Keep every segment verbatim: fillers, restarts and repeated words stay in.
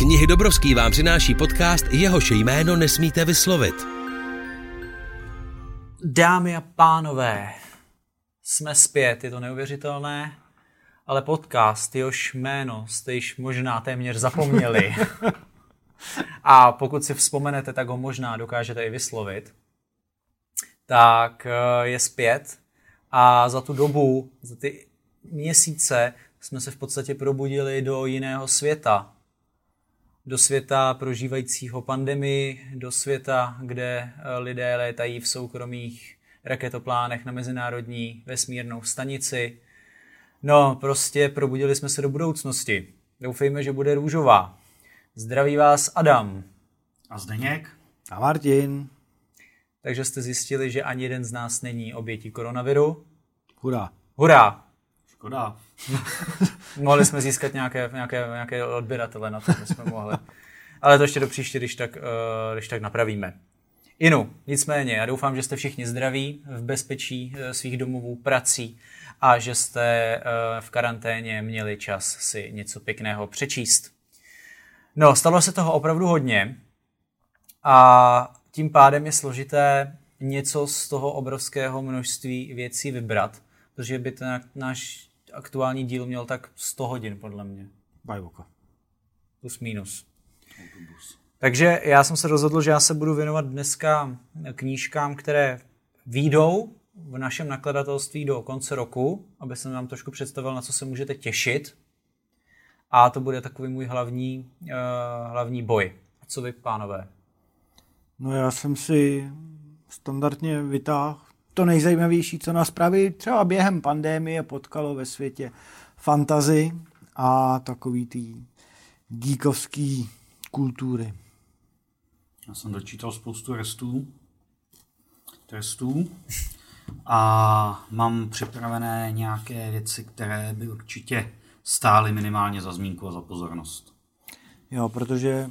Knihy Dobrovský vám přináší podcast, jehož jméno nesmíte vyslovit. Dámy a pánové, jsme zpět, je to neuvěřitelné, ale podcast, jehož jméno jste již možná téměř zapomněli. A pokud si vzpomenete, tak ho možná dokážete i vyslovit. Tak je zpět a za tu dobu, za ty měsíce jsme se v podstatě probudili do jiného světa. Do světa prožívajícího pandemii, do světa, kde lidé létají v soukromých raketoplánech na mezinárodní vesmírnou stanici. No, prostě probudili jsme se do budoucnosti. Doufejme, že bude růžová. Zdraví vás Adam. A Zdeněk. A Martin. Takže jste zjistili, že ani jeden z nás není obětí koronaviru. Hurá. Hurá. Škoda. Mohli jsme získat nějaké, nějaké, nějaké odběratele na to, jsme mohli. Ale to ještě do příště, když tak, když tak napravíme. Inu, nicméně, já doufám, že jste všichni zdraví, v bezpečí svých domovů, prací a že jste v karanténě měli čas si něco pěkného přečíst. No, stalo se toho opravdu hodně a tím pádem je složité něco z toho obrovského množství věcí vybrat, protože by ten náš aktuální díl měl tak sto hodin, podle mě. Bajvoka. Plus minus. Autobus. Takže já jsem se rozhodl, že já se budu věnovat dneska knížkám, které vyjdou v našem nakladatelství do konce roku, aby jsem vám trošku představil, na co se můžete těšit. A to bude takový můj hlavní, uh, hlavní boj. A co vy, pánové? No já jsem si standardně vytáhl to nejzajímavější, co nás právě třeba během pandemie potkalo ve světě fantasy a takový tý geekovský kultury. Já jsem dočítal spoustu restů, trestů a mám připravené nějaké věci, které by určitě stály minimálně za zmínku a za pozornost. Jo, protože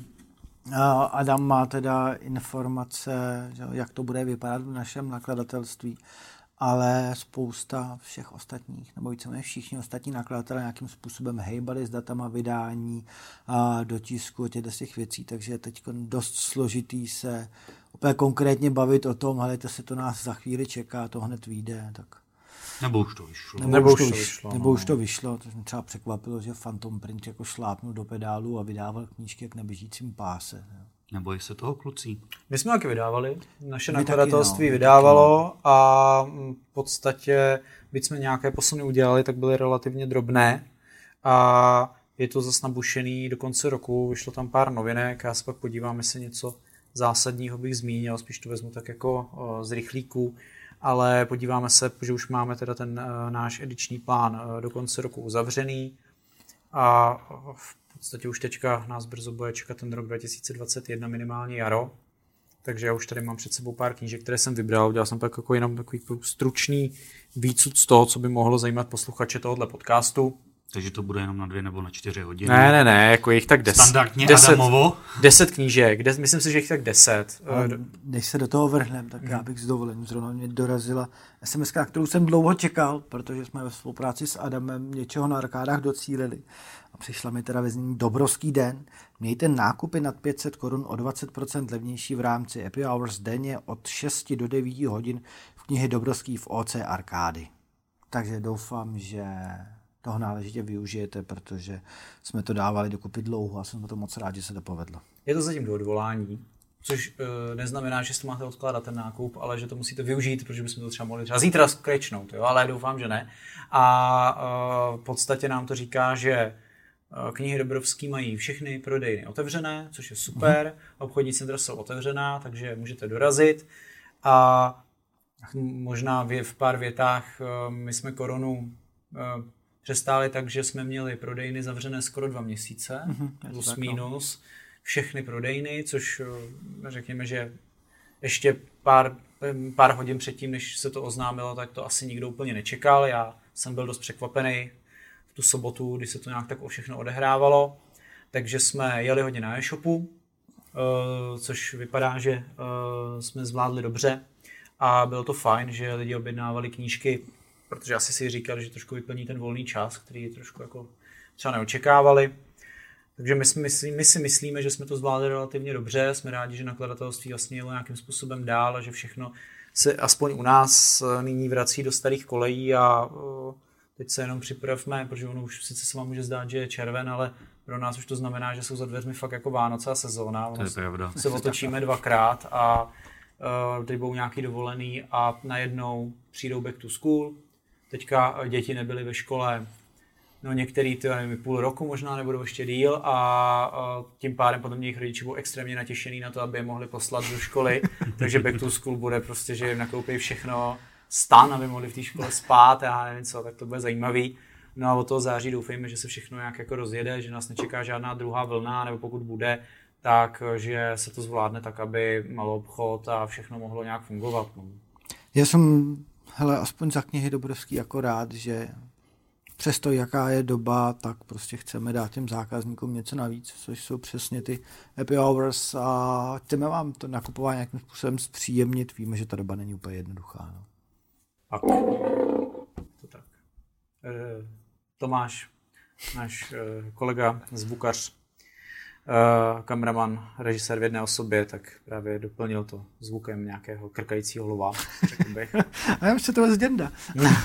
Adam má teda informace, jak to bude vypadat v našem nakladatelství, ale spousta všech ostatních, nebo víceméně všichni ostatní nakladatelé nějakým způsobem hejbali s datama vydání a do tisku těch věcí, takže je teď dost složitý se úplně konkrétně bavit o tom, helejte se, to nás za chvíli čeká, to hned vyjde, tak... Nebo už to vyšlo. Nebo, nebo už to vyšlo. Nebo no. už to vyšlo, to mě třeba překvapilo, že Phantom Print jako šlápnul do pedálu a vydával knížky jak na běžícím páse. Nebojí se toho, kluci? My jsme taky vydávali, naše My nakladatelství taky, no. vydávalo taky, no. A v podstatě, byť jsme nějaké posuny udělali, tak byly relativně drobné a je to zase nabušený do konce roku, vyšlo tam pár novinek, já se pak podívám, jestli něco zásadního bych zmínil, spíš to vezmu tak jako o, z rychlíků, ale podíváme se, že už máme teda ten uh, náš ediční plán uh, do konce roku uzavřený a uh, v podstatě už teďka nás brzo bude čekat ten rok dva tisíce dvacet jedna, minimálně jaro, takže já už tady mám před sebou pár knížek, které jsem vybral, udělal jsem tak jako jenom takový stručný výcud z toho, co by mohlo zajímat posluchače tohohle podcastu. Takže to bude jenom na dvě nebo na čtyři hodiny. Ne, ne, ne, jako jich tak deset. Standardně deset, Adamovo. Deset knížek, des, myslím si, že jich tak deset. Než se do toho vrhneme, tak já bych s dovolením zrovna mě dorazila es em eska, na kterou jsem dlouho čekal, protože jsme ve spolupráci s Adamem něčeho na arkádách docílili. A přišla mi teda ve znění Dobrovský den. Mějte nákupy nad pět set korun o dvacet procent levnější v rámci Happy Hours denně od šesti do devíti hodin v knihy Dobrovský v ó cé Arkády. Takže doufám, že toho náležitě využijete, protože jsme to dávali dokupy dlouho a jsem to moc rád, že se to povedlo. Je to zatím do odvolání, což e, neznamená, že si máte odkládat ten nákup, ale že to musíte využít, protože bychom to třeba mohli třeba zítra skrečnout, jo? Ale doufám, že ne. A e, v podstatě nám to říká, že e, knihy Dobrovský mají všechny prodejny otevřené, což je super, mm. obchodní centra jsou otevřená, takže můžete dorazit a možná v, v pár větách e, my jsme koronu e, přestáli tak, že jsme měli prodejny zavřené skoro dva měsíce, mm-hmm, plus tak, minus, no. Všechny prodejny, což řekněme, že ještě pár, pár hodin předtím, než se to oznámilo, tak to asi nikdo úplně nečekal. Já jsem byl dost překvapený v tu sobotu, kdy se to nějak tak všechno odehrávalo. Takže jsme jeli hodně na e-shopu, což vypadá, že jsme zvládli dobře a bylo to fajn, že lidi objednávali knížky, protože asi si říkali, že trošku vyplní ten volný čas, který trošku jako třeba neočekávali. Takže my si, myslí, my si myslíme, že jsme to zvládli relativně dobře, jsme rádi, že nakladatelství vlastně jelo nějakým způsobem dál a že všechno se aspoň u nás nyní vrací do starých kolejí a teď se jenom připravme, protože ono už sice se vám může zdát, že je červen, ale pro nás už to znamená, že jsou za dveřmi fakt jako Vánoce a sezóna. To je pravda. Se otočíme dvakrát a uh, teď budou nějaký dovolený a najednou přijdou back to school. Teďka děti nebyly ve škole, no některý, to nevím, půl roku možná, nebudou ještě díl a uh, tím pádem potom jejich rodiče budou extrémně natěšený na to, aby je mohli poslat do školy. Takže back to school bude prostě, že jim nakoupí všechno, stan, aby mohli v té škole spát, já nevím co, tak to bude zajímavý. No a od toho září doufejme, že se všechno nějak jako rozjede, že nás nečeká žádná druhá vlna, nebo pokud bude, tak že se to zvládne tak, aby malou obchod a všechno mohlo nějak fungovat. No. Já jsem, hele, aspoň za knihy Dobrovský jako rád, že přesto jaká je doba, tak prostě chceme dát těm zákazníkům něco navíc, což jsou přesně ty happy hours a chceme vám to nakupování nějakým způsobem zpříjemnit. Víme, že ta doba není úplně jednoduchá. No. Tak. To tak. E, Tomáš, náš e, kolega zvukař, e, kameraman, režisér v jedné osobě, tak právě doplnil to zvukem nějakého krkajícího lva, řekl bych. A já už se to z děnda.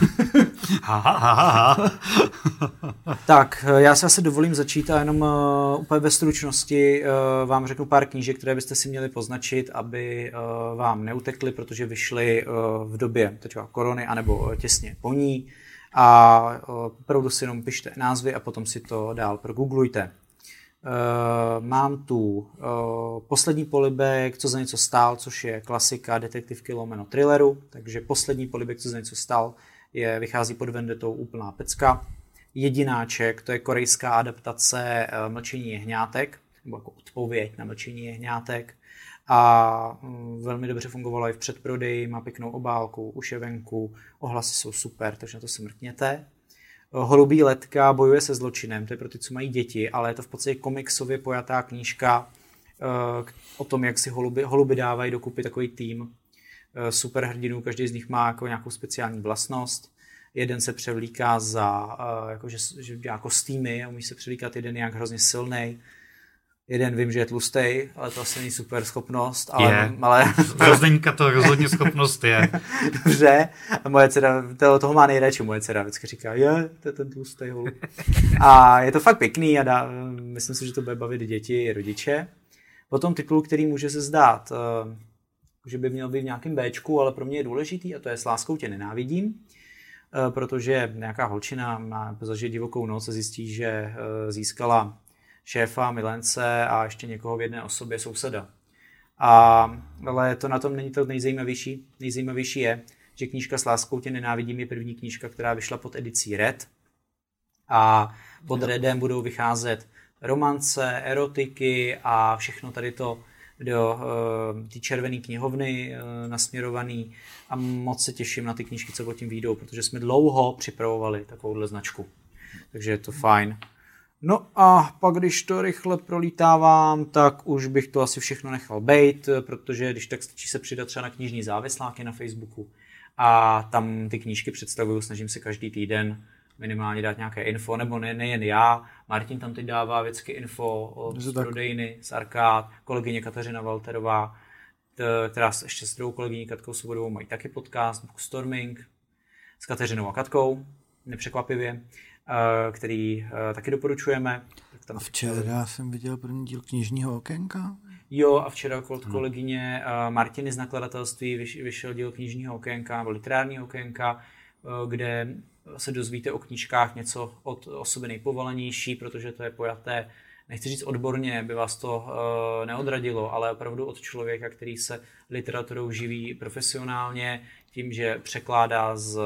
Tak, já se asi dovolím začít a jenom uh, úplně ve stručnosti uh, vám řeknu pár knížek, které byste si měli poznačit, aby uh, vám neutekly, protože vyšly uh, v době teďka korony anebo těsně po ní a uh, opravdu si jenom pište názvy a potom si to dál progooglujte. Uh, mám tu uh, Poslední polibek, Co za něco stál, což je klasika detektivky lomeno thrilleru, takže Poslední polibek, Co za něco stál, je, vychází pod vendetou úplná pecka. Jedináček, to je korejská adaptace uh, Mlčení jehňátek, nebo jako odpověď na Mlčení jehňátek. A um, velmi dobře fungovalo i v předprodeji, má pěknou obálku, už je venku, ohlasy jsou super, takže na to se mrkněte. Holubí letka bojuje se zločinem, to je pro ty, co mají děti, ale je to v podstatě komiksově pojatá knížka uh, o tom, jak si holuby, holuby dávají dokupy takový tým uh, superhrdinů, každý z nich má jako nějakou speciální vlastnost. Jeden se převlíká za, uh, jako, že, že dělá kostýmy a umí se převlíkat, jeden je jak hrozně silnej. Jeden vím, že je tlustej, ale to asi není super schopnost. Ale, je, ale... pro Zdeňka to rozhodně schopnost je. Dobře, a moje dcera, toho, toho má nejradši, moje dcera vždycky říká, je, to je ten tlustej holub. A je to fakt pěkný a dá, myslím si, že to bude bavit děti i rodiče. Potom titul, který může se zdát, že by měl být v nějakém Bčku, ale pro mě je důležitý a to je S láskou tě nenávidím, protože nějaká holčina má zažít divokou noc a zjistí, že získala šéfa, milence a ještě někoho v jedné osobě, souseda. A, ale to na tom není to nejzajímavější. Nejzajímavější je, že knížka S láskou tě nenávidím je první knížka, která vyšla pod edicí Red. A pod Redem budou vycházet romance, erotiky a všechno tady to do uh, ty červené knihovny uh, nasměrovaný. A moc se těším na ty knížky, co pod tím vyjdou, protože jsme dlouho připravovali takovouhle značku. Takže je to fajn. No a pak, když to rychle prolítávám, tak už bych to asi všechno nechal bejt, protože když tak stačí se přidat třeba na knižní závisláky na Facebooku a tam ty knížky představuju, snažím se každý týden minimálně dát nějaké info, nebo ne, nejen já, Martin tam teď dává vždycky info z prodejny, z arkád, kolegyně Kateřina Walterová, která ještě s druhou kolegyní Katkou Svobodovou mají taky podcast, Storming, s Kateřinou a Katkou, nepřekvapivě, který taky doporučujeme. Tak tam a včera jsem viděl první díl knižního okénka. Jo, a včera od kolegyně Martiny z nakladatelství vyšel díl knižního okénka, nebo literárního okénka, kde se dozvíte o knížkách něco od osoby nejpovolanější, protože to je pojaté, nechci říct odborně, by vás to neodradilo, ale opravdu od člověka, který se literaturou živí profesionálně, tím, že překládá z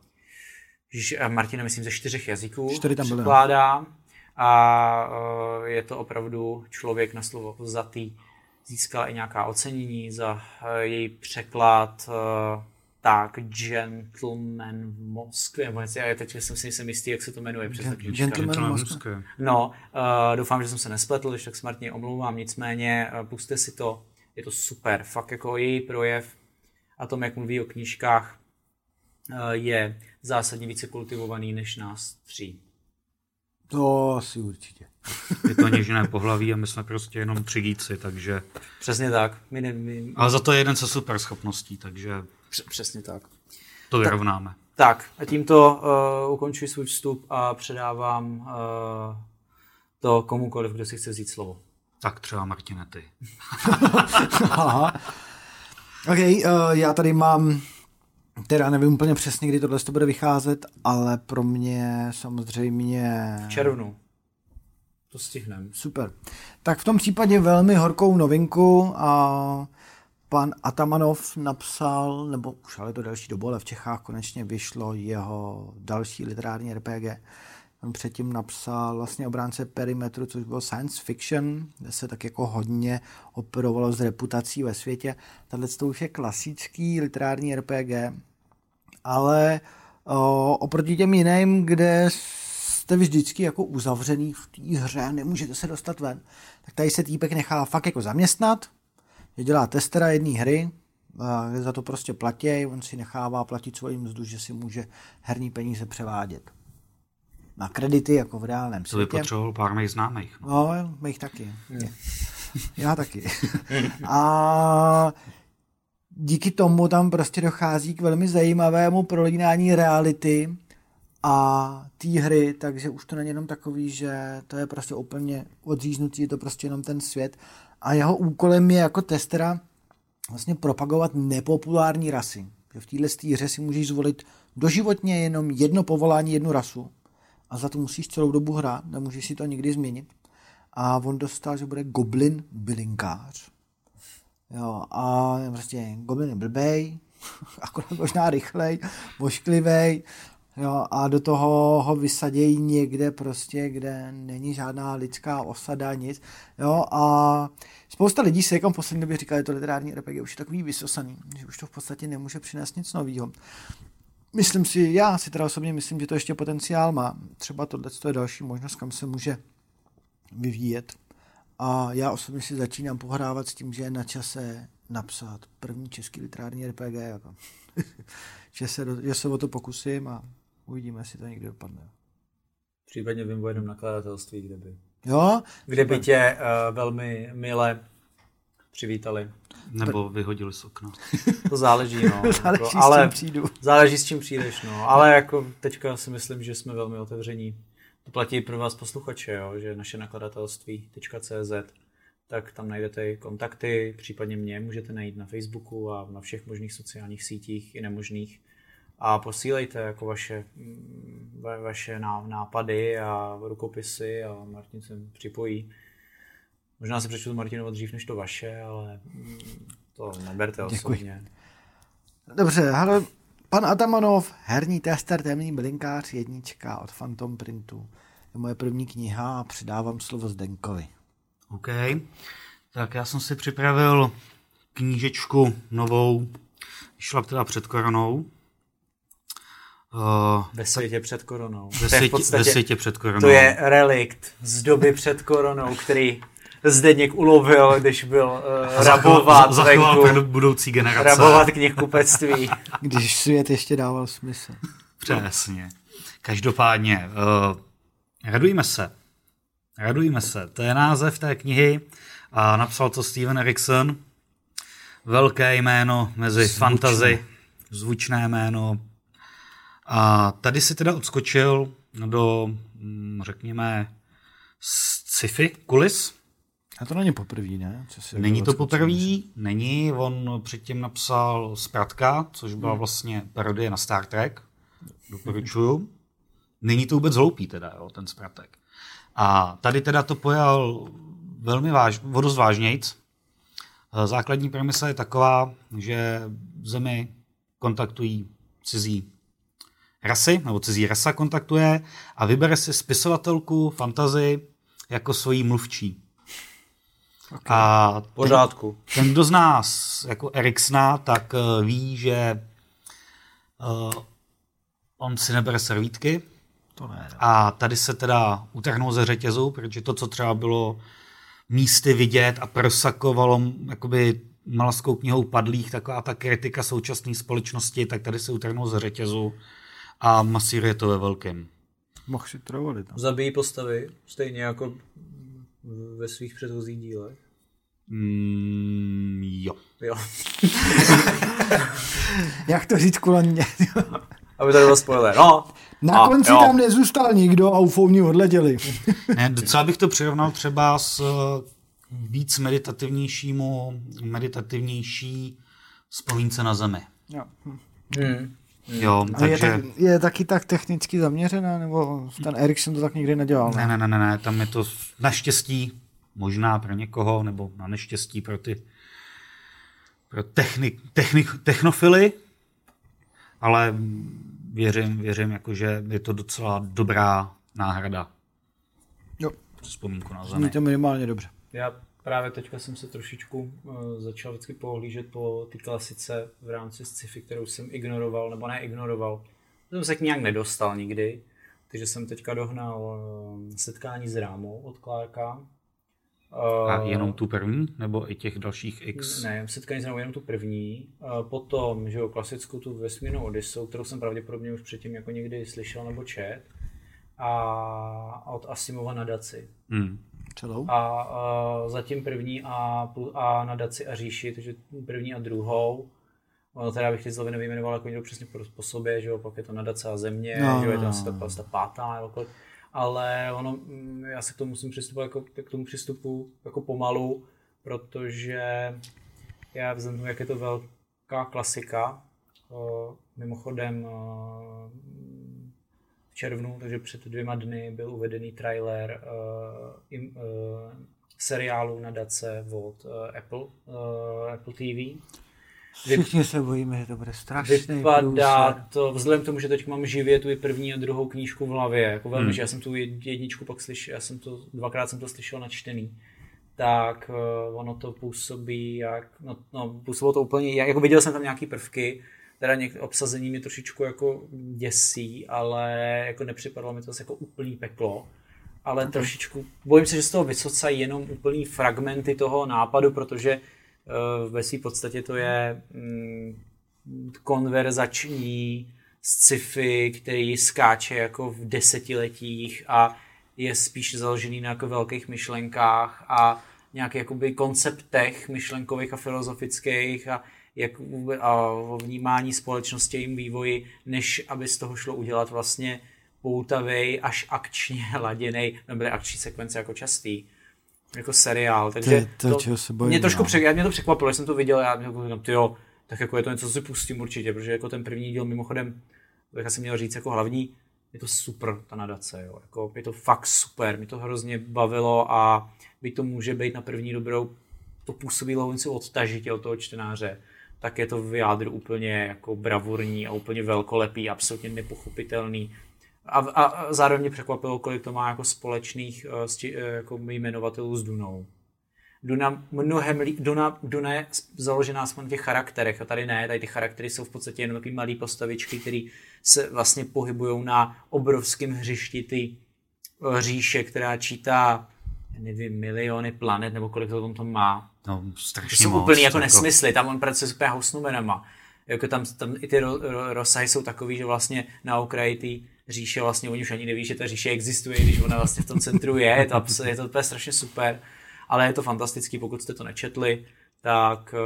Martina, myslím, ze čtyřech jazyků Čtyři tam překládá a je to opravdu člověk na slovo vzatý. Získala i nějaká ocenění za její překlad tak Gentleman v Moskvě. Já teď jsem si nejsem jistý, jak se to jmenuje. Gentleman v Moskvě. No, uh, doufám, že jsem se nespletl, když tak Martině omlouvám. Nicméně uh, puste si to, je to super. Fakt jako její projev a tom, jak mluví o knížkách, uh, je zásadně více kultivovaný než nás tří. To asi určitě. Je to něžné pohlaví a my jsme prostě jenom tři geeky, takže... Přesně tak. My ne, my... Ale za to je jeden se super schopností, takže... Přesně tak. To vyrovnáme. Tak, tak a tímto uh, ukončuji svůj vstup a předávám uh, to komukoliv, kdo si chce vzít slovo. Tak třeba Martine, ty. Aha. OK, uh, já tady mám, teda nevím úplně přesně, kdy tohle to bude vycházet, ale pro mě samozřejmě... V červnu. To stihneme. Super. Tak v tom případě velmi horkou novinku a pan Atamanov napsal, nebo už ale to další dobu, ale v Čechách konečně vyšlo jeho další literární R P G. On předtím napsal vlastně Obránce perimetru, což bylo science fiction, kde se tak jako hodně operovalo s reputací ve světě. Tahle to už je klasický literární R P G, ale o, oproti těm jiným, kde jste vždycky jako uzavřený v té hře, nemůžete se dostat ven, tak tady se týpek nechá fakt jako zaměstnat, že dělá testera jedné hry, kde za to prostě platí, on si nechává platit svoji mzdu, že si může herní peníze převádět na kredity, jako v reálném světě. To by potřeboval pár mých známých. No, no mých taky. Mm. Já taky. A díky tomu tam prostě dochází k velmi zajímavému prolínání reality a té hry, takže už to není jenom takový, že to je prostě úplně odříznutý, je to prostě jenom ten svět. A jeho úkolem je jako testera vlastně propagovat nepopulární rasy. Že v téhle hře si můžeš zvolit doživotně jenom jedno povolání, jednu rasu. A za to musíš celou dobu hrát, nemůžeš si to nikdy změnit. A on dostal, že bude goblin bylinkář. Jo, a prostě goblin je blbej, akorát možná rychlej, vošklivej, jo, a do toho ho vysadějí někde prostě, kde není žádná lidská osada, nic. Jo, a spousta lidí se jako v poslední době říká, že to literární R P G už je takový vysosaný, že už to v podstatě nemůže přinést nic nového. Myslím si, já si teda osobně myslím, že to ještě potenciál má. Třeba tohle je další možnost, kam se může vyvíjet. A já osobně si začínám pohrávat s tím, že je na čase napsat první český literární R P G. Jako. že, se do, že se o to pokusím a uvidíme, jestli to někdy dopadne. Případně vím o jednom nakladatelství, kde by, jo? kde by tě uh, velmi mile přivítali. Nebo vyhodili z okna. To záleží, no. záleží jako, ale s čím přijdu. Záleží, s čím přijdeš, no. Ale jako teďka si myslím, že jsme velmi otevření. To platí pro vás posluchače, jo, že naše nakladatelství tečka cé zet, tak tam najdete i kontakty, případně mě můžete najít na Facebooku a na všech možných sociálních sítích i nemožných. A posílejte jako vaše, va, vaše nápady a rukopisy a Martin se připojí. Možná si přečtu Martinovo dřív než to vaše, ale to neberte osobně. Dobře, hele, pan Atamanov, herní tester, temný bylinkář, jednička od Phantom Printu. Je moje první kniha a předávám slovo Zdenkovi. OK, tak já jsem si připravil knížečku novou, šla teda před koronou. Uh, ve světě před koronou. Ve světě, podstatě, ve světě před koronou. To je relikt z doby před koronou, který Zdeněk ulovil, když byl uh, rabovat za, zachoval pro budoucí generace. Rabovat knihkupectví. Když svět ještě dával smysl. Přesně. Každopádně, uh, radujme se. Radujme se. To je název té knihy a napsal to Steven Erikson. Velké jméno mezi Zvučné. fantasy. Zvučné jméno. A tady si teda odskočil do, řekněme, sci-fi kulis. A to není poprvé, ne? Není to poprvé, není. On předtím napsal Spratka, což byla hmm. vlastně parodie na Star Trek. Doporučuju. Není to vůbec hloupý teda, jo, ten Spratek. A tady teda to pojal velmi váž, dost vážnějc. Základní premisa je taková, že Zemi kontaktují cizí rasy, nebo cizí rasa kontaktuje a vybere si spisovatelku fantasy jako svojí mluvčí. Okay. A ten, pořádku. Ten, kdo z nás jako Eriksona, tak uh, ví, že uh, on si nebere servítky. To ne, ne. A tady se teda utrhnou ze řetězu, protože to, co třeba bylo místy vidět a prosakovalo jakoby Malaskou knihou padlých, taková ta kritika současné společnosti, tak tady se utrhnou ze řetězu a masíruje to ve velkém. Mohl si travolit. No. Zabijí postavy, stejně jako ve svých předchozích dílech. Mm, jo. Jo. Jak to říct kulatně? Aby to byl spoiler. No. Na a, konci jo. tam nezůstal nikdo a ufouni odletěli. Ne, docela bych to přirovnal třeba s víc meditativnějšímu, meditativnější vzpomínce na zemi. Jo. Hmm. Jo, A je, takže... tak, je taky tak technicky zaměřená, nebo ten Ericsson to tak nikdy nedělal? Ne, ne, ne, ne, ne, tam je to naštěstí, možná pro někoho, nebo na neštěstí pro ty pro technik, technik, technofily, ale věřím, věřím, jako, že je to docela dobrá náhrada. Jo. Vzpomínku na Zní zemi. to minimálně dobře. Já právě teďka jsem se trošičku uh, začal vždycky pohlížet po ty klasice v rámci sci-fi, kterou jsem ignoroval, nebo neignoroval. Jsem se k nějak nedostal nikdy, takže jsem teďka dohnal uh, Setkání s Rámou od Clarka. Uh, A jenom tu první, nebo i těch dalších X? Ne, Setkání s Rámou jenom tu první. Uh, potom, že jo, klasickou tu vesmírnou Odysseu, kterou jsem pravděpodobně už předtím jako někdy slyšel nebo čet. A od Asimova Nadaci. Hmm. Celou? A, a zatím první a, a Nadaci a Říši, takže první a druhou. Ono teda bych ty zlovy nevyjmenoval jako někdo přesně po, po sobě, že jo, pak je to Nadace a Země, no, že jo, je to no, asi ta, no. ta pátá, nebo kolik. Ale ono, já se k tomu musím přistupovat jako, k tomu přístupu jako pomalu, protože já vzhledem, jak je to velká klasika, mimochodem v červnu, takže před dvěma dny byl uvedený trailer uh, im, uh, seriálu Nadace od uh, Apple, uh, Apple T V. Všichni se bojíme, že to bude strašný Vypadá průser. to, vzhledem k tomu, že teď mám živě tu první a druhou knížku v hlavě, jako velmi, Hmm. že já jsem tu jedničku pak slyšel, já jsem to, dvakrát jsem to slyšel načtený, tak uh, ono to působí jak, no, no působilo to úplně, jako viděl jsem tam nějaký prvky, teda něk, obsazení mě trošičku jako děsí, ale jako nepřipadalo mi to zase jako úplný peklo. Ale okay. trošičku, bojím se, že z toho vysocají jenom úplný fragmenty toho nápadu, protože uh, ve své podstatě to je mm, konverzační sci-fi, který skáče jako v desetiletích a je spíš založený na jako velkých myšlenkách a nějakých jakoby konceptech myšlenkových a filozofických a jak a o vnímání společnosti a jejím vývoji, než aby z toho šlo udělat vlastně poutavej až akčně laděnej, nebyly akční sekvence jako častý, jako seriál. Takže to, to, čeho se bojím, mě trošku no. přek, mě to překvapilo, že jsem to viděl, já říkám, tyjo, tak jako je to něco, co si pustím určitě, protože jako ten první díl mimochodem, tak jsem měl říct jako hlavní, je to super, ta Nadace, jo. Jako, je to fakt super, mě to hrozně bavilo a byť to může být na první dobrou, to působí lovinci odtažitě od toho čtenáře, tak je to v jádru úplně jako bravurní a úplně velkolepý, absolutně nepochopitelný. A, a, a zároveň mě překvapilo, kolik to má jako společných uh, jako jmenovatelů s Dunou. Duna, mnohem lí, Duna, Duna je založená aspoň na těch charakterech a tady ne, tady ty charaktery jsou v podstatě jen takový malý postavičky, které se vlastně pohybují na obrovském hřišti ty uh, říše, která čítá nevím, miliony planet, nebo kolik to tam má. No, strašně To jsou moc, úplný jako jako... nesmysly, tam on pracuje s úplně housnumenama. Jako tam, tam i ty ro, ro, rozsahy jsou takový, že vlastně na okraji ty říše vlastně oni už ani neví, že ta říše existuje, když ona vlastně v tom centru je, je to, je to úplně strašně super, ale je to fantastický, pokud jste to nečetli, tak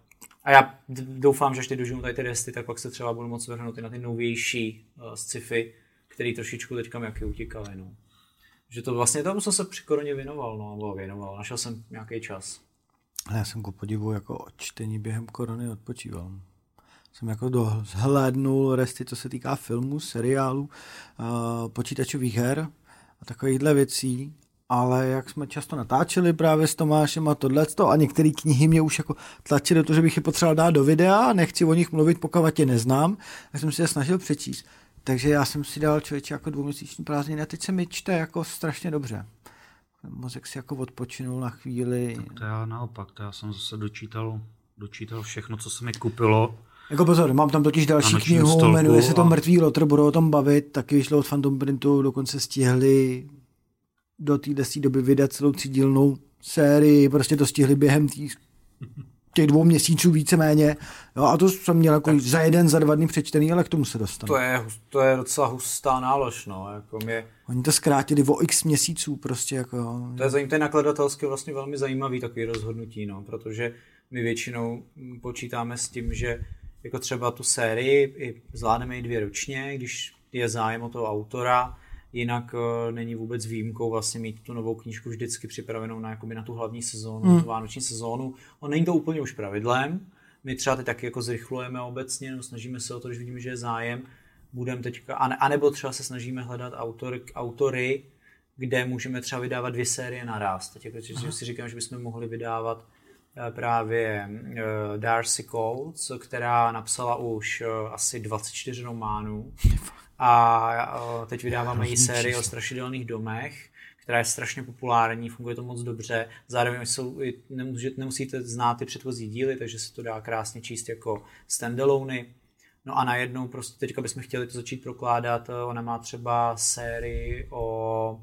a já doufám, že až ty dožiju tady ty desty, tak pak se třeba budu moc vrhnout i na ty novější uh, sci-fi, který trošičku teďka jaký utíkaly, no. Že to vlastně, tomu jsem se při koroně věnoval, no, nebo věnoval, našel jsem nějaký čas. Ale já jsem ku podivu jako od čtení během korony odpočíval. Jsem jako dohlédnul resty, co se týká filmů, seriálů, uh, počítačových her a takovýchhle věcí, ale jak jsme často natáčeli právě s Tomášem a tohleto a některé knihy mě už jako tlačily do toho, že bych je potřeboval dát do videa a nechci o nich mluvit, pokud je neznám, tak jsem si je snažil přečíst. Takže já jsem si dal člověče jako dvouměsíční prázdniny a teď se mi čte jako strašně dobře. Mozek si jako odpočinul na chvíli. Tak to já naopak, to já jsem zase dočítal, dočítal všechno, co se mi kupilo. Jako pozor, mám tam totiž další knihu, jmenuje se to a... Mrtvý lotr, budu o tom bavit, taky vyšlo od Phantom Printu, dokonce stihli do téhle doby vydat celou třídílnou sérii, prostě to stihli během té těch dvou měsíců víceméně. Jo, a to jsem měl jako za jeden, za dva dny přečtený, ale k tomu se dostanu. To je, to je docela hustá nálož, no. Jako mě... Oni to zkrátili o x měsíců prostě. Jako... To je zajímavé, nakladatelsky vlastně velmi zajímavý takový rozhodnutí, no, protože my většinou počítáme s tím, že jako třeba tu sérii zvládneme i dvě ročně, když je zájem o toho autora, jinak uh, není vůbec výjimkou vlastně mít tu novou knížku vždycky připravenou na, jakoby na tu hlavní sezónu, hmm. tu vánoční sezónu. On není to úplně už pravidlem. My třeba teď taky jako zrychlujeme obecně, no, snažíme se o to, když vidíme, že je zájem, budeme teďka, anebo třeba se snažíme hledat autor, autory, kde můžeme třeba vydávat dvě série naraz. Teď jako, že si říkám, že bychom mohli vydávat uh, právě uh, Darcy Coates, která napsala už uh, asi dvacet čtyři románů. A teď vydáváme i sérii o strašidelných domech, která je strašně populární, funguje to moc dobře. Zároveň jsou, nemusíte znát ty předchozí díly, takže se to dá krásně číst jako standalony. No a najednou prostě teďka bychom chtěli to začít prokládat. Ona má třeba sérii o,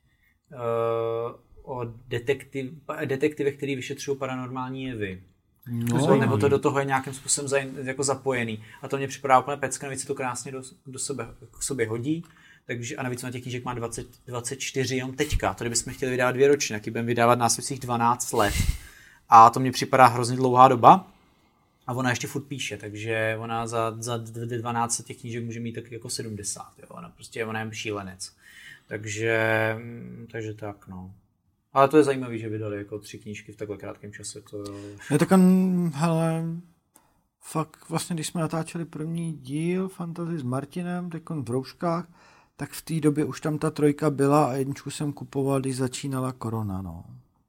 o detektiv, detektivech, který vyšetřují paranormální jevy. No, nebo to do toho je nějakým způsobem zaj, jako zapojený. A to mě připadá úplně pecka, navíc se to krásně do, do sebe, k sobě hodí. Takže, a navíc na těch knížek má dvacet, dvacet čtyři jenom teďka. To kdybychom chtěli vydávat dvě ročně, taky budeme vydávat následujících dvanáct let. A to mě připadá hrozně dlouhá doba. A ona ještě furt píše, takže ona za, za dvanáct těch knížek může mít tak jako sedmdesát. Jo? Ona prostě ona je šílenec. Takže, takže tak, no. Ale to je zajímavé, že vydali jako tři knížky v takhle krátkém čase. To... Je tak, hele, fakt vlastně, když jsme natáčeli první díl Fantasy s Martinem, teď v Rouškách, tak v té době už tam ta trojka byla a jedničku jsem kupoval, když začínala korona, no.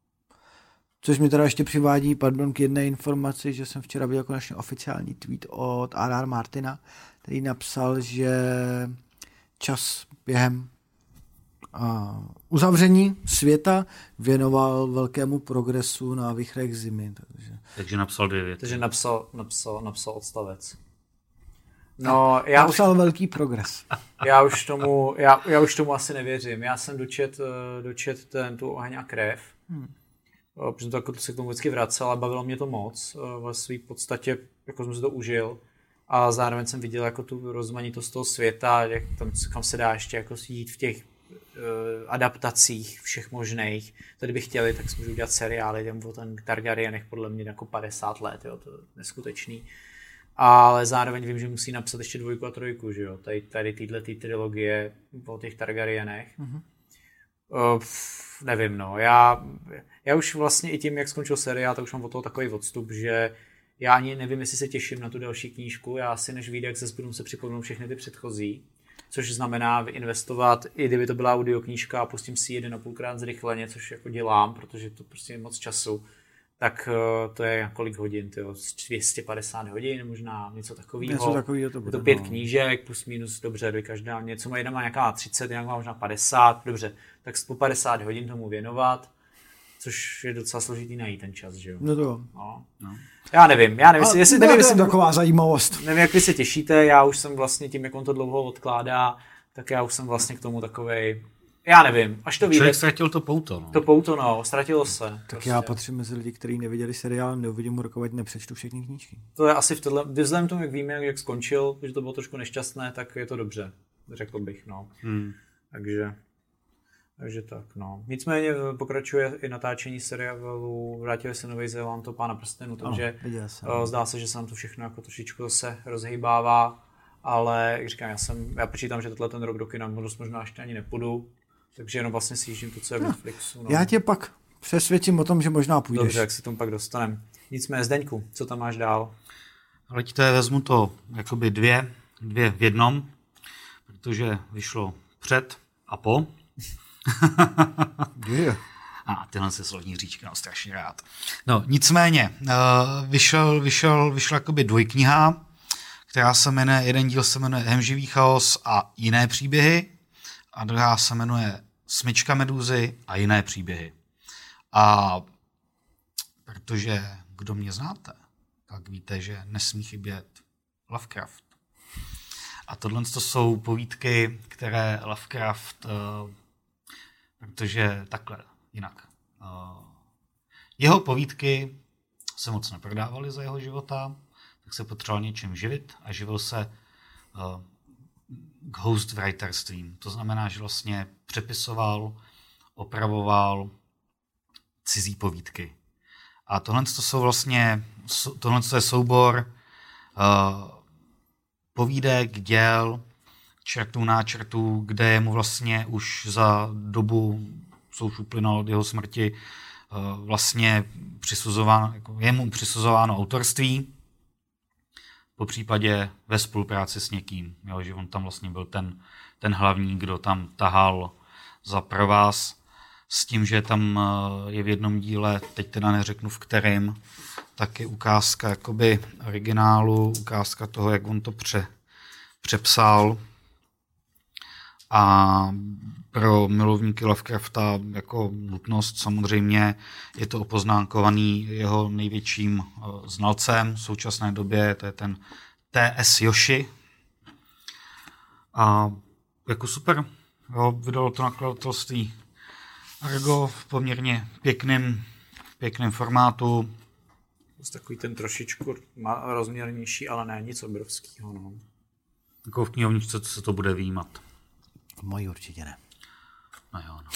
Což mi teda ještě přivádí, pardon, k jedné informaci, že jsem včera viděl konečně oficiální tweet od R R Martina, který napsal, že čas během a uzavření světa věnoval velkému progresu na výchrech zimy. Takže, takže napsal dvě věty. Takže napsal, napsal, napsal odstavec. No, já napsal už, velký progres. Já už, tomu, já, já už tomu asi nevěřím. Já jsem dočet, dočet ten, tu Oheň a krev. Hmm. Protože to, jako, to se k tomu vždycky vracel a bavilo mě to moc. Ve své podstatě jako jsem si to užil. A zároveň jsem viděl jako tu rozmanitost toho světa, jak tam, kam se dá ještě jako jít v těch adaptacích všech možných. Tady by chtěli, tak si můžu udělat seriály, tam o ten Targaryenech podle mě jako padesát let, jo, to je neskutečný. Ale zároveň vím, že musí napsat ještě dvojku a trojku, že jo, tady, tady týhle tý trilogie o těch Targaryenech. Mm-hmm. Uh, pff, nevím, no, já, já už vlastně i tím, jak skončil seriál, tak už mám od toho takový odstup, že já ani nevím, jestli se těším na tu další knížku, já asi než vyjde, jak se budu se připomenout všechny ty předchozí. Což znamená investovat, i kdyby to byla audioknížka a pustím si jeden a půlkrát zrychleně, což jako dělám, protože to prostě je moc času, tak uh, to je kolik hodin, tyjo, dvě stě padesát hodin, možná něco takového. Něco takového to bude. Je to pět no. knížek, plus minus, dobře, do každá něco má, jedna má nějaká třicet, jinak má možná padesát, dobře, tak po padesát hodin tomu věnovat, což je docela složitý najít ten čas, že jo. No to no. no. Já nevím, já nevím, ale jestli, nevím, jestli taková zajímavost. Nevím, jak vy se těšíte, já už jsem vlastně tím, jak on to dlouho odkládá, tak já už jsem vlastně k tomu takovej, já nevím, až to vyjde. Člověk ztratil to pouto, no. To pouto, no, ztratilo se. Tak prostě. Já patřím mezi lidi, kteří neviděli seriál, neuvidím mu rokovat, nepřečtu všechny knížky. To je asi v tohle, vzhledem tomu, jak víme, jak skončil, že to bylo trošku nešťastné, tak je to dobře, řekl bych, no. Hmm. Takže... Takže tak, no. Nicméně pokračuje i natáčení seriálu Vrátili se Nový Zéland, to Pána prstenů, takže oh, zdá se, že se nám to všechno jako trošičku se rozhýbává, ale jak říkám, já jsem, já počítám, že tenhle ten rok do kina možná ještě ani nepůjdu, takže jenom vlastně si jíždím to, co je v Netflixu. No. Já tě pak přesvědčím o tom, že možná půjdeš. Dobře, jak se tomu pak dostaneme. Nicméně, Zdeňku, co tam máš dál? Leďte, vezmu to jakoby dvě, dvě v jednom, protože vyšlo před a po. yeah. A tyhle se slovní říčky mám strašně rád. No, nicméně, vyšel, vyšel, vyšla jakoby dvojkniha, která se jmenuje, jeden díl se jmenuje Hemživý chaos a jiné příběhy a druhá se jmenuje Smyčka Medúzy a jiné příběhy. A protože kdo mě znáte, tak víte, že nesmí chybět Lovecraft. A tohle to jsou povídky, které Lovecraft, uh, protože takhle, jinak. Uh, jeho povídky se moc neprodávaly za jeho života, tak se potřeboval něčím živit a živil se uh, ghostwriterstvím. To znamená, že vlastně přepisoval, opravoval cizí povídky. A tohle to jsou vlastně, tohle je soubor uh, povídek, děl, čertů, náčrtů, kde je mu vlastně už za dobu, co už uplynulo od jeho smrti, uh, vlastně přisuzováno, jako je mu přisuzováno autorství, po případě ve spolupráci s někým. Jo, že on tam vlastně byl ten, ten hlavní, kdo tam tahal za provaz, s tím, že tam je v jednom díle, teď teda neřeknu v kterém, tak je ukázka jakoby originálu, ukázka toho, jak on to pře, přepsal. A pro milovníky Lovecrafta jako nutnost samozřejmě je to opoznánkovaný jeho největším znalcem v současné době, to je ten T S Joshi. A jako super, jo, vydalo to nakladatelství Argo v poměrně pěkným, pěkným formátu. To je takový ten trošičku rozměrnější, ale ne nic obrovského. No. Jako v knihovničce se to bude výjímat. Mojí určitě ne. No jo, no.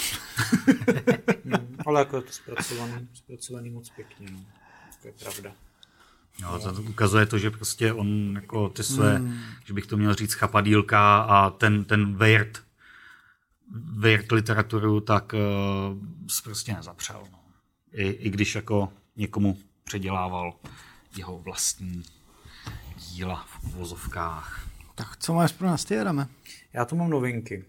no ale jako je to zpracovaný, zpracovaný moc pěkně. No. To je pravda. Jo, to ukazuje to, že prostě on jako ty své, mm. že bych to měl říct, chapadílka a ten, ten weird, weird literaturu, tak uh, prostě nezapřel. No. I, I když jako někomu předělával jeho vlastní díla v uvozovkách. Tak co máš pro nás, ty, Adame? Já tu mám novinky.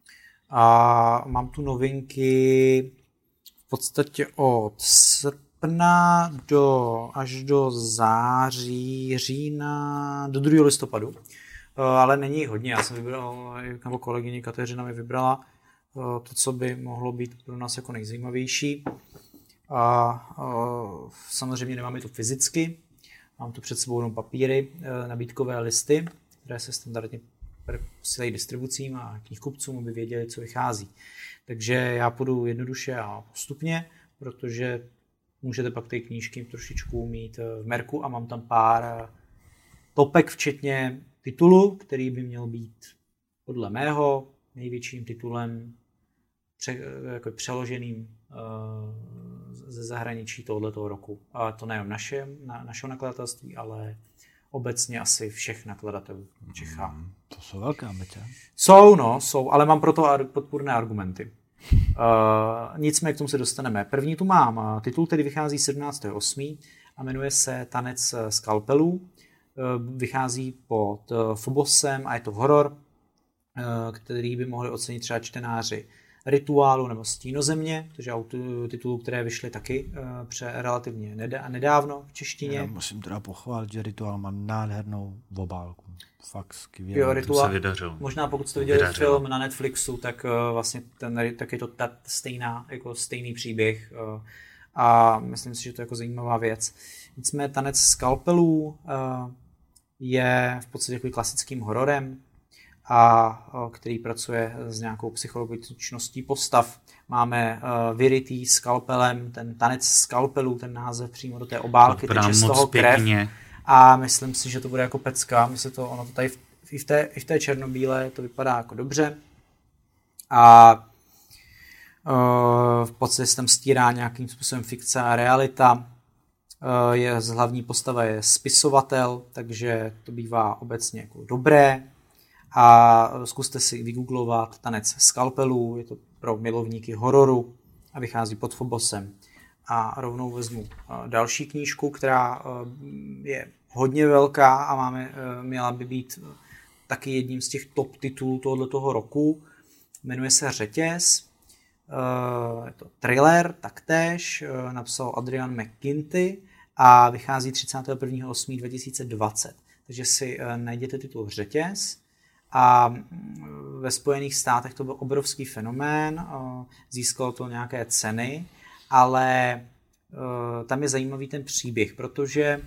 A mám tu novinky v podstatě od srpna do, až do září, října, do druhého listopadu. Ale není jich hodně. Já jsem vybral, nebo kolegyně Kateřina mi vybrala to, co by mohlo být pro nás jako nejzajímavější. A, a samozřejmě nemáme to fyzicky. Mám tu před sebou jenom papíry, nabídkové listy, které se standardně posílají distribucím a knihkupcům, aby věděli, co vychází. Takže já půjdu jednoduše a postupně, protože můžete pak ty knížky trošičku mít v merku a mám tam pár topek, včetně titulu, který by měl být podle mého největším titulem pře, jako přeloženým uh, ze zahraničí tohoto roku. A to nejen naše, na, našeho nakladatelství, ale obecně asi všech nakladatelů v Čechách. Hmm, to jsou velké ambice. Jsou, no, jsou, ale mám proto podpůrné argumenty. Uh, nicméně k tomu se dostaneme. První tu mám titul, který vychází sedmnáctého osmého a jmenuje se Tanec skalpelů. Uh, vychází pod uh, Phobosem a je to horor, uh, který by mohli ocenit třeba čtenáři Rituálu nebo Stínozemě, protože jsou titulů, které vyšly taky uh, pře relativně nedávno v češtině. Já musím teda pochválit, že Rituál má nádhernou obálku. Fakt skvělý. Jo, Rituál, se vydařil. Možná pokud jste viděli vydařil. film na Netflixu, tak uh, vlastně ten, tak je to ta stejná, jako stejný příběh uh, a myslím si, že to je jako zajímavá věc. Nicméně Tanec skalpelů uh, je v podstatě jako klasickým hororem, a který pracuje s nějakou psychologičností postav. Máme uh, vyrytý skalpelem, ten tanec skalpelů, ten název přímo do té obálky, teče z toho krev. Pěkně. A myslím si, že to bude jako pecka. Myslím to, ono to tady v, i, v té, i v té černobílé to vypadá jako dobře. A uh, v podstatě se tam stírá nějakým způsobem fikce a realita. Uh, je, z hlavní postava je spisovatel, takže to bývá obecně jako dobré. A zkuste si vygooglovat Tanec skalpelů, je to pro milovníky hororu a vychází pod Phobosem. A rovnou vezmu další knížku, která je hodně velká a máme, měla by být taky jedním z těch top titulů tohoto roku. Jmenuje se Řetěz, je to thriller taktéž, napsal Adrian McGinty a vychází třicátého prvního osmého dva tisíce dvacet. Takže si najděte titul Řetěz. A ve Spojených státech to byl obrovský fenomén, získalo to nějaké ceny, ale tam je zajímavý ten příběh, protože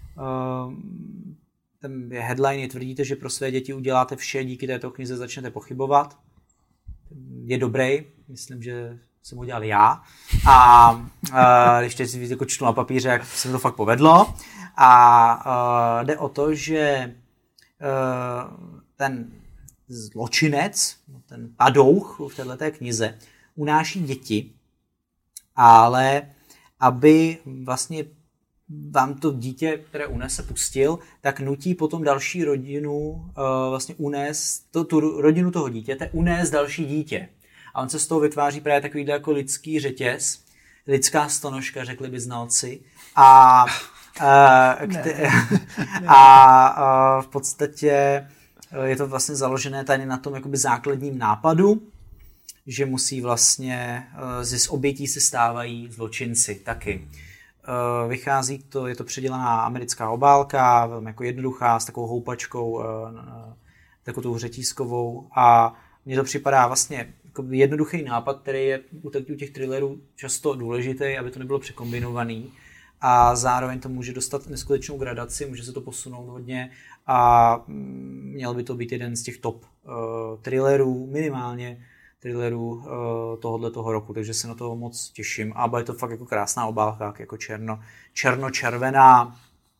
ten je headline, tvrdíte, že pro své děti uděláte vše, díky této knize začnete pochybovat. Je dobrý, myslím, že jsem ho dělal já. A uh, když teď si jako čtu na papíře, jak se mi to fakt povedlo. A uh, jde o to, že uh, ten zločinec, ten padouch v této knize unáší děti, ale aby vlastně vám to dítě, které unese, pustil, tak nutí potom další rodinu uh, vlastně unést, to, tu rodinu toho dítěte, unést další dítě. A on se z toho vytváří právě takovýhle jako lidský řetěz, lidská stonožka, řekli by znalci. A, uh, kte- a uh, v podstatě je to vlastně založené tady na tom jakoby základním nápadu, že musí vlastně z obětí se stávají zločinci taky. Vychází to, je to předělaná americká obálka, velmi jako jednoduchá, s takovou houpačkou, takovou tou řetízkovou, a mně to připadá vlastně jako jednoduchý nápad, který je u těch thrillerů často důležitý, aby to nebylo překombinovaný, a zároveň to může dostat neskutečnou gradaci, může se to posunout hodně a měl by to být jeden z těch top uh, thrillerů, minimálně thrillerů uh, tohohle toho roku, takže se na to moc těším. A je to fakt jako krásná obálka, jako černo, černo-červená.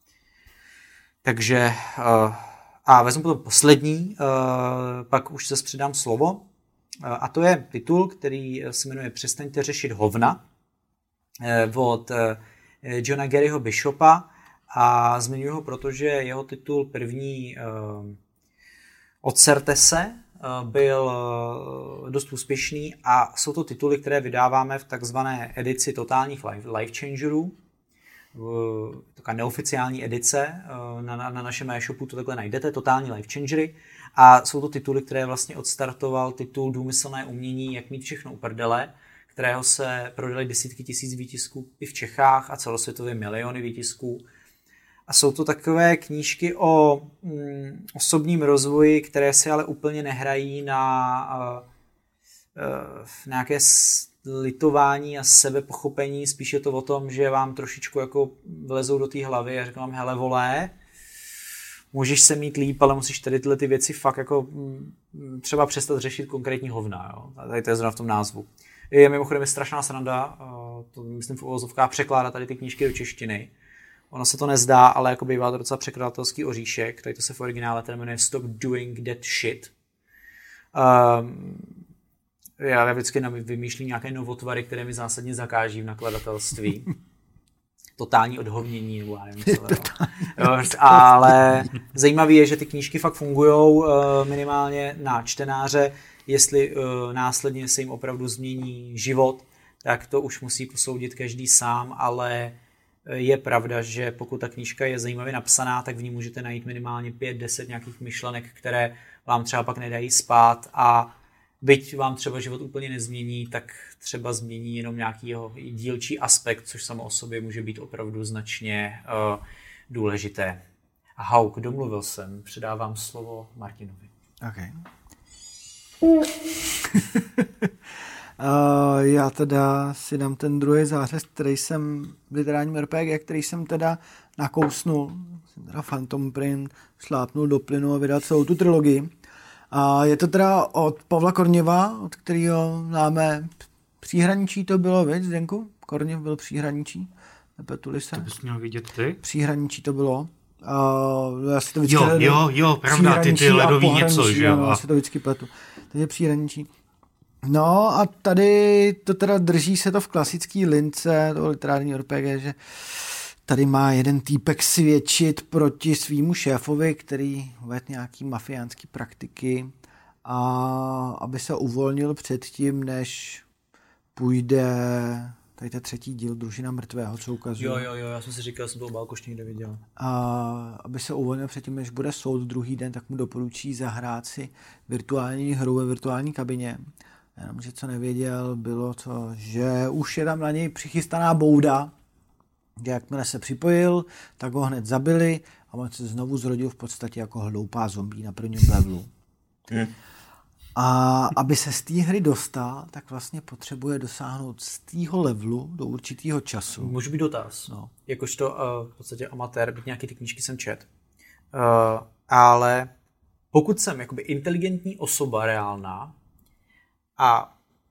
Takže uh, a vezmu potom poslední, uh, pak už zase předám slovo. Uh, a to je titul, který se jmenuje Přestaňte řešit hovna uh, od uh, Johna Garyho Bishopa, a zmiňuji ho, protože jeho titul první uh, Odserte se uh, byl uh, dost úspěšný, a jsou to tituly, které vydáváme v takzvané edici totálních life, life changerů. Uh, taková neoficiální edice, uh, na, na, na našem e-shopu to takhle najdete, totální life changery, a jsou to tituly, které vlastně odstartoval titul Důmyslné umění, jak mít všechno u prdele, kterého se prodaly desítky tisíc výtisků i v Čechách a celosvětově miliony výtisků. A jsou to takové knížky o mm, osobním rozvoji, které si ale úplně nehrají na uh, uh, nějaké litování a sebepochopení. Spíš je to o tom, že vám trošičku jako vlezou do té hlavy a řeknu vám, hele vole, můžeš se mít líp, ale musíš tady tyhle ty věci fakt jako mm, třeba přestat řešit konkrétní hovna. Jo? Tady to je zrovna v tom názvu. Je mimochodem je strašná sranda, to myslím v uvozovkách, překládat tady ty knížky do češtiny. Ono se to nezdá, ale jako bývá to docela překladatelský oříšek, tady to se v originále ten jmenuje Stop Doing That Shit. Um, já vždycky vymýšlím nějaké novotvary, které mi zásadně zakáží v nakladatelství. Totální odhovnění, nebo já nevím co. Jo, ale zajímavé je, že ty knížky fakt fungují minimálně na čtenáře. Jestli uh, následně se jim opravdu změní život, tak to už musí posoudit každý sám, ale je pravda, že pokud ta knížka je zajímavě napsaná, tak v ní můžete najít minimálně pět deset nějakých myšlenek, které vám třeba pak nedají spát, a byť vám třeba život úplně nezmění, tak třeba změní jenom nějaký jeho dílčí aspekt, což samo o sobě může být opravdu značně uh, důležité. A Hauk, domluvil jsem, předávám slovo Martinovi. Okay. Uh, já teda si dám ten druhý zářez, který jsem v literárním er pé gé, který jsem teda nakousnul, jsem teda Phantom Print, šlápnul do plynu a vydal celou tu trilogii. A je to teda od Pavla Korněva, od kterého známe Příhraničí, to bylo, viď, Zdenku? Korněv byl Příhraničí, nepletuli se. To bys měl vidět ty? Příhraničí to bylo. Uh, já si to jo, jo, jo, pravda, ty ty ledový něco, že jo? Já si to vždycky pletu. Takže Příhraničí. No a tady to teda drží se to v klasický lince toho literárního er pé gé, že tady má jeden týpek svědčit proti svýmu šéfovi, který vedl nějaký mafiánský praktiky, a aby se uvolnil před tím, než půjde tady ten třetí díl Družina mrtvého, co ukazuje. Jo, jo, jo, já jsem si říkal, jsem to obálku ještě někde viděl. A aby se uvolnil předtím, než bude soud druhý den, tak mu doporučí zahrát si virtuální hru ve virtuální kabině. Jenomže co nevěděl, bylo to, že už je tam na něj přichystaná bouda, že jakmile se připojil, tak ho hned zabili a on se znovu zrodil v podstatě jako hloupá zombie na prvním levelu. Hmm. A aby se z té hry dostal, tak vlastně potřebuje dosáhnout z tého levelu do určitého času. Můžu být dotaz. No. Jakožto uh, v podstatě amatér, byť nějaký ty knížky jsem čet. Uh, ale pokud jsem jakoby inteligentní osoba reálná a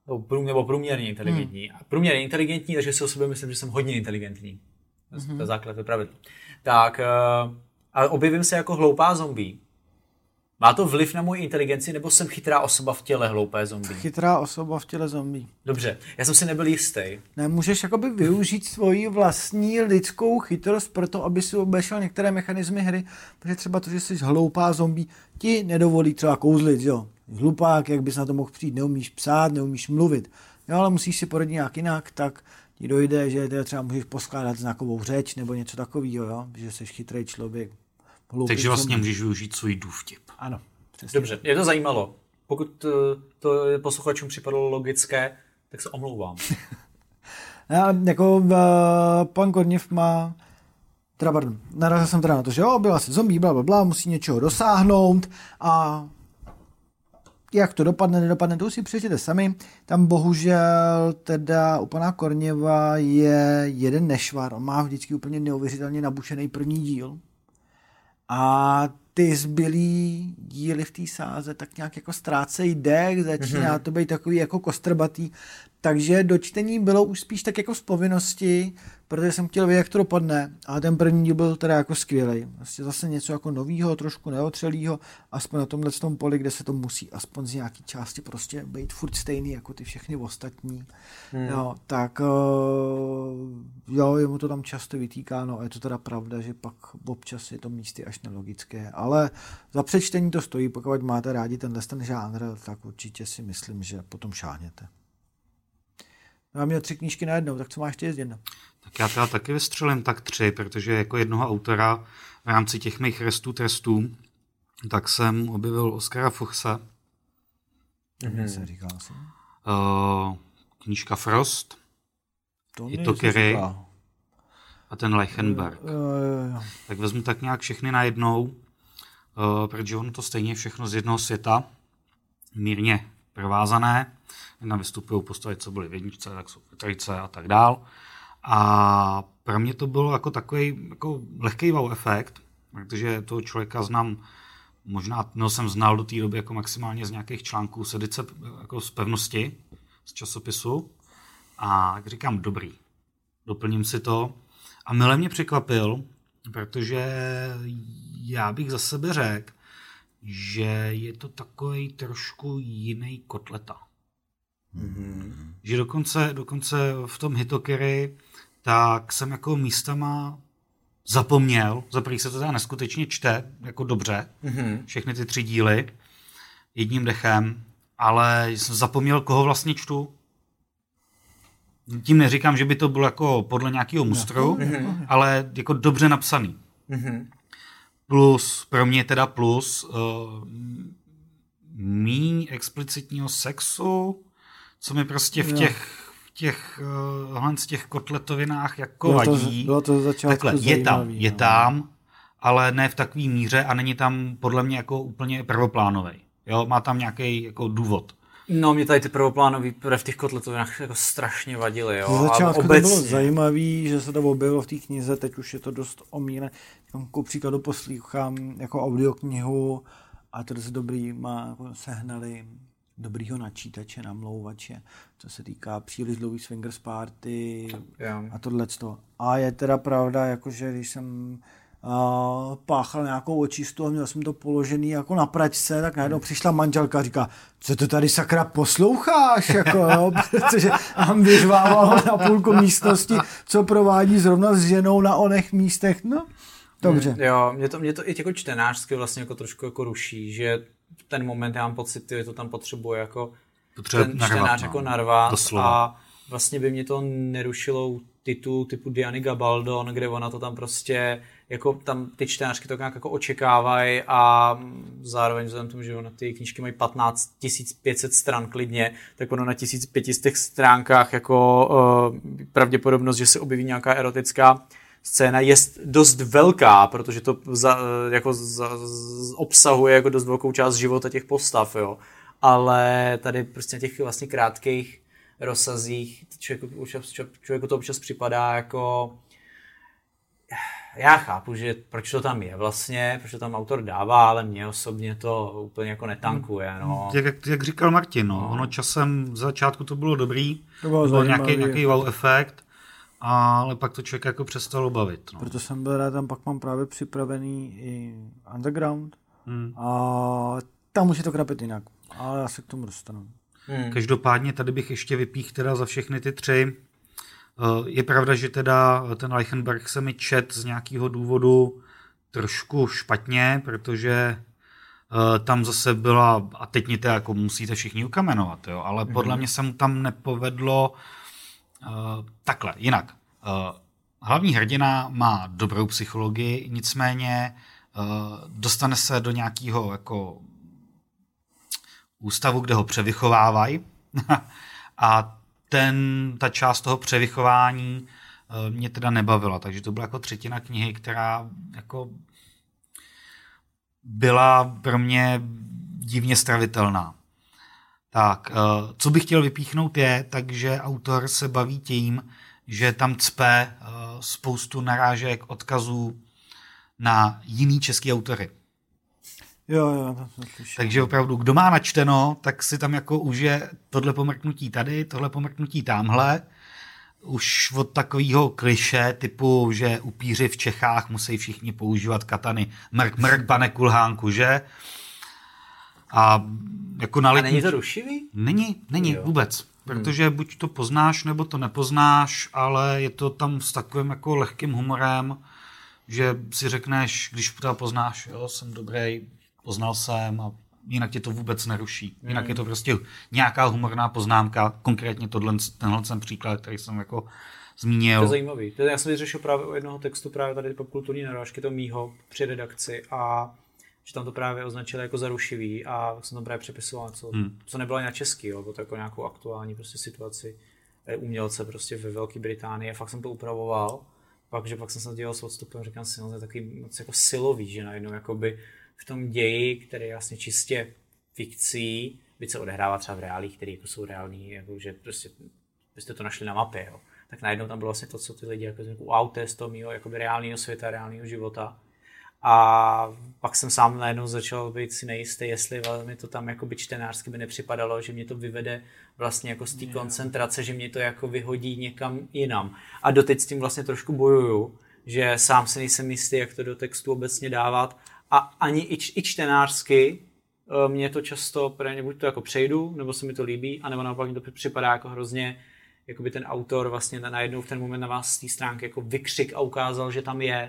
nebo průměrně inteligentní. Hmm. Průměrně inteligentní, takže si o sobě myslím, že jsem hodně inteligentní. Hmm. To je základ, to je pravidlo. Tak, a objevím se jako hloupá zombie. Má to vliv na moji inteligenci, nebo jsem chytrá osoba v těle hloupé zombie? Chytrá osoba v těle zombie. Dobře, já jsem si nebyl jistý. Nemůžeš jakoby využít svoji vlastní lidskou chytrost pro to, aby si obešel některé mechanismy hry, protože třeba to, že jsi hloupá zombie, ti nedovolí třeba kouzlit, jo. Hlupák, jak bys na to mohl přijít, neumíš psát, neumíš mluvit, jo, ale musíš si poradit nějak jinak, tak ti dojde, že třeba můžeš poskládat znakovou řeč nebo něco takového, jo, že jsi chytrý člověk. Takže vlastně zombie. Můžeš využít svůj důvtip. Ano. Přesně. Dobře, mě to zajímalo. Pokud to posluchačům připadalo logické, tak se omlouvám. Já, jako uh, pan Korněv má, teda pardon, narazil jsem teda na to, že jo, byla se zombie, bla, bla, bla, musí něčeho dosáhnout a jak to dopadne, nedopadne, to už si přečtěte sami. Tam bohužel teda u pana Korněva je jeden nešvar, on má vždycky úplně neuvěřitelně nabušený první díl a ty zbylý díly v té sáze tak nějak jako ztrácejí dech, začíná mm-hmm. to být takový jako kostrbatý, takže do čtení bylo už spíš tak jako z povinnosti, protože jsem chtěl vědět, jak to dopadne, ale ten první díl byl teda jako skvělej. Vlastně zase něco jako novýho, trošku neotřelýho, aspoň na tomhle tom poli, kde se to musí aspoň z nějaký části prostě být furt stejný jako ty všechny ostatní. Hmm. Jo, tak jo, je mu to tam často vytýkáno a je to teda pravda, že pak občas je to místy až nelogické, ale za přečtení to stojí, pokud máte rádi tenhle ten žánr, tak určitě si myslím, že potom šáhněte. Já měl tři knížky najednou, tak co máš ty jezdit? Tak já teda taky vystřelím tak tři, protože jako jednoho autora v rámci těch mých restů trestů, tak jsem objevil Oskara Fuchse. Mm-hmm. Se říkal jsem. Uh, knížka Frost, to Hitokiri a ten Leichenberg. Uh, uh, uh. Tak vezmu tak nějak všechny najednou, uh, protože ono to stejně všechno z jednoho světa, mírně provázané. Jedna vystupují postavy, co byly v jedničce, tak jsou v trojce a tak dál. A pro mě to bylo jako takový jako lehký wow efekt, protože toho člověka znám, možná no, jsem znal do té doby jako maximálně z nějakých článků z edice jako z pevnosti, z časopisu. A jak říkám, dobrý. Doplním si to. A mile mě překvapil, protože já bych za sebe řekl, že je to takový trošku jiný kotleta. Mm-hmm. Že dokonce, dokonce v tom Hitokiri tak jsem jako místama zapomněl, za první se to teda neskutečně čte, jako dobře, mm-hmm. všechny ty tři díly, jedním dechem, ale jsem zapomněl, koho vlastně čtu. Tím neříkám, že by to bylo jako podle nějakého mustru, mm-hmm. ale jako dobře napsaný. Mm-hmm. Plus, pro mě teda plus, uh, míň explicitního sexu, co mi prostě v těch, v těch, uh, z těch kotletovinách jako bylo to, vadí. Bylo to začátku Takhle, je zajímavý, tam, je no. tam, ale ne v takové míře a není tam podle mě jako úplně prvoplánovej. Jo, má tam nějaký jako důvod. No, mě tady ty prvoplánový v těch kotletovinách jako strašně vadily, jo. Z začátku to bylo zajímavý, že se to objevilo v té knize, teď už je to dost omílené. Ku příkladu poslouchám jako audioknihu a to dost dobrý, má, jako sehnali dobrýho načítače, namlouvače, co se týká příliš dlouhý swingers party yeah. a tohleto. A je teda pravda, jakože když jsem Uh, páchal nějakou očistu a měl jsem to položený jako na pračce, tak najednou přišla manželka a říká, co to tady sakra posloucháš, jako, jo? Protože nám vyřvávalo na půlku místnosti, co provádí zrovna s ženou na onech místech, no, dobře. Hmm, jo, mě to, mě to i jako čtenářsky vlastně jako trošku jako ruší, že v ten moment já mám pocit, že to tam potřebuje jako Potřebuje ten narvat, čtenář no. jako narvat Doslova. A vlastně by mě to nerušilo titul typu Diany Gabaldon, kde ona to tam prostě, jako tam ty čtenářky to nějak jako očekávají a zároveň vzhledem tomu, že ona ty knížky mají patnáct tisíc pět set stran klidně, tak ono na tisíc pět set stránkách jako uh, pravděpodobnost, že se objeví nějaká erotická scéna je dost velká, protože to za, jako za, z, obsahuje jako dost velkou část života těch postav, jo. Ale tady prostě na těch vlastně krátkých rozsazích člověku, člověku to občas připadá jako já chápu, že proč to tam je vlastně, proč to tam autor dává, ale mě osobně to úplně jako netankuje. No. Jak, jak říkal Martin, no, ono časem v začátku to bylo dobrý, to bylo, bylo nějaký, nějaký wow efekt, ale pak to člověk jako přestalo bavit. No. Proto jsem byl rád, tam pak mám právě připravený i Underground hmm. a tam už je to krapit jinak, ale já se k tomu dostanu. Hmm. Každopádně tady bych ještě vypích teda za všechny ty tři. Je pravda, že teda ten Reichenberg se mi čet z nějakého důvodu trošku špatně, protože tam zase byla, a teď mě to jako musíte všichni ukamenovat, jo, ale podle mm-hmm. mě se mu tam nepovedlo uh, takhle, jinak. Uh, hlavní hrdina má dobrou psychologii, nicméně uh, dostane se do nějakého jako ústavu, kde ho převychovávají a ten, ta část toho převychování uh, mě teda nebavila, takže to byla jako třetina knihy, která jako byla pro mě divně stravitelná. Tak, uh, co bych chtěl vypíchnout je, takže autor se baví tím, že tam cpe uh, spoustu narážek, odkazů na jiný český autory. Jo, jo, to jsem slyšel. Takže opravdu, kdo má načteno, tak si tam jako užije tohle pomrknutí tady, tohle pomrknutí tamhle. Už od takového kliše typu, že upíři v Čechách musí všichni používat katany. Mrk, mrk, pane kulhánku, že? A jako na A není to rušivý? Není, není jo. vůbec. Protože hmm. buď to poznáš, nebo to nepoznáš, ale je to tam s takovým jako lehkým humorem, že si řekneš, když to poznáš, jo, jsem dobrý, poznal jsem a jinak tě to vůbec neruší. Jinak mm. je to prostě nějaká humorná poznámka, konkrétně tohle, tenhle ten příklad, který jsem jako zmínil. To je zajímavý. To já jsem vyřešil právě u jednoho textu, právě tady popkulturní narážky, to mýho při redakci a že tam to právě označili jako za rušivý a jsem tam právě přepisoval, co, mm. co nebylo ani na český, jo, bylo to jako nějakou aktuální prostě situaci umělce prostě ve Velké Británii a fakt jsem to upravoval. Pak, že pak jsem se dělal s odstupem, říkám si, no, to je takový moc jako silový, že najednou jakoby v tom ději, který je vlastně čistě fikcí, byť se odehrává třeba v reálích, které jako jsou reální, jako že prostě byste to našli na mapě, jo. Tak najednou tam bylo vlastně to, co ty lidi jako wow, to je z toho mýho jakoby reálního světa, reálního života. A pak jsem sám najednou začal být si nejistý, jestli mi to tam jakoby čtenářsky by nepřipadalo, že mě to vyvede vlastně jako z té koncentrace, že mě to jako vyhodí někam jinam. A doteď s tím vlastně trošku bojuju, že sám si nejsem jistý, jak to do textu obecně dávat. A ani i, č- i čtenářsky mě to často, právě buď to jako přejdu, nebo se mi to líbí, anebo naopak mi to připadá jako hrozně, jakoby ten autor vlastně najednou v ten moment na vás z té stránky jako vykřik a ukázal, že tam je.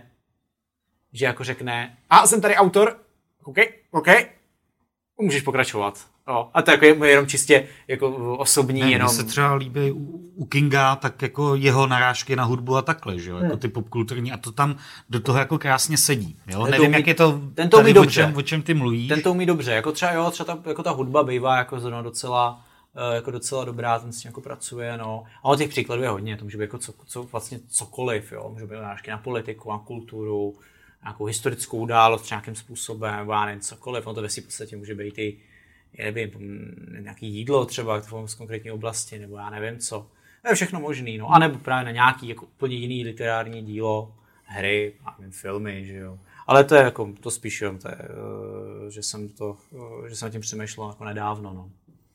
Že jako řekne, a jsem tady autor, OK, OK, můžeš pokračovat. O, a to jako je jenom čistě jako osobní. Ne, jenom... Mně se třeba líbí u, u Kinga, tak jako jeho narážky na hudbu a takhle, že jo, jako ty popkulturní a to tam do toho jako krásně sedí. Jo? Ten Nevím, umí, jak je to ten to tady, umí o, dobře. čem, o čem ty mluvíš. Ten to umí dobře, jako třeba, jo, třeba ta, jako ta hudba bývá jako zrovna docela, jako docela dobrá, ten s tím jako pracuje, no. A těch příkladů je hodně, to může být jako co, co, vlastně cokoliv, jo, může být narážky na politiku, na kulturu, nějakou historickou událost nějakým způsobem, nebo já nevím, cokoliv, no to ve v podstatě může být i nevím, nějaký jídlo třeba v konkrétní oblasti, nebo já nevím co. To je všechno možný, no. A nebo právě na nějaký jako úplně jiný literární dílo, hry, já nevím, filmy, že jo. Ale to je jako, to spíš jo, to je, že jsem to, že jsem tím přemýšlel jako nedávno, no.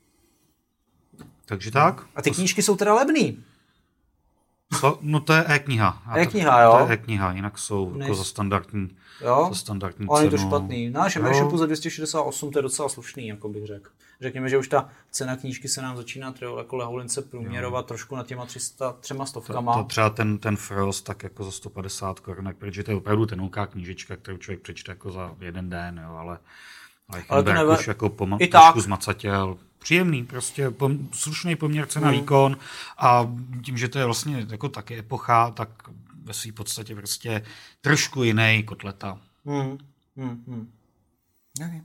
Takže tak. A ty knížky jsou teda levný. Co? No to je e-kniha. E-kniha, jo. To je e-kniha, jinak jsou jako za standardní, jo? za standardní ale cenu. Ale je to špatný. Na našem e-shopu za dvě stě šedesát osm to je docela slušný, jako bych řekl. Řekněme, že už ta cena knížky se nám začíná jako Lehoulince průměrovat jo. trošku na těma třista, třema stovkama. To, to třeba ten, ten Frost tak jako za sto padesát korunek, protože to je opravdu tenouká knížička, kterou člověk přečte jako za jeden den, jo, ale ale to neve... už jako pom- trošku zmacatěl. Příjemný, prostě pom- slušný poměr cena mm. výkon a tím, že to je vlastně jako taky epocha, tak ve své podstatě prostě trošku jiný Kotleta. Mm. Mm. Mm. Okay.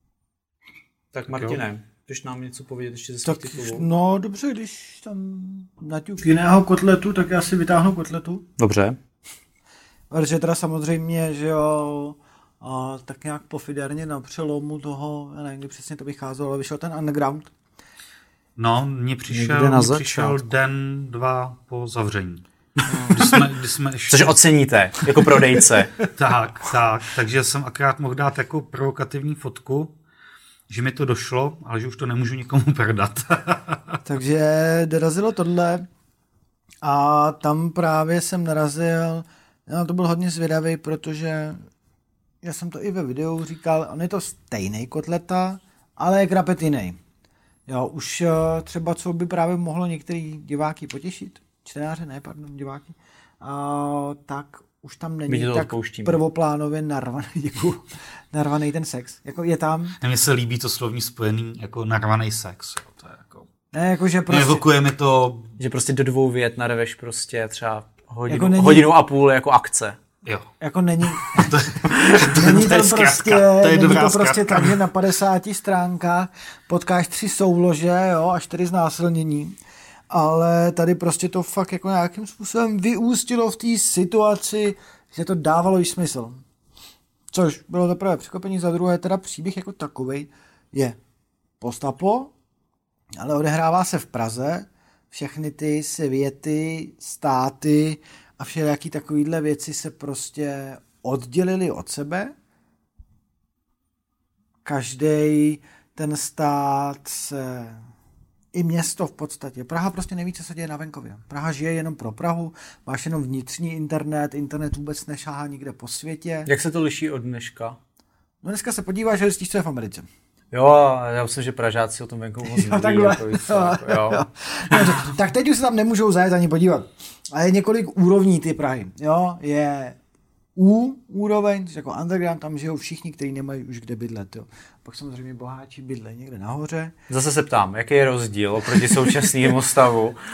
Tak Martine, chceš nám něco povědět ještě ze svých titulů? No dobře, když tam naťuk jiného Kotletu, tak já si vytáhnu Kotletu. Dobře. Protože teda samozřejmě, že jo, a tak nějak pofiderně na přelomu toho, já nevím, kdy přesně to vycházelo, ale vyšel ten Underground. No, mně přišel, mně přišel den, dva po zavření. Když jsme, když jsme ještě... Což oceníte, jako prodejce. tak, tak, takže jsem akorát mohl dát jako provokativní fotku, že mi to došlo, ale že už to nemůžu nikomu prodat. Takže dorazilo tohle a tam právě jsem narazil, no to byl hodně zvědavý, protože já jsem to i ve videu říkal, on je to stejný kotleta, ale je krapet jiný. Jo, už třeba co by právě mohlo některý diváky potěšit, čtenáře, ne, pardon, diváky, a, tak už tam není tak prvoplánově narvaný, děkuju, narvaný ten sex. Jako je tam. Mně se líbí to slovní spojený jako narvaný sex. Jo. To je jako... Ne, jako že prostě... Evokuje mi to... Že prostě do dvou vět narveš prostě třeba hodinu, jako není... hodinu a půl jako akce. Jo. Jako není... to, to, není to je tam zkratka, prostě, to je není dobrá to prostě zkratka. tak, že na padesáti stránkách potkáš tři soulože, jo, a čtyři znásilnění. Ale tady prostě to fakt jako nějakým způsobem vyústilo v té situaci, že to dávalo i smysl. Což bylo za prvé překvapení, za druhé teda příběh jako takovej je postapo, ale odehrává se v Praze, všechny ty světy, státy a všelijaký takovýhle věci se prostě oddělily od sebe. Každý ten stát se... I město v podstatě. Praha prostě neví, co se děje na venkově. Praha žije jenom pro Prahu, máš jenom vnitřní internet, internet vůbec nešáhá nikde po světě. Jak se to liší od dneška? No dneska se podíváš a zjistíš, co je v Americe. Jo, já myslím, že Pražáci o tom venkovu moc neví. Takhle. Jako víc, jako, jo. Jo. No, tak teď už se tam nemůžou zajet ani podívat. A je několik úrovní ty Prahy. Jo, je U úroveň, jako underground, tam žijou všichni, kteří nemají už kde bydlet. Jo. Pak samozřejmě boháči bydlejí někde nahoře. Zase se ptám, jaký je rozdíl oproti současnému stavu? Uh,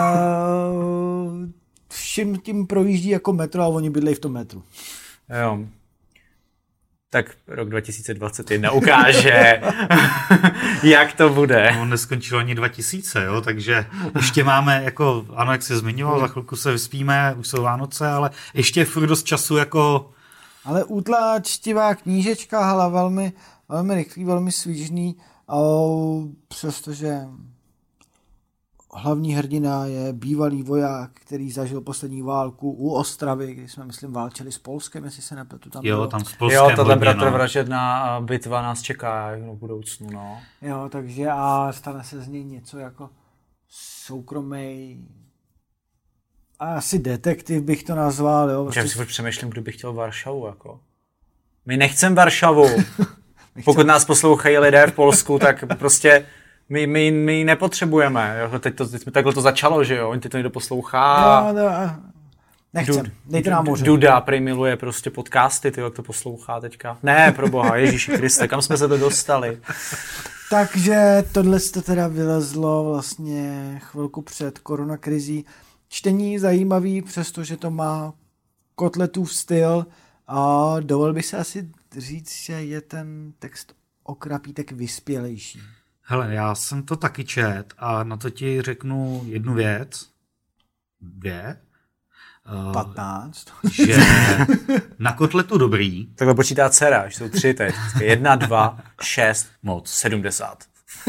všim tím projíždí jako metro a oni bydlejí v tom metru. Jo. Tak rok dva tisíce dvacet jedna ukáže, jak to bude. No, neskončilo ani dva tisíce, jo, takže ještě máme, jako, ano, jak jsi zmiňoval, za chvilku se vyspíme, už jsou Vánoce, ale ještě je furt dost času, jako... Ale útlá čtivá knížečka, hala, velmi, velmi rychlý, velmi svížný, přestože hlavní hrdina je bývalý voják, který zažil poslední válku u Ostravy, kdy jsme, myslím, válčili s Polskem, jestli se nepletu tam. Jo, bylo. tam s Polskem. Jo, tahle hodně, bratrovražedná bitva nás čeká v budoucnu, no. Jo, takže a stane se z něj něco jako soukromý, asi detektiv bych to nazval, jo. Prostě... Já si přemýšlím, kdo by chtěl Varšavu, jako. My nechcem Varšavu. Pokud nás poslouchají lidé v Polsku, tak prostě my, my, my ji nepotřebujeme. Jo? Teď, to, teď takhle to začalo, že jo? Teď to někdo poslouchá. No, no, nechcem, Dud, dejte nám moře. Duda prý miluje prostě podcasty, ty, jak to poslouchá teďka. Ne, proboha, Ježíši Kriste, kam jsme se to dostali? Takže tohle to teda vylezlo vlastně chvilku před koronakrizí. Čtení zajímavý, přestože to má Kotletův styl a dovolil bych se asi říct, že je ten text o krapítek vyspělejší. Hele, já jsem to taky čet a na to ti řeknu jednu věc. Dvě. patnáct. Že na Kotletu dobrý. Takhle počítá dcera, že jsou tři teď. Jedna, dva, šest, moc, sedmdesát.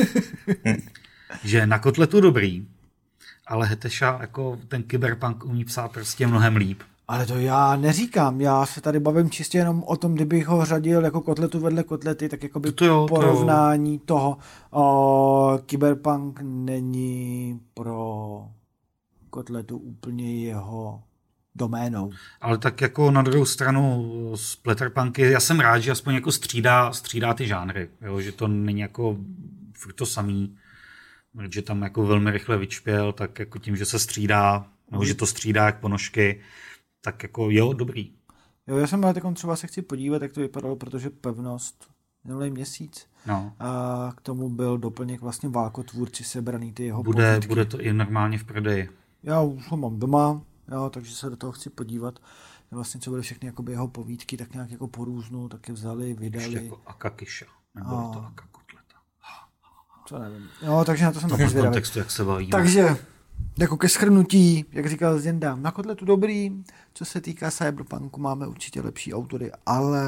Že na Kotletu dobrý, ale Heteša jako ten kyberpunk umí psát prostě mnohem líp. Ale to já neříkám, já se tady bavím čistě jenom o tom, kdybych ho řadil jako Kotletu vedle Kotlety, tak jako by to jo, porovnání to... toho. O, Cyberpunk není pro Kotletu úplně jeho doménou. Ale tak jako na druhou stranu Splatterpunky, já jsem rád, že aspoň jako střídá, střídá ty žánry, jo? Že to není jako furt to samý, že tam jako velmi rychle vyčpěl, tak jako tím, že se střídá, nebo že to střídá jak ponožky, tak jako jo, dobrý. Jo, já jsem ale takom třeba se chci podívat, jak to vypadalo, protože Pevnost minulý měsíc No. a k tomu byl doplněk vlastně Válkotvůrci sebraný ty jeho Bude, povídky. bude to i normálně v prodeji. Já už ho mám doma, jo, takže se do toho chci podívat. Vlastně, co byly všechny jakoby jeho povídky, tak nějak jako porůznu, tak je vzali, vydali. Ještě jako Akakisha, nebo A... je to Akakotleta. Co nevím. Jo, takže na to jsem To taky v zvědavý. kontextu, jak se bavíme. Takže, jako ke shrnutí, jak říkal Zenda, na Kotletu dobrý, co se týká Cyberpunku, máme určitě lepší autory, ale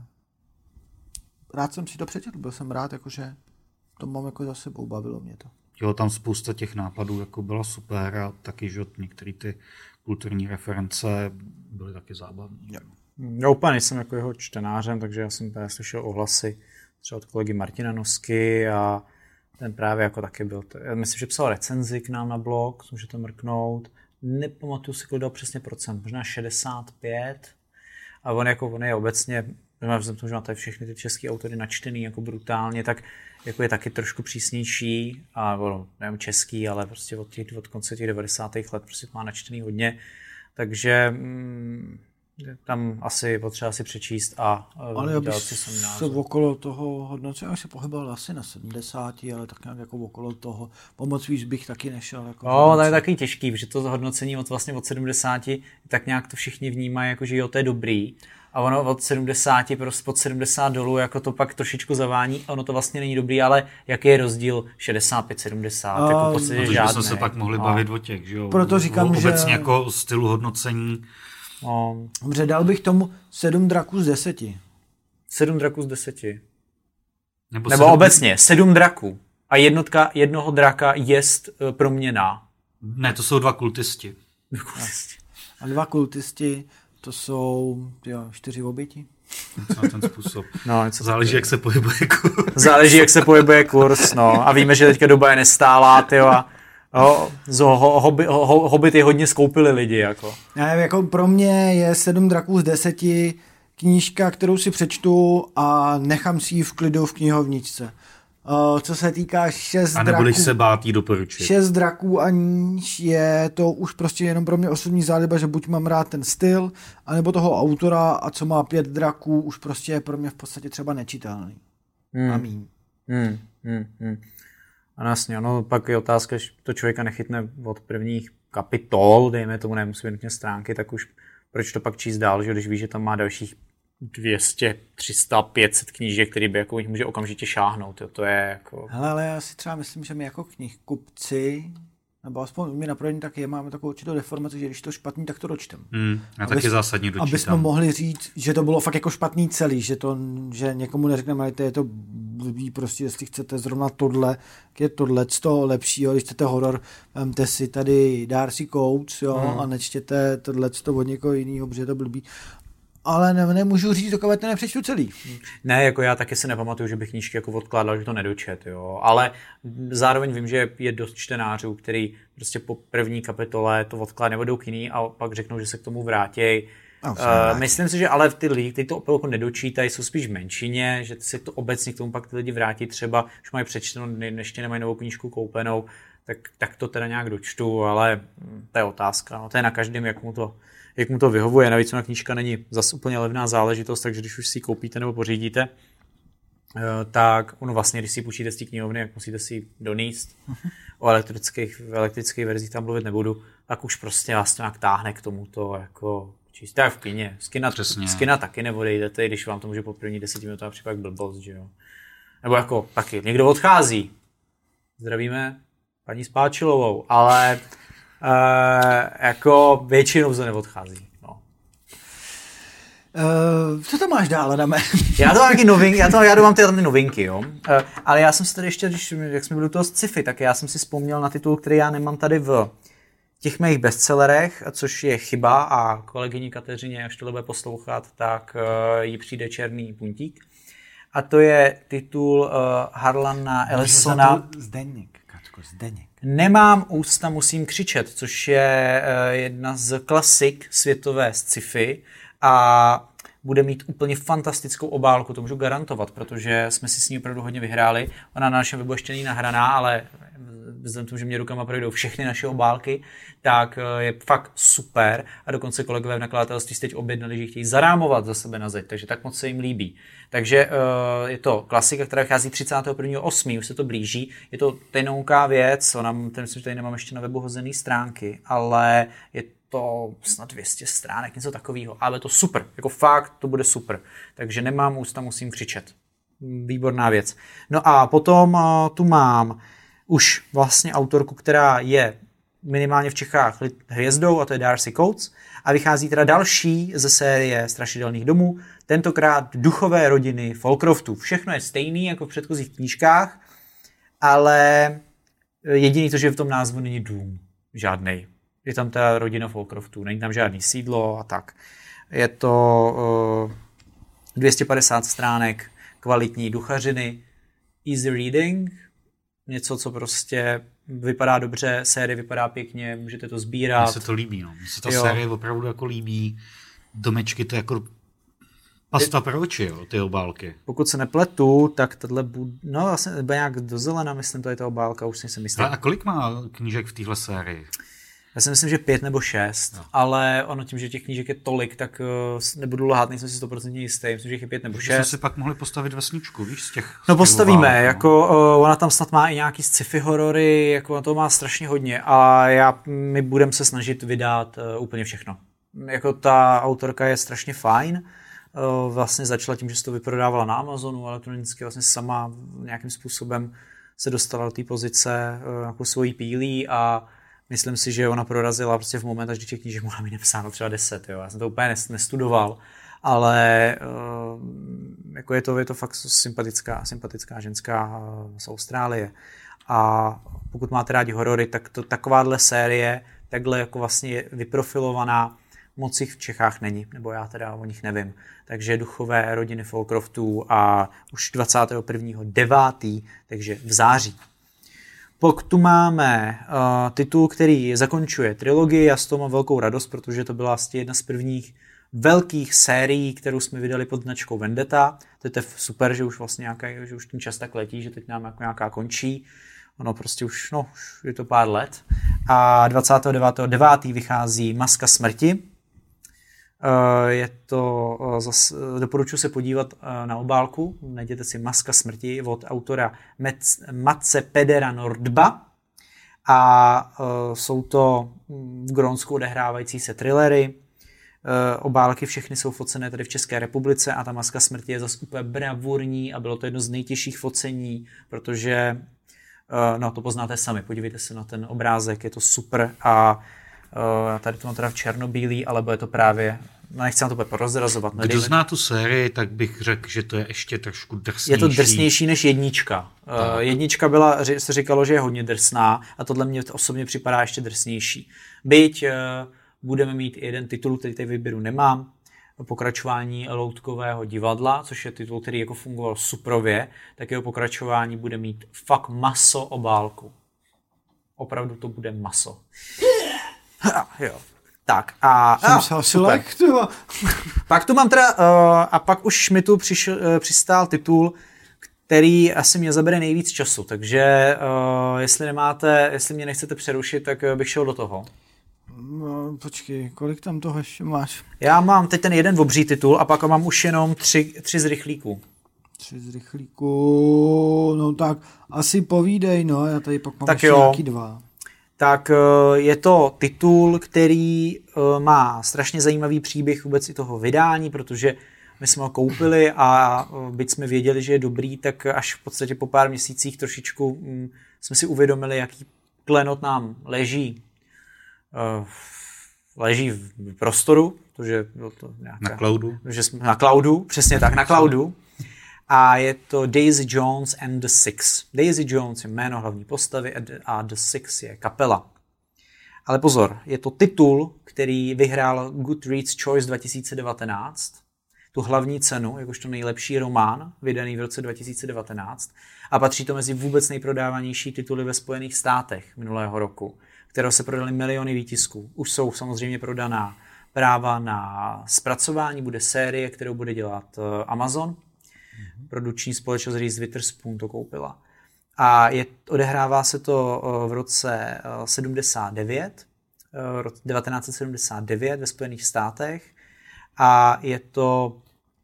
rád jsem si to přečetl, byl jsem rád, jakože to mám jako za sebou, bavilo mě to. Jo, tam spousta těch nápadů jako byla super a taky, že některé ty kulturní reference byly taky zábavné. Já úplně nejsem jako jeho čtenářem, takže já jsem tady slyšel ohlasy třeba od kolegy Martina Nosky a ten právě jako taky byl. Já myslím, že psal recenzi k nám na blog, můžete mrknout. Nepamatuju si, kolik dal přesně procent, možná šedesát pět. A on, jako, on je obecně, vzhledem tomu, že má tady všechny ty české autory načtený jako brutálně, tak jako je taky trošku přísnější, a no, nevím český, ale prostě od, těch, od konce těch devadesátých let prostě má načtený hodně. Takže mm, tam asi potřeba si přečíst a ale dělat si seminář. Ale okolo toho hodnocení, já se pohyboval asi na sedmdesáti, ale tak nějak jako okolo toho. Pomoc víc bych taky nešel. Jako no, to je taky těžký, protože to hodnocení od, vlastně od sedmdesáti, tak nějak to všichni vnímají, jako, že jo, to je dobrý. A ono od sedmdesáti, prostě pod sedmdesát dolů, jako to pak trošičku zavání, ono to vlastně není dobrý, ale jaký je rozdíl šedesát pět sedmdesát, a, jako v podstatě protože žádný. jsme se pak mohli bavit a. o těch, že jo. Proto říkám, o, že... Obecně jako stylu hodnocení. No. Dobře, dal bych tomu sedm draků z deseti. sedm draků z deseti. Nebo, Nebo sedm... obecně, sedm draků. A jednotka jednoho draka jest uh, proměná. Ne, to jsou dva kultisti. A dva kultisti, to jsou jo, čtyři oběti. Co na ten způsob. No, záleží, jak se pohybuje kurz. Záleží, jak se pohybuje kurz, no. A víme, že teďka doba je nestálá, tyjo, a ho, ho, hobby, ho, hobity hodně skoupili lidi, jako. Já, jako pro mě je sedm draků z deseti knížka, kterou si přečtu a nechám si ji v klidu v knihovničce. Uh, co se týká šest draků... A nebudeš se bát jí doporučit. Šest draků aniž je to už prostě jenom pro mě osobní záliba, že buď mám rád ten styl, anebo toho autora, a co má pět draků, už prostě je pro mě v podstatě třeba nečitelný. Hmm. A míň. Hmm. Hmm. Hmm. A vlastně, no pak je otázka, že to člověka nechytne od prvních kapitol, dejme tomu, nemusí být nutně stránky, tak už proč to pak číst dál, že když víš, že tam má dalších dvě stě, tři sta, pět set knížek, který by jako může okamžitě šáhnout. Jo. To je jako... Hele, ale já si třeba myslím, že my jako knihkupci, nebo aspoň my na prodejní taky máme takovou určitou deformaci, že když to špatný, tak to dočtem. Hmm, já taky zásadně dočítám. Aby jsme mohli říct, že to bylo fakt jako špatný celý, že, to, že někomu neřekneme, ale to je to blbý, prostě jestli chcete zrovna tohle, je tohle z toho lepšího, když chcete horor, vemte si tady Darcy Coates, jo, hmm. a nečtěte tohle z toho od někoho jiného, protože je to blbý. Ale ne, nemůžu říct, dokud to nepřečtu celý. Ne, jako já taky si nepamatuju, že bych knížky jako odkládal, že to nedočet, jo. Ale zároveň vím, že je dost čtenářů, který prostě po první kapitole to odklad nebudou k jiný a pak řeknou, že se k tomu vrátí. Uh, myslím si, že ale ty lidi, kteří to opravdu nedočítají, jsou spíš v menšině, že se to obecně k tomu pak ty lidi vrátí, třeba už mají přečtenou, ještě nemají novou knížku koupenou, tak, tak to teda nějak dočtu, ale to je otázka, no, to je na každém, jak mu to jak mu to vyhovuje. Navíc ona knížka není zase úplně levná záležitost, takže když už si ji koupíte nebo pořídíte, tak ono vlastně, když si ji půjčíte z té knihovny, jak musíte si ji donést. Uh-huh. O elektrických, elektrických verzích tam mluvit nebudu, tak už prostě vás to nějak táhne k tomuto jako číst. To je v kyně. Z kina, z kina taky neodejdete, když vám to může po první desetiminutách připadat blbost, že jo. Nebo jako taky, někdo odchází. Zdravíme paní Spáčilovou, ale Uh, jako většinou se neodchází. No. Uh, co tam máš dál, Adame? Já to mám nějaký novinky, já to já to mám ty, ty novinky, jo. Uh, ale já jsem si tady ještě, když, jak jsme byli u toho sci-fi, tak já jsem si vzpomněl na titul, který já nemám tady v těch mých bestsellerech, což je chyba, a kolegyni Kateřině, až tohle bude poslouchat, tak uh, jí přijde černý puntík. A to je titul uh, Harlana Ellisona. Zdeněk, Kačko, Zdeněk. Nemám ústa, musím křičet, což je uh, jedna z klasik světové sci-fi a bude mít úplně fantastickou obálku, to můžu garantovat, protože jsme si s ní opravdu hodně vyhráli. Ona na našem webu ještě není nahraná, ale vzhledem k tomu, že mě rukama projdou všechny naše obálky, tak je fakt super a dokonce kolegové v nakladatelství si teď objednali, že ji chtějí zarámovat za sebe na zeď, takže tak moc se jim líbí. Takže uh, je to klasika, která vychází třicátého prvního osmého už se to blíží. Je to tenouká věc, ona, ten myslím, že tady nemám ještě na webu hozený stránky, ale je to snad dvě stě stránek, něco takového, ale je to super, jako fakt to bude super. Takže nemám ústa, musím křičet. Výborná věc. No a potom uh, tu mám už vlastně autorku, která je minimálně v Čechách hvězdou, a to je Darcy Coates. A vychází teda další ze série Strašidelných domů, tentokrát Duchové rodiny Falcroftů. Všechno je stejný jako v předchozích knížkách, ale Jediný to, že v tom názvu není dům. Žádnej. Je tam ta rodina Falcroftů. Není tam žádný sídlo a tak. Je to uh, dvě stě padesát stránek kvalitní duchařiny. Easy reading. Něco, co prostě vypadá dobře, série vypadá pěkně, můžete to sbírat. Mně se to líbí, no. Mně se ta jo. série opravdu jako líbí. Domečky to jako pasta pro oči, jo, ty obálky. Pokud se nepletu, tak tohle bude, no vlastně nějak do zelena, myslím, to je ta obálka, už si myslím. A kolik má knížek v téhle sérii? Já si myslím, že pět nebo šest, no. Ale ono tím, že těch knížek je tolik, tak uh, nebudu lhát, nejsem si sto procent jistý, myslím, že jich je pět nebo šest. Jsme si pak mohli postavit vesničku, víš, z těch... No postavíme, obálek, jako no. uh, ona tam snad má i nějaký sci-fi horory, jako ona to má strašně hodně a já, my budeme se snažit vydat uh, úplně všechno. Jako ta autorka je strašně fajn, uh, vlastně začala tím, že se to vyprodávala na Amazonu, elektronicky vlastně sama nějakým způsobem se dostala do té pozice uh, jako svojí pílí a myslím si, že ona prorazila prostě v moment, až do těch knížek mohla mi napsáno třeba deset. Jo. Já jsem to úplně nestudoval, ale uh, jako je, to, je to fakt sympatická, sympatická ženská z Austrálie. A pokud máte rádi horory, tak to takováhle série, takhle jako vlastně vyprofilovaná, moc jich v Čechách není, nebo já teda o nich nevím. Takže Duchové rodiny Falcroftů a už dvacátého prvního devátého takže v září. Pokud tu máme uh, titul, který zakončuje trilogii, já z toho mám velkou radost, protože to byla vlastně jedna z prvních velkých sérií, kterou jsme vydali pod značkou Vendetta. To je super, že už vlastně nějaká, že už ten čas tak letí, že teď nám jako nějaká končí. Ono prostě už, no, už je to pár let. A dvacátého devátého devátého vychází Maska smrti. Uh, je to, uh, zas, uh, doporučuji se podívat uh, na obálku, najděte si Maska smrti od autora Mec, Matse Pedera Nordba a uh, jsou to v Grónsku odehrávající se thrillery. Uh, obálky všechny jsou focené tady v České republice a ta Maska smrti je zase úplně bravurní a bylo to jedno z nejtěžších focení, protože uh, no to poznáte sami, podívejte se na ten obrázek, je to super a Uh, tady to mám teda v černobílý, ale bude to právě, no nechci na to bude porozrazovat. Kdo Nedejme... zná tu sérii, tak bych řekl, že to je ještě trošku drsnější. Je to drsnější než jednička. Uh, jednička byla, se říkalo, že je hodně drsná a tohle mě osobně připadá ještě drsnější. Byť uh, budeme mít jeden titul, který tady výběru nemám, pokračování Loutkového divadla, což je titul, který jako fungoval suprově, tak jeho pokračování bude mít fakt maso obálku. Opravdu to bude maso. Ha, jo. Tak a, a lek, pak tu mám teda uh, a pak už mi tu přišel, uh, přistál titul, který asi mě zabere nejvíc času, takže uh, jestli nemáte, jestli mě nechcete přerušit, tak bych šel do toho. No, počkej, kolik tam toho ještě máš? Já mám teď ten jeden obří titul a pak mám už jenom tři, tři z rychlíků. Tři z rychlíků, no tak asi povídej, no, já tady pak mám tak ještě jo. nějaký dva. Tak je to titul, který má strašně zajímavý příběh vůbec i toho vydání, protože my jsme ho koupili a byť jsme věděli, že je dobrý, tak až v podstatě po pár měsících trošičku jsme si uvědomili, jaký klenot nám leží, leží v prostoru, protože bylo to nějaká, na cloudu. Že jsme, na cloudu, přesně tak, na cloudu. A je to Daisy Jones and the Six. Daisy Jones je jméno hlavní postavy a The Six je kapela. Ale pozor, je to titul, který vyhrál Goodreads Choice dva tisíce devatenáct, tu hlavní cenu, jakožto nejlepší román, vydaný v roce dva tisíce devatenáct, a patří to mezi vůbec nejprodávanější tituly ve Spojených státech minulého roku, kterého se prodaly miliony výtisků. Už jsou samozřejmě prodaná práva na zpracování, bude série, kterou bude dělat Amazon. Produkční společnost Reese Witherspoon to koupila. A je, odehrává se to v roce sedmdesát devět, devatenáct set sedmdesát devět ve Spojených státech a je to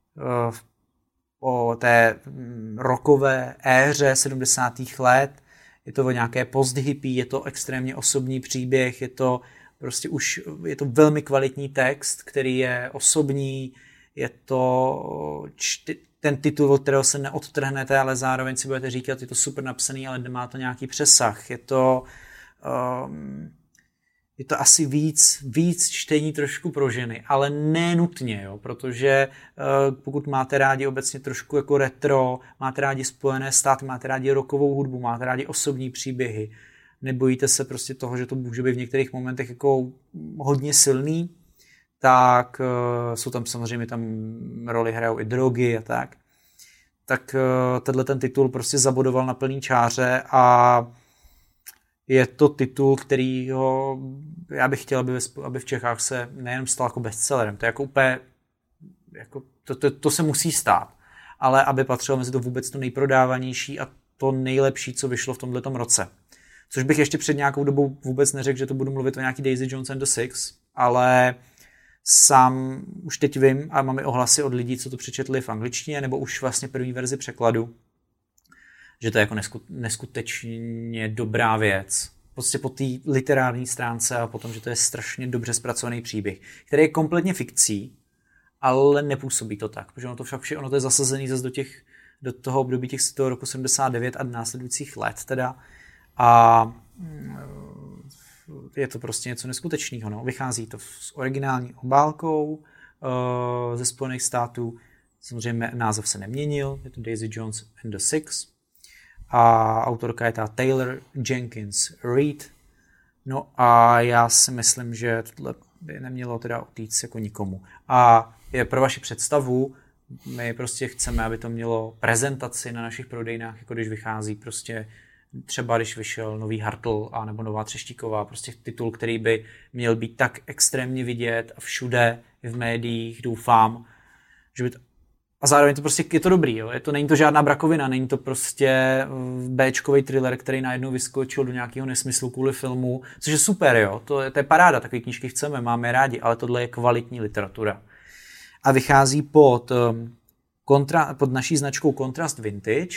o té rockové éře sedmdesátých let, je to o nějaké post-hippie, je to extrémně osobní příběh, je to prostě už, je to velmi kvalitní text, který je osobní, je to čty, ten titul, od kterého se neodtrhnete, ale zároveň si budete říkat, je to super napsaný, ale má to nějaký přesah. Je to, um, je to asi víc, víc čtení trošku pro ženy, ale ne nutně, jo, protože uh, pokud máte rádi obecně trošku jako retro, máte rádi Spojené státy, máte rádi rockovou hudbu, máte rádi osobní příběhy, nebojíte se prostě toho, že to může být v některých momentech jako hodně silný, tak uh, jsou tam samozřejmě tam roli hrajou i drogy a tak. Tak uh, tenhle ten titul prostě zabodoval na plný čáře a je to titul, kterýho já bych chtěl, aby, aby v Čechách se nejen stal jako bestsellerem. To je jako úplně, jako, to, to, to se musí stát, ale aby patřilo mezi to vůbec to nejprodávanější a to nejlepší, co vyšlo v tomhletom roce. Což bych ještě před nějakou dobou vůbec neřekl, že to budu mluvit o nějaký Daisy Jones and the Six, ale sám už teď vím a máme ohlasy od lidí, co to přečetli v angličtině, nebo už vlastně první verzi překladu, že to je jako neskutečně dobrá věc. Prostě po té literární stránce a potom, že to je strašně dobře zpracovaný příběh, který je kompletně fikcí, ale nepůsobí to tak, protože ono to však ono to je zasazený zase do těch do toho období těch z toho roku sedmdesát devět a následujících let teda. A je to prostě něco neskutečného. No. Vychází to s originální obálkou uh, ze Spojených států. Samozřejmě název se neměnil, je to Daisy Jones and the Six. A autorka je ta Taylor Jenkins Reid. No a já si myslím, že tohle by nemělo teda odjít jako nikomu. A je pro vaši představu, my prostě chceme, aby to mělo prezentaci na našich prodejnách, jako když vychází prostě třeba když vyšel nový Hartl a nebo nová Třeštíková, prostě titul, který by měl být tak extrémně vidět a všude i v médiích, doufám, že by to... A zároveň to prostě je to dobrý, jo? Je to, není to žádná brakovina, není to prostě béčkový thriller, který najednou vyskočil do nějakého nesmyslu kvůli filmu, což je super, jo? To je, to je paráda, takové knížky chceme, máme je rádi, ale tohle je kvalitní literatura. A vychází pod, kontra, pod naší značkou Kontrast Vintage.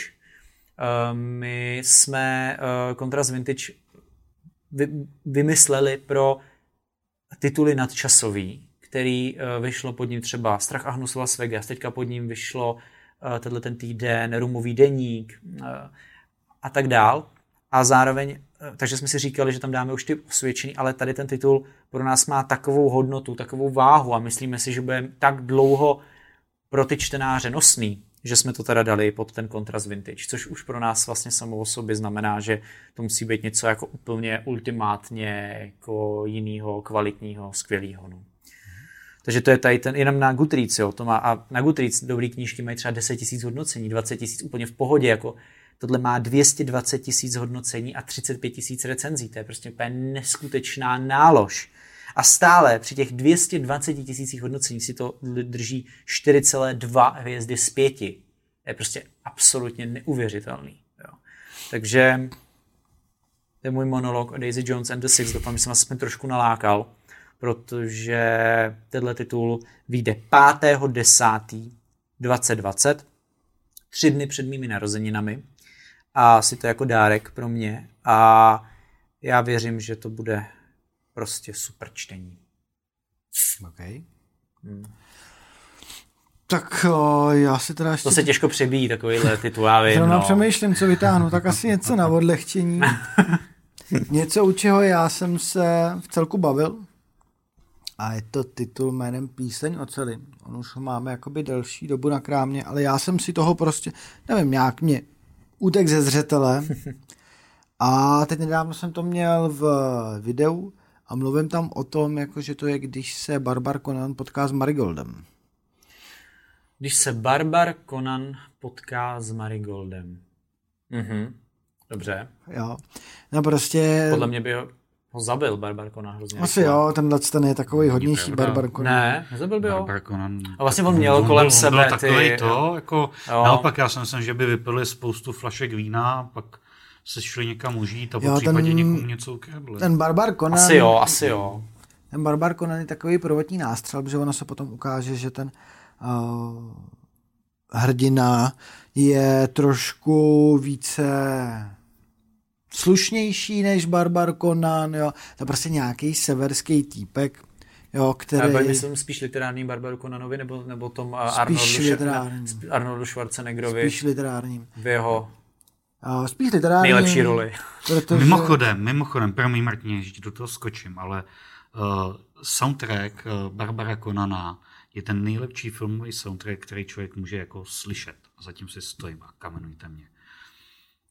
My jsme Kontrast Vintage vy, vymysleli pro tituly nadčasový, který vyšlo pod ním třeba Strach a hnus Las Vegas, teďka pod ním vyšlo tenhle ten týden Rumový deník a tak dál. A zároveň, takže jsme si říkali, že tam dáme už ty osvědčený, ale tady ten titul pro nás má takovou hodnotu, takovou váhu a myslíme si, že bude tak dlouho pro ty čtenáře nosný, že jsme to teda dali pod ten Kontrast Vintage, což už pro nás vlastně samo o sobě znamená, že to musí být něco jako úplně ultimátně jako jinýho, kvalitního, skvělýho. No. Takže to je tady ten, jenom na Goodreads, jo, to má, a na Goodreads dobrý knížky mají třeba deset tisíc hodnocení, dvacet tisíc úplně v pohodě, jako tohle má dvě stě dvacet tisíc hodnocení a třicet pět tisíc recenzí, to je prostě úplně neskutečná nálož. A stále při těch dvě stě dvacet tisících hodnocení si to drží čtyři celé dva hvězdy z pěti. To je prostě absolutně neuvěřitelný. Jo. Takže to je můj monolog o Daisy Jones and the Six. Doufám, že jsem vás aspoň trošku nalákal, protože tenhle titul vyjde pátého desátého dvacet dvacet, tři dny před mými narozeninami. A si to jako dárek pro mě. A já věřím, že to bude prostě super čtení. OK. Hmm. Tak o, já si teda ještě... To se těžko přebíjí, takovýhle titul, já vím. Zrovna no. přemýšlím, co vytáhnu, tak asi něco na odlehčení. Něco, u čeho já jsem se v celku bavil. A je to titul jménem Píseň oceli. On už ho máme jakoby delší dobu na krámě, ale já jsem si toho prostě, nevím, nějak mě utek ze zřetele. A teď nedávno jsem to měl v videu a mluvím tam o tom, jako, že to je, když se Barbar Conan potká s Marigoldem. Když se Barbar Conan potká s Marigoldem. Mhm. Dobře. Jo. No prostě... Podle mě by ho, ho zabil Barbar Conan hrozně. Asi jo, tenhle ten je takový hodnější Barbar Conan. Ne, nezabil by ho. Barbar Conan. A vlastně on měl kolem on sebe byl takový ty... to, jako... Jo. Naopak já si myslím, že by vypili spoustu flašek vína, pak se šli někam užít a po jo, případě ten, někomu něco ukradli. Ten Barbar Conan... Asi jo, asi jo. Ten Barbar Conan je takový prvotní nástřel, protože ono se potom ukáže, že ten uh, hrdina je trošku více slušnější než Barbar Conan, jo. To je prostě nějaký severský týpek, jo, který... Já myslím spíš literárním Barbaru Conanovi, nebo, nebo tom Arnoldu, Arnoldu Schwarzeneggerovi. Spíš literárním. V jeho uh, spíš literárním. Nejlepší roli. Protože... Mimochodem, mimochodem, promiň Martině, že do toho skočím, ale uh, soundtrack uh, Barbara Conana je ten nejlepší filmový soundtrack, který člověk může jako slyšet. A zatím si stojím a kamenujte mě.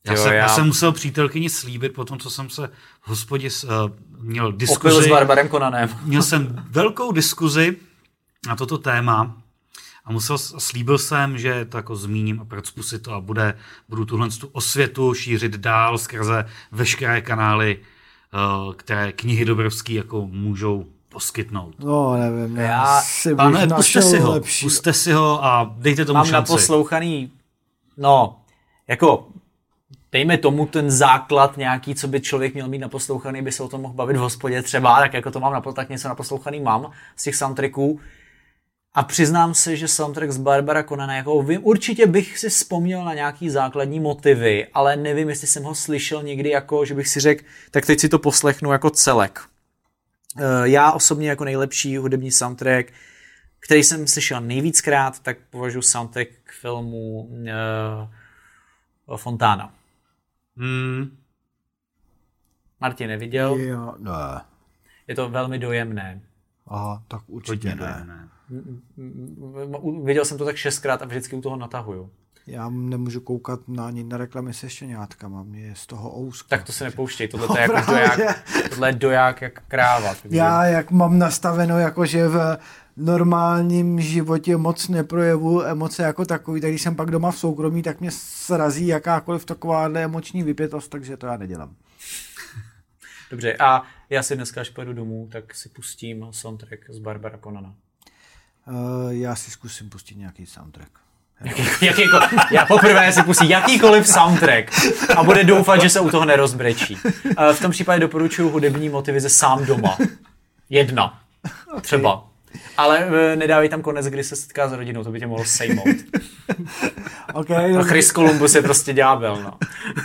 Já, jo, jsem, já... já já jsem musel přítelkyni slíbit po tom, co jsem se v hospodě uh, měl diskuzi. Opil s Barbarem Conanem. Měl jsem velkou diskuzi na toto téma a musel, slíbil jsem, že to jako zmíním a procpu si to a bude, budu tuhle tu osvětu šířit dál skrze veškeré kanály, uh, které knihy Dobrovský jako můžou poskytnout. No, nevím, já, Já- si Pane, bych puste našel si ho, lepší. puste si ho a dejte tomu mám šanci. naposlouchaný, no, jako, dejme tomu ten základ nějaký, co by člověk měl mít naposlouchaný, by se o tom mohl bavit v hospodě třeba, tak jako to mám, napo- tak něco naposlouchaný mám z těch soundtracků. A přiznám se, že soundtrack z Barbara Conana, jako vím, určitě bych si vzpomněl na nějaký základní motivy, ale nevím, jestli jsem ho slyšel někdy jako, že bych si řekl, tak teď si to poslechnu jako celek. Eh, Já osobně jako nejlepší hudební soundtrack, který jsem slyšel nejvíckrát, tak považuji soundtrack k filmu uh, Fontána. Hmm. Martin neviděl, Jo, ne. je to velmi dojemné. Aha, tak určitě Hodně ne. ne. Viděl jsem to tak šestkrát a vždycky u toho natahuju. Já nemůžu koukat na ani na reklamy se štěňátkama, mě je z toho ouska. Tak to se nepouštěj, tohle to je No, jako právě. doják, tohle je doják jak kráva. Takže... Já jak mám nastaveno, jakože v normálním životě moc neprojevu emoce jako takový, tak když jsem pak doma v soukromí, tak mě srazí jakákoliv takováhle emoční vypětost, takže to já nedělám. Dobře, a já si dneska, až pojedu domů, tak si pustím soundtrack z Barbara Conana. Uh, já si zkusím pustit nějaký soundtrack. Jaký, jakýko, já poprvé si pustím jakýkoliv soundtrack a bude doufat, že se u toho nerozbrečí. Uh, v tom případě doporučuji hudební motivy ze Sám doma. Jedna. Třeba. Ale uh, nedávej tam konec, kdy se setká s rodinou, to by tě mohlo sejmout. Okay, A Chris Columbus je prostě ďábel, no.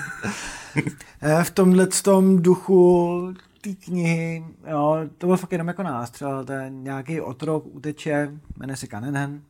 V tomhletom duchu té knihy, jo, to byl fakt jenom jako nástřel, to je nějaký otrok uteče, jmenuje se Kanenen,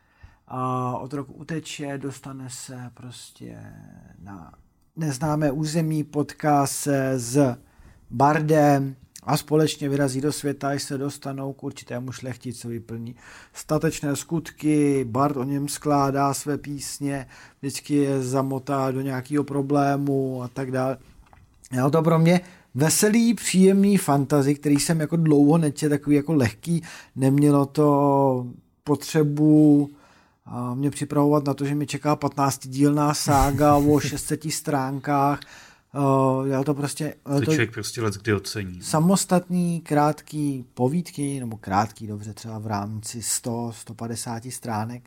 a otrok uteče, dostane se prostě na neznámé území, potká se s bardem a společně vyrazí do světa, až se dostanou k určitému šlechticovi, plní statečné skutky, bard o něm skládá své písně, vždycky je zamotá do nějakého problému a tak dále. Jo, to pro mě veselý, příjemný fantasy, který jsem jako dlouho nečetl, takový jako lehký, nemělo to potřebu a mě připravovat na to, že mi čeká patnáctidílná sága o šesti sty stránkách. Uh, já to prostě... To, to člověk prostě let kdy ocení. Samostatný, krátký povídky, nebo krátký, dobře, třeba v rámci sto až sto padesát stránek,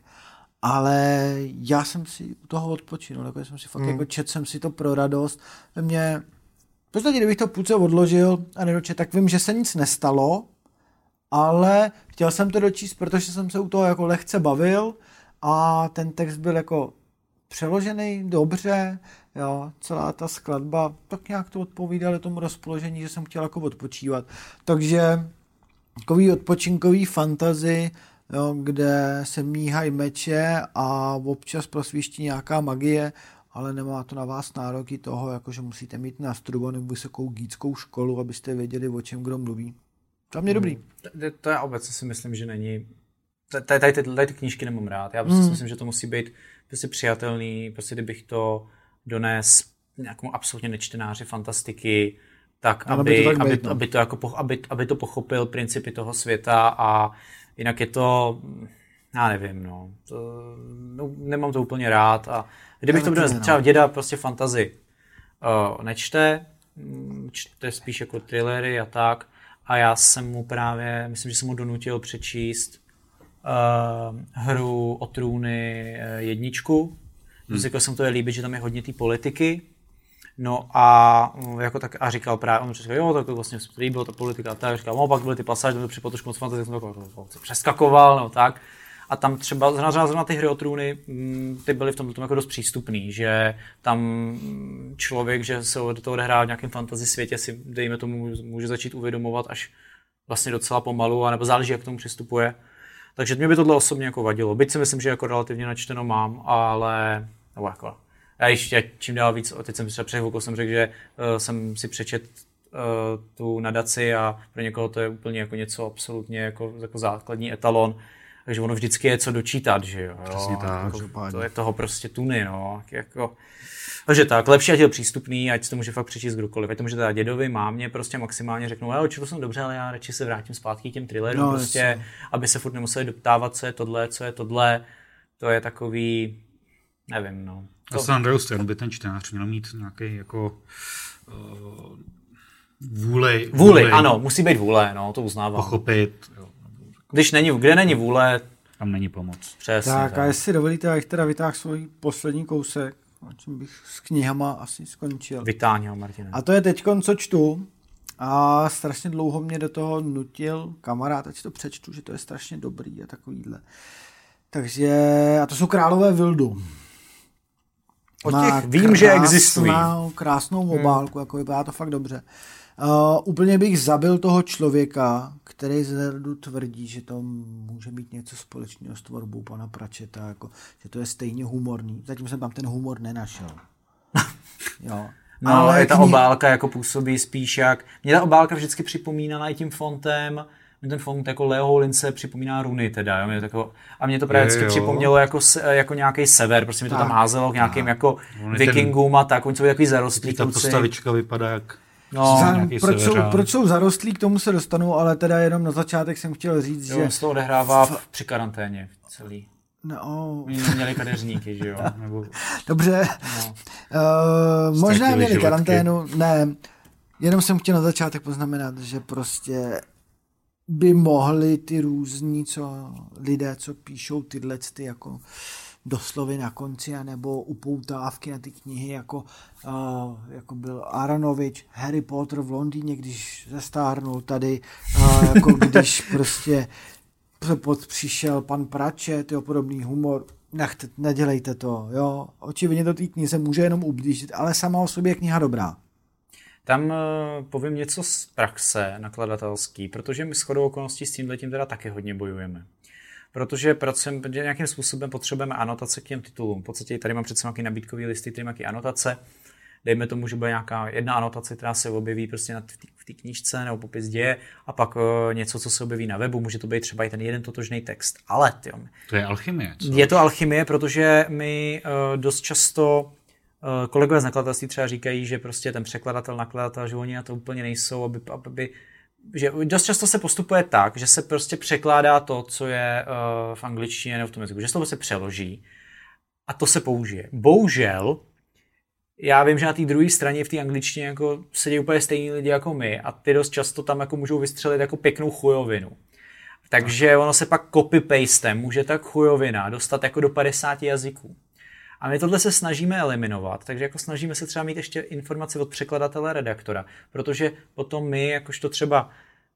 ale já jsem si u toho odpočinul, jako jsem si fakt, mm. jako čet jsem si to pro radost. Mě, v podstatě, kdybych to půlce odložil a nedočet, tak vím, že se nic nestalo, ale chtěl jsem to dočíst, protože jsem se u toho jako lehce bavil a ten text byl jako přeložený dobře, jo, celá ta skladba tak nějak to odpovídalo tomu rozpoložení, že jsem chtěl jako odpočívat. Takže takový odpočinkový fantasy, jo, kde se míhají meče a občas prosvíští nějaká magie, ale nemá to na vás nároky toho, jako že musíte mít nastudovanou vysokou gíckou školu, abyste věděli, o čem kdo mluví. To mě dobrý. To, to já obecně si myslím, že není... Tady, tady, tady, tady ty knížky nemám rád. Já prostě mm. si myslím, že to musí být prostě přijatelný. Prostě kdybych to dones nějakému absolutně nečtenáři fantastiky, tak aby, aby, aby, to, tak aby, být, no. aby, to jako, aby, aby to pochopil principy toho světa a jinak je to... Já nevím, no. To, no nemám to úplně rád a kdybych to dones třeba děda prostě fantasy uh, nečte, čte spíš jako thrillery a tak, a já jsem mu právě, myslím, že jsem mu donutil přečíst uh, hru o trůny uh, jedničku. Hmm. Řekl jsem, to je líbit, že tam je hodně té politiky. No a jako tak a říkal právě, on říkal, jo, tak to vlastně se líbilo, ta politika a tak, říkal, no pak byly ty pasáže, to připadlo trošku moc fantasy, jsem to přeskakoval, no tak. A tam třeba zrovna, zrovna ty hry o trůny, ty byly v tom, tom jako dost přístupný, že tam člověk, že se do toho odehrává v nějakém fantasy světě, si dejme tomu může začít uvědomovat až vlastně docela pomalu, anebo záleží, jak k tomu přistupuje. Takže mě by tohle osobně jako vadilo. Byť si myslím, že jako relativně načteno mám, ale nebo jako já ještě čím dál víc, teď jsem třeba před chvilkou jsem řekl, že uh, jsem si přečet uh, tu nadaci a pro někoho to je úplně jako něco absolutně jako, jako základní etalon. takže ono vždycky je co dočítat, že jo. Přesně tak. Jako, to je toho prostě tuny, no. Jako, takže tak, lepší, ať je přístupný, ať to může fakt přečíst kdokoliv. Ať to může teda dědovi, mámě prostě maximálně řeknou, ale četl jsem dobře, ale já radši se vrátím zpátky k těm thrillerům, no, prostě, jasný. Aby se furt nemuseli doptávat, co je tohle, co je tohle. To je takový, nevím, no. To... Asi na druhou stranu by ten čtenář měl mít nějaký jako uh, vůli, vůli. Vůli, ano, musí být vůle, no, to uznávám. Pochopit. Jo. Když není, kde není vůle, tam není pomoc. Přesně. Tak, tak. A jestli dovolíte, jak teda vytáhl svůj poslední kousek, o čem bych s knihama asi skončil. Vytáhl, Martine. A to je teďkon, co čtu. A strašně dlouho mě do toho nutil kamarád, ať to přečtu, že to je strašně dobrý a takovýhle. Takže, a to jsou Králové Wildu. O těch vím, že existují. Krásnou obálku, hmm. jako vypadá to fakt dobře. Uh, úplně bych zabil toho člověka, který z rodu tvrdí, že to může mít něco společného s tvorbou pana Pratchetta, jako, že to je stejně humorný. Zatím jsem tam ten humor nenašel. Jo. No, ale ta knih... obálka jako působí spíš jak... Mě ta obálka vždycky připomínala i tím fontem. Mě ten font jako Leo Holince připomíná runy teda, jo? Mě tako... A mě to právě vždycky připomnělo jako, jako nějaký sever, prostě mi to tam házelo k nějakým jako vikingům ten... a tak, oni jsou takový zarostlí. Ta postavička vypadá jak... No, Za, proč, jsou, proč jsou zarostlí, k tomu se dostanu, ale teda jenom na začátek jsem chtěl říct, jo, že... On se to odehrává v... při karanténě celý. No. Měli kadeřníky, že jo? Nebo... Dobře. No. Uh, možná měli životky. Karanténu, ne. Jenom jsem chtěl na začátek poznamenat, že prostě by mohli ty různí co, lidé, co píšou tyhle ty jako doslovy na konci, anebo upoutávky na ty knihy, jako, uh, jako byl Aronovič, Harry Potter v Londýně, když zestárnul tady, uh, jako když prostě pod přišel pan Pratchett, jo, podobný humor, nechte, nedělejte to, jo. Očividně to té knize může jenom ublížit, ale sama o sobě je kniha dobrá. Tam uh, povím něco z praxe nakladatelský, protože my shodou okolností s tímhletím teda taky hodně bojujeme. Protože pracujeme, nějakým způsobem potřebujeme anotace k těm titulům. V podstatě tady mám před sebou nějaký nabídkový listy, tady nějaký anotace. Dejme tomu, že bude nějaká jedna anotace, která se objeví prostě v té knížce nebo popis děje a pak uh, něco, co se objeví na webu. Může to být třeba i ten jeden totožný text. Ale tyjo, to je alchymie. Co? Je to alchymie, protože my uh, dost často uh, kolegové z nakladatelství třeba říkají, že prostě ten překladatel, nakladatel, že oni na to úplně nejsou, aby, aby že dost často se postupuje tak, že se prostě překládá to, co je uh, v angličtině nebo v tom jazyku, že slovo se přeloží a to se použije. Bohužel, já vím, že na té druhé straně v té angličtině jako sedí úplně stejní lidi jako my a ty dost často tam jako můžou vystřelit jako pěknou chujovinu. Takže ono se pak copy-pastem může tak chujovina dostat jako do padesáti jazyků. A my tohle se snažíme eliminovat, takže jako snažíme se třeba mít ještě informaci od překladatele, redaktora, protože potom my, jakožto třeba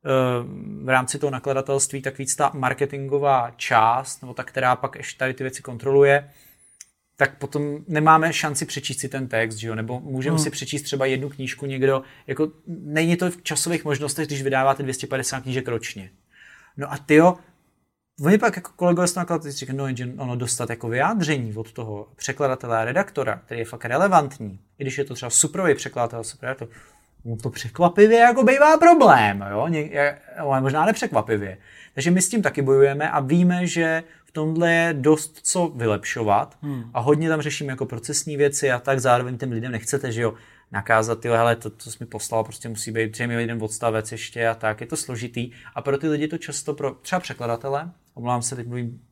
v rámci toho nakladatelství, tak víc ta marketingová část, nebo ta, která pak ještě tady ty věci kontroluje, tak potom nemáme šanci přečíst si ten text, že jo? Nebo můžeme hmm. si přečíst třeba jednu knížku někdo, jako není to v časových možnostech, když vydáváte dvě stě padesát knížek ročně. No a tyjo, oni pak jako kolegové z nakladatelství říkají, no jenže ono dostat jako vyjádření od toho překladatele a redaktora, který je fakt relevantní, i když je to třeba superový překladatel, super, to, no to překvapivě jako bývá problém, jo? Ně, ale možná nepřekvapivě. Takže my s tím taky bojujeme a víme, že v tomhle je dost co vylepšovat hmm. a hodně tam řešíme jako procesní věci a tak zároveň těm lidem nechcete, že jo, nakázat, jo, hele, to, co jsi mi poslal, prostě musí být třemi lidem odstavec ještě a tak, je to složitý a pro ty lidi to často, pro třeba překladatele, omlouvám se, teď mluvím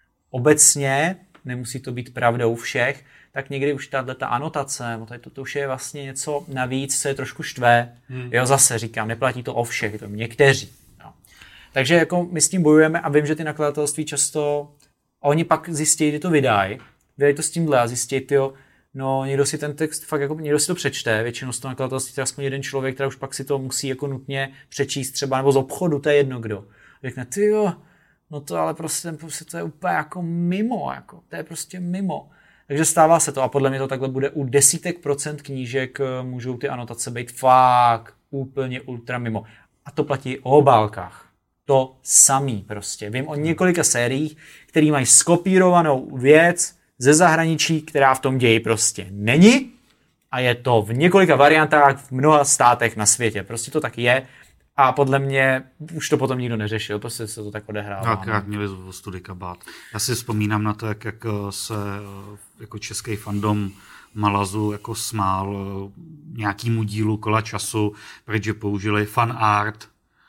obecně, nemusí to být pravdou všech, tak někdy už tato ta anotace, to, to, to už je vlastně něco navíc, co je trošku štve, hmm. jo, zase říkám, neplatí to o všech, to někteří. Jo. Takže jako my s tím bojujeme a vím, že ty nakladatelství často, a oni pak zjistí, kdy to vydají, vydají to s tímhle a zjistí, tyjo, no někdo si ten text fakt jako, někdo si to přečte, většinou z toho nakladatelství to aspoň jeden člověk, který už pak si to musí jako nutně přečíst třeba, nebo z obchodu, to je jedno kdo. Řekne, tyjo, no to ale prostě, prostě to je úplně jako mimo, jako, to je prostě mimo. Takže stává se to a podle mě to takhle bude u desítek procent knížek můžou ty anotace být fakt úplně ultra mimo. A to platí o obálkách. To samý prostě. Vím o několika sériích, které mají skopírovanou věc ze zahraničí, která v tom ději prostě není a je to v několika variantách v mnoha státech na světě. Prostě to tak je A podle mě už to potom nikdo neřešil, prostě se to tak odehrává. Akorát měli o studika bát. Já si vzpomínám na to, jak, jak se jako český fandom Malazu jako smál nějakýmu dílu Kola času, protože použili fan art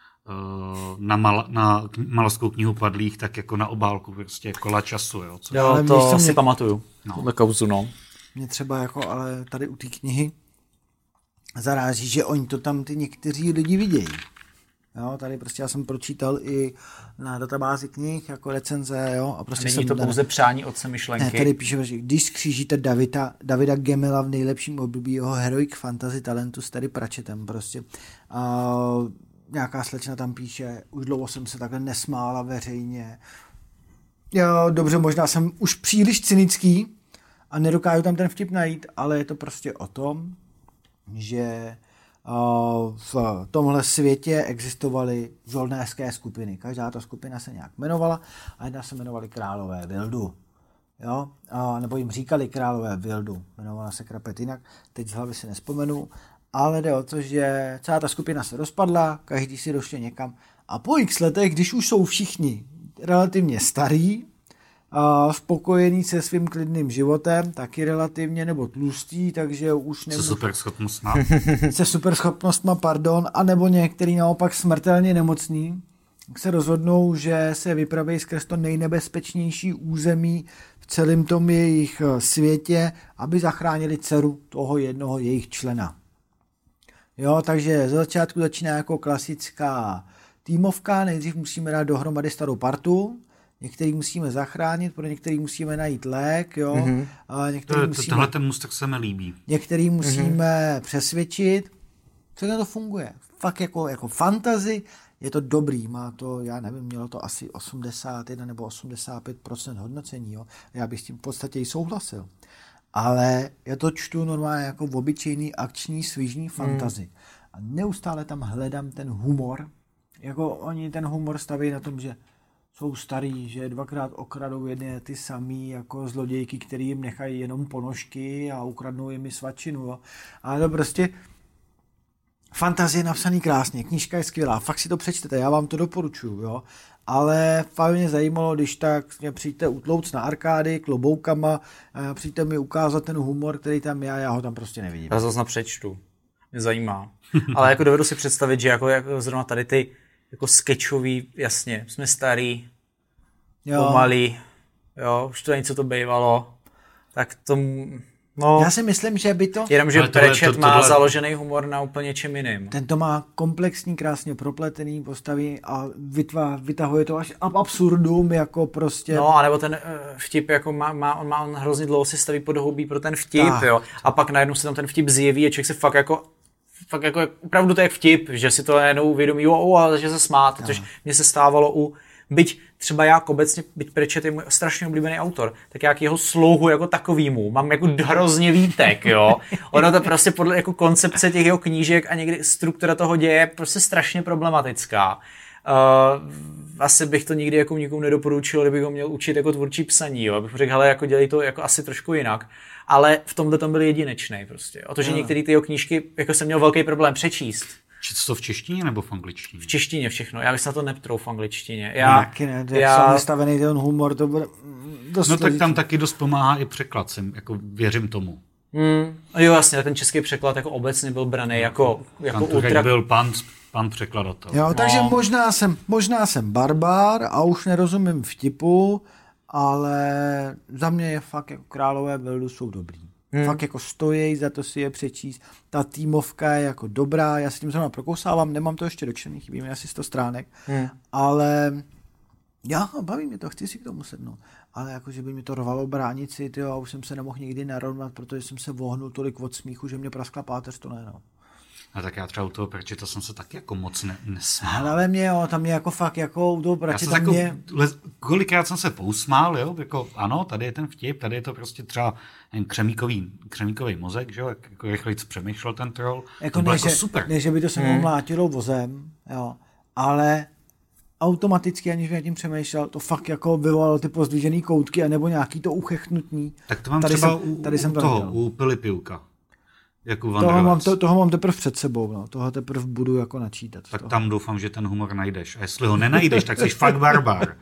na, mal, na Malazskou knihu padlých, tak jako na obálku prostě Kola času. Jo, co... jo to si mě... pamatuju. No. Kauzu, no. Mě třeba jako, ale tady u té knihy zaráží, že oni to tam ty někteří lidi vidějí. Jo, tady prostě já jsem pročítal i na databázi knih jako recenze, jo, a prostě není jsem to tady, pouze přání otce myšlenky. Ne, tady píše, že když skřížíte Davida, Davida Gemela v nejlepším období jeho heroic fantasy talentu s Terry Pratchettem prostě. A nějaká slečna tam píše, už dlouho jsem se takhle nesmála veřejně. Jo, dobře, možná jsem už příliš cynický a nedokážu tam ten vtip najít, ale je to prostě o tom, že v tomhle světě existovaly žoldnéřské skupiny. Každá ta skupina se nějak jmenovala a jedna se jmenovaly Králové Vildu. Jo? A nebo jim říkali Králové Vildu. Jmenovala se Krapet jinak, teď z hlavy si nespomenu, ale jde o to, že celá ta skupina se rozpadla, každý si došel někam a po x letech, když už jsou všichni relativně starí, a spokojený se svým klidným životem, taky relativně, nebo tlustý, takže už nemůžu... Se superschopnostma. Se superschopnostma, pardon, anebo některý naopak smrtelně nemocný, se rozhodnou, že se vypraví skrz to nejnebezpečnější území v celém tom jejich světě, aby zachránili dceru toho jednoho jejich člena. Jo, takže ze začátku začíná jako klasická týmovka, nejdřív musíme dát dohromady starou partu, některý musíme zachránit, pro některý musíme najít lék, jo. Mm-hmm. A některý to, musíme, tenhle ten můstek se mi líbí. Některý musíme mm-hmm. přesvědčit. Všechno to funguje. Fakt jako, jako fantasy je to dobrý. Má to, já nevím, mělo to asi osmdesát jedna nebo osmdesát pět procent hodnocení, jo. Já bych s tím v podstatě i souhlasil. Ale já to čtu normálně jako v obyčejný akční svížný fantasy. Mm. A neustále tam hledám ten humor. Jako oni ten humor staví na tom, že jsou starý, že dvakrát okradou jedné ty samý jako zlodějky, který jim nechají jenom ponožky a ukradnou jim i svačinu. Jo. Ale to prostě fantazie je napsaný krásně, knížka je skvělá, fakt si to přečtete, já vám to doporučuju, jo. Ale fakt mě zajímalo, když tak mě přijďte utlouct na arkády kloboukama, přijďte mi ukázat ten humor, který tam já, já ho tam prostě nevidím. Já zase přečtu, mě zajímá. Ale jako dovedu si představit, že jako, jako zrovna tady ty jako sketchový, jasně, jsme starý, jo. Pomalý, jo, už to něco to bývalo, tak to, no... Já si myslím, že by to... Jenom, že Pratchett má tohle... založený humor na úplně čem jiným. Ten to má komplexní, krásně propletený postavy a vytvá, vytahuje to až ab absurdum, jako prostě... No, anebo ten vtip, jako má, má, on má on hrozně dlouho si staví podhoubí pro ten vtip, tak. Jo, a pak najednou se tam ten vtip zjeví a člověk se fakt jako... Fakt jako opravdu to je vtip, že si to najednou uvědomí, o, a že se smát, no. Což mně se stávalo u, byť třeba já obecně, byť Pratchett je můj strašně oblíbený autor, tak já k jeho slouhu jako takovýmu mám jako hrozně výtek, jo. Ono to prostě podle jako koncepce těch jeho knížek a někdy struktura toho děje je prostě strašně problematická. Uh, asi bych to nikdy jako nikomu nedoporučil, kdybych ho měl učit jako tvůrčí psaní, jo. Abych řekl, hele, jako dělej to jako asi trošku jinak. Ale v tomhle tom byl jedinečný prostě. O to, že no. Některé ty jeho knížky, jako jsem měl velký problém přečíst. Četl to v češtině nebo v angličtině? V češtině všechno. Já bych se na to neptrou v angličtině. Já, taky ne, jak já... jsem vystavený ten humor, to bude dost No tak tam taky dost pomáhá i překlad, jsem, jako věřím tomu. Mm, jo, jasně, ten český překlad jako obecně byl braný jako, jako ultra... byl pan, pan překladatel. Jo, takže no. možná, jsem, možná jsem barbár a už nerozumím vtipu, ale za mě je fakt jako Králové Vildu jsou dobrý. Hmm. Fakt jako stojí, za to si je přečíst. Ta týmovka je jako dobrá, já se tím zrovna prokousávám, nemám to ještě dočtený, chybí mi asi sto stránek, hmm. ale já baví mě to, chci si k tomu sednout. Ale jako, že by mi to rvalo bránici, tyjo, a už jsem se nemohl nikdy narovnat, protože jsem se vohnul tolik od smíchu, že mě praskla páteř, to ne, no. A tak já třeba u toho Pratchetta jsem se taky jako moc ne, nesmál. Ale mě, jo, tam je jako fakt, jako u toho Pratchetta jako, mě... Kolikrát jsem se pousmál, jo, jako ano, tady je ten vtip, tady je to prostě třeba jen křemíkový, křemíkový mozek, že jo, jak, jako rychlejc přemýšlel ten troll, jako to bylo ne, jako že, super. Ne, že by to se mnou hmm. mlátilo vozem, jo, ale automaticky, aniž bych tím přemýšlel, to fakt jako vyvolalo ty pozdvižený koutky, anebo nějaký to uchechtnutí. Tak to mám tady třeba jsem, u, tady u jsem toho, u Pilipivka. Jako toho, mám, to, toho mám teprve před sebou, no. Toho teprve budu jako načítat. Tak tam doufám, že ten humor najdeš. A jestli ho nenajdeš, tak jsi fakt barbar.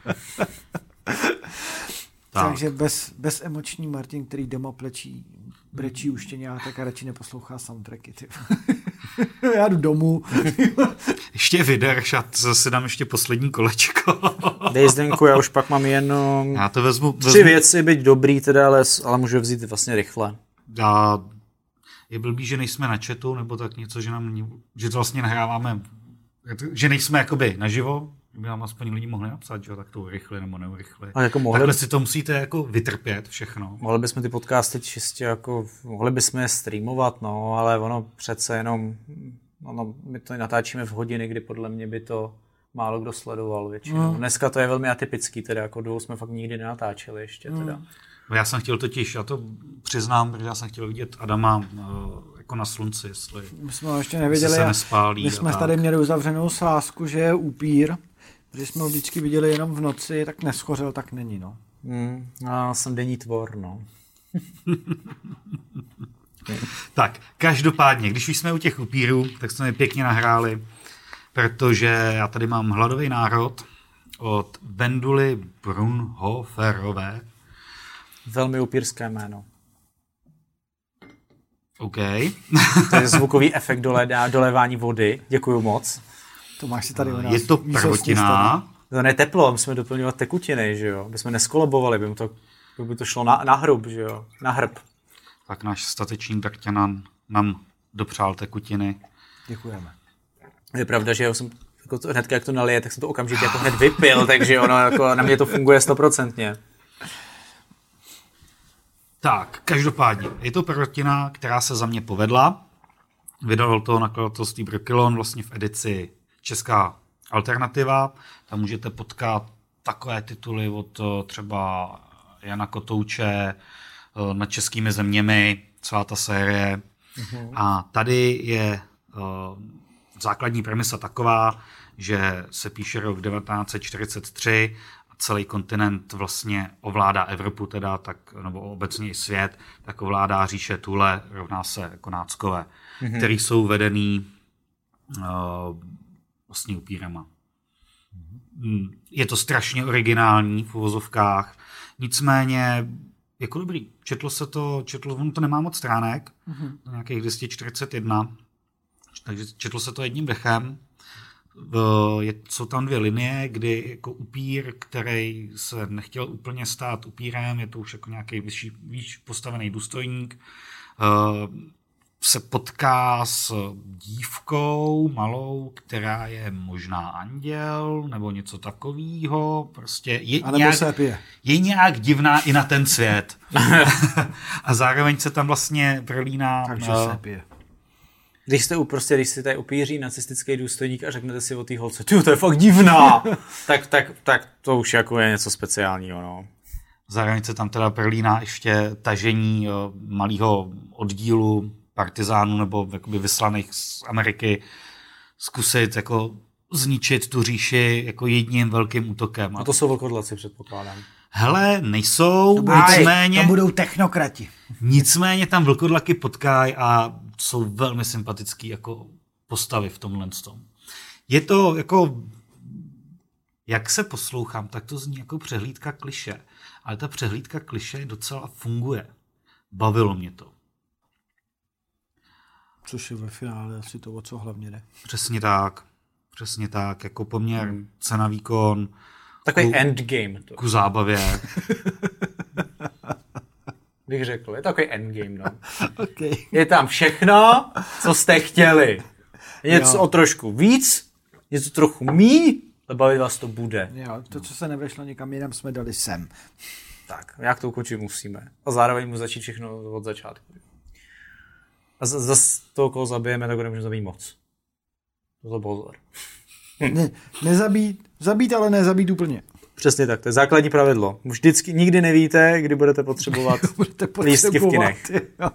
Takže bez, bez emoční Martin, který doma plečí, brečí uštěňátek a radši neposlouchá soundtracky. Já jdu domů. Ještě vydrž a zase dám ještě poslední kolečko. Dej Zdenku, já už pak mám jen já to vezmu, vezmu. tři věci, byť dobrý teda, ale, ale můžu vzít vlastně rychle. Já, je blbý, že nejsme na chatu, nebo tak něco, že nám že to vlastně nahráváme, že nejsme jakoby naživo, by nám aspoň lidi mohli napsat, že tak to urychli nebo neurychli. Jako mohli... Takhle si to musíte jako vytrpět všechno. Mohli bychom ty podcasty čistě jako, mohli bychom je streamovat, no, ale ono přece jenom, ono, my to natáčíme v hodiny, kdy podle mě by to málo kdo sledoval většinou. Mm. Dneska to je velmi atypický, teda jako dvou jsme fakt nikdy nenatáčeli ještě teda. Mm. Já jsem chtěl totiž, já to přiznám, protože já jsem chtěl vidět Adama jako na slunci, jestli my jsme ho ještě neviděli, se nespálí. My jsme tady měli uzavřenou sázku, že je upír, protože jsme ho vždycky viděli jenom v noci, tak neschořel, tak není, no. Mm, já jsem denní tvor, no. Tak, každopádně, když už jsme u těch upírů, tak jsme je pěkně nahráli, protože já tady mám Hladový národ od Benduly Brunhoferové. Velmi upírské jméno. OK. To je zvukový efekt dole, dolevání vody. Děkuju moc. To máš si tady u nás. Je to prvotina. To ne teplo, musíme doplňovat tekutiny, že jo. By jsme neskolabovali, by, to, by to šlo na, na hrub, že jo. Na hrb. Tak náš statečný Drťanan nám dopřál tekutiny. Děkujeme. Je pravda, že já jsem jako to, hnedka jak to nalije, tak jsem to okamžitě jako hned vypil, takže ono jako na mě to funguje stoprocentně. Tak, každopádně, je to prvotina, která se za mě povedla. Vydal to nakladatelství Brokilon vlastně v edici Česká alternativa. Tam můžete potkat takové tituly od třeba Jana Kotouče, Nad českými zeměmi, celá ta série. Uhum. A tady je uh, základní premisa taková, že se píše rok devatenáct set čtyřicet tři a celý kontinent vlastně ovládá Evropu, teda, tak, nebo obecně i svět, tak ovládá říše Thule, rovná se jako náckové, uhum. který jsou vedený uh, vlastně upírama. Uhum. Je to strašně originální v uvozovkách, nicméně jako dobrý. Četlo se to, četlo, ono to nemá moc stránek, mm-hmm. nějakých dvě stě čtyřicet jedna, takže četlo se to jedním dechem. Je, jsou tam dvě linie, kdy jako upír, který se nechtěl úplně stát upírem, je to už jako nějaký vyšší, výš postavený důstojník, se potká s dívkou malou, která je možná anděl, nebo něco takového. Prostě je, nějak, je nějak divná i na ten svět. A zároveň se tam vlastně prolíná... Takže uh, se pije. Když jste prostě, když jste tady upíří nacistický důstojník a řeknete si o té holce, ty, to je fakt divná, tak, tak, tak to už jako je něco speciálního, no. Zároveň se tam teda prolíná ještě tažení uh, malého oddílu partizánů nebo jakoby vyslaných z Ameriky zkusit jako zničit tu říši jako jedním velkým útokem. A to jsou vlkodlaci, předpokládám. Hele, nejsou, to nicméně... To budou technokrati. Nicméně tam vlkodlaky potkají a jsou velmi sympatický jako postavy v tomhle tom. Je to jako... Jak se poslouchám, tak to zní jako přehlídka kliše. Ale ta přehlídka kliše docela funguje. Bavilo mě to. Což je ve finále asi to, o co hlavně jde. Přesně tak. Přesně tak. Jako poměr hmm. cena výkon. Takový ku, endgame. To. Ku zábavě. Bych řekl. Je to takový endgame, no. Okay. Je tam všechno, co jste chtěli. Něco jo. o trošku víc, něco trochu míň, ale bavit vás to bude. Jo, to, co se nevešlo někam jinam, jsme dali sem. Tak, jak to ukončit musíme. A zároveň mu začít všechno od začátku. A zase toho, koho zabijeme, tak ho nemůžeme zabít moc. To je pozor. Ne, nezabít, zabít, ale nezabít úplně. Přesně tak, to je základní pravidlo. Vždycky, nikdy nevíte, kdy budete potřebovat lístky v kinech.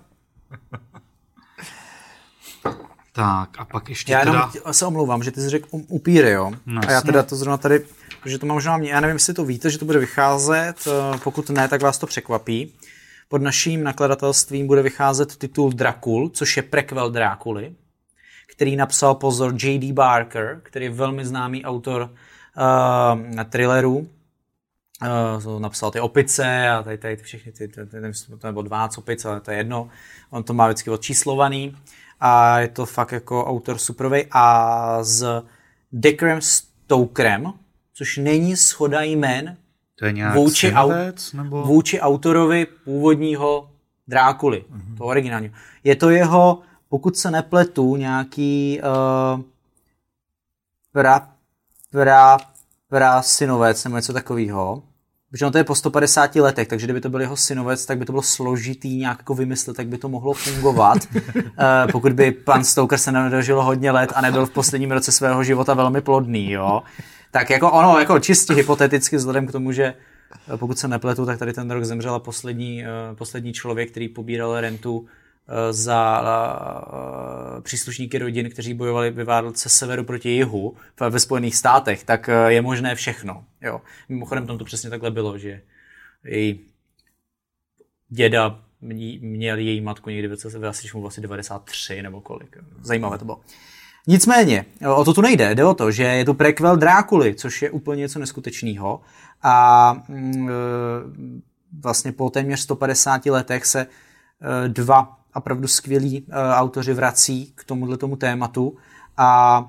Tak a pak ještě já teda... Já jenom se omlouvám, že ty jsi řekl upíry, jo? No, a já teda to zrovna tady, protože to mám možná, já nevím, jestli to víte, že to bude vycházet, pokud ne, tak vás to překvapí. pod naším nakladatelstvím bude vycházet titul Dracul, což je prequel Drákuly, který napsal, pozor, J D Barker, který je velmi známý autor uh, thrillerů. Uh, napsal ty Opice a tady, tady všechny ty, ty, ty, to nebo dvanáct opic, ale to je jedno. On to má vždycky odčíslovaný a je to fakt jako autor superovej. A s Deckerem Stokerem, což není shoda jmen, to je nějak vůči, synovec, nebo? vůči autorovi původního Drákuly, mm-hmm. toho originálního. Je to jeho, pokud se nepletu, nějaký uh, pra, pra, pra synovec nebo něco takového. Protože on to je po sto padesáti letech, takže kdyby to byl jeho synovec, tak by to bylo složitý nějak jako vymyslet, tak by to mohlo fungovat. uh, pokud by pan Stoker se nedožil hodně let a nebyl v posledním roce svého života velmi plodný, jo. Tak jako ono, jako čistě hypoteticky vzhledem k tomu, že pokud se nepletu, tak tady ten rok zemřela poslední, uh, poslední člověk, který pobíral rentu uh, za uh, příslušníky rodin, kteří bojovali ve válce severu proti jihu ve Spojených státech, tak uh, je možné všechno. Jo. Mimochodem tam to přesně takhle bylo, že její děda měl její matku někdy v asi asi devadesát tři nebo kolik. Zajímavé to bylo. Nicméně, o to tu nejde, jde o to, že je tu prequel Drákuly, což je úplně něco neskutečného a mm, vlastně po téměř sto padesáti letech se dva opravdu skvělí autoři vrací k tomuhle tomu tématu a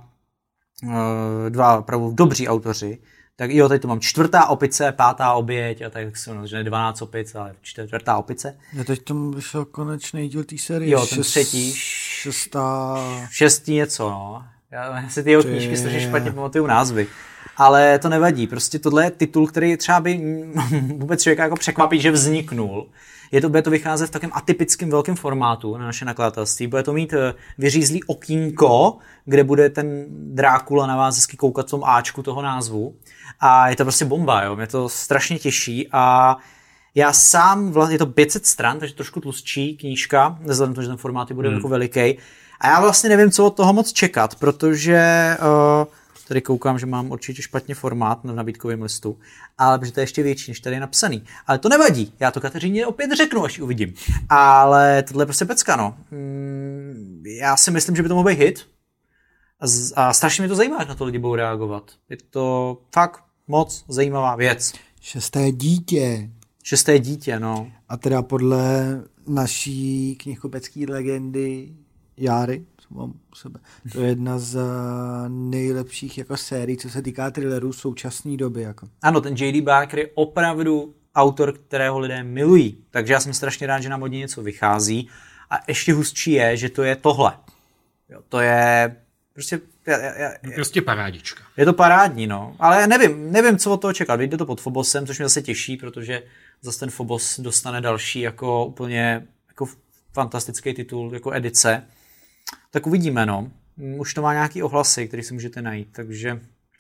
dva opravdu dobří autoři. Tak jo, tady tu mám čtvrtá opice, pátá oběť a tak se že ne dvanáct opic, ale čtvrtá opice. Já teď tam vyšel konečný díl té série. Jo, ten třetí. Šestá... Šestý něco, no. Já si ty jeho knížky strašně špatně pamatuju názvy. Ale to nevadí, prostě tohle je titul, který třeba by vůbec člověka jako překvapí, že vzniknul. Je to, bude to vycházet v takovém atypickém velkém formátu na naše nakladatelství. Bude to mít vyřízlý okýnko, kde bude ten Drákula na vás hezky koukat v tom áčku toho názvu. A je to prostě bomba, jo. Mě to strašně těší a já sám, je to pět set stran, takže trošku tlustší knížka, vzhledem to, že ten formát bude hmm. jako veliký. A já vlastně nevím, co od toho moc čekat, protože uh, tady koukám, že mám určitě špatně formát na nabídkovém listu, ale protože to je ještě větší, než tady je napsaný. Ale to nevadí, já to Kateřině opět řeknu, až ji uvidím. Ale tohle je prostě pecka, no. Mm, já si myslím, že by to mohl být hit a, z, a strašně mě to zajímá, jak na to lidi budou reagovat. Je to fakt moc zajímavá věc. Šesté dítě. Šesté dítě, no. A teda podle naší knihkopecké legendy Járy, co mám u sebe, to je jedna z nejlepších jako sérií, co se týká thrillerů v současné doby. Jako. Ano, ten J D Barker je opravdu autor, kterého lidé milují. Takže já jsem strašně rád, že nám od něj něco vychází. A ještě hustší je, že to je tohle. Jo, to je prostě... Já, já, já, prostě parádička. Je to parádní, no. Ale já nevím, nevím, co od toho čekat. Vyjde to pod Phobosem, což mě zase těší, protože zase ten Phobos dostane další jako úplně jako fantastický titul, jako edice. Tak uvidíme, no. Už to má nějaký ohlasy, které si můžete najít, takže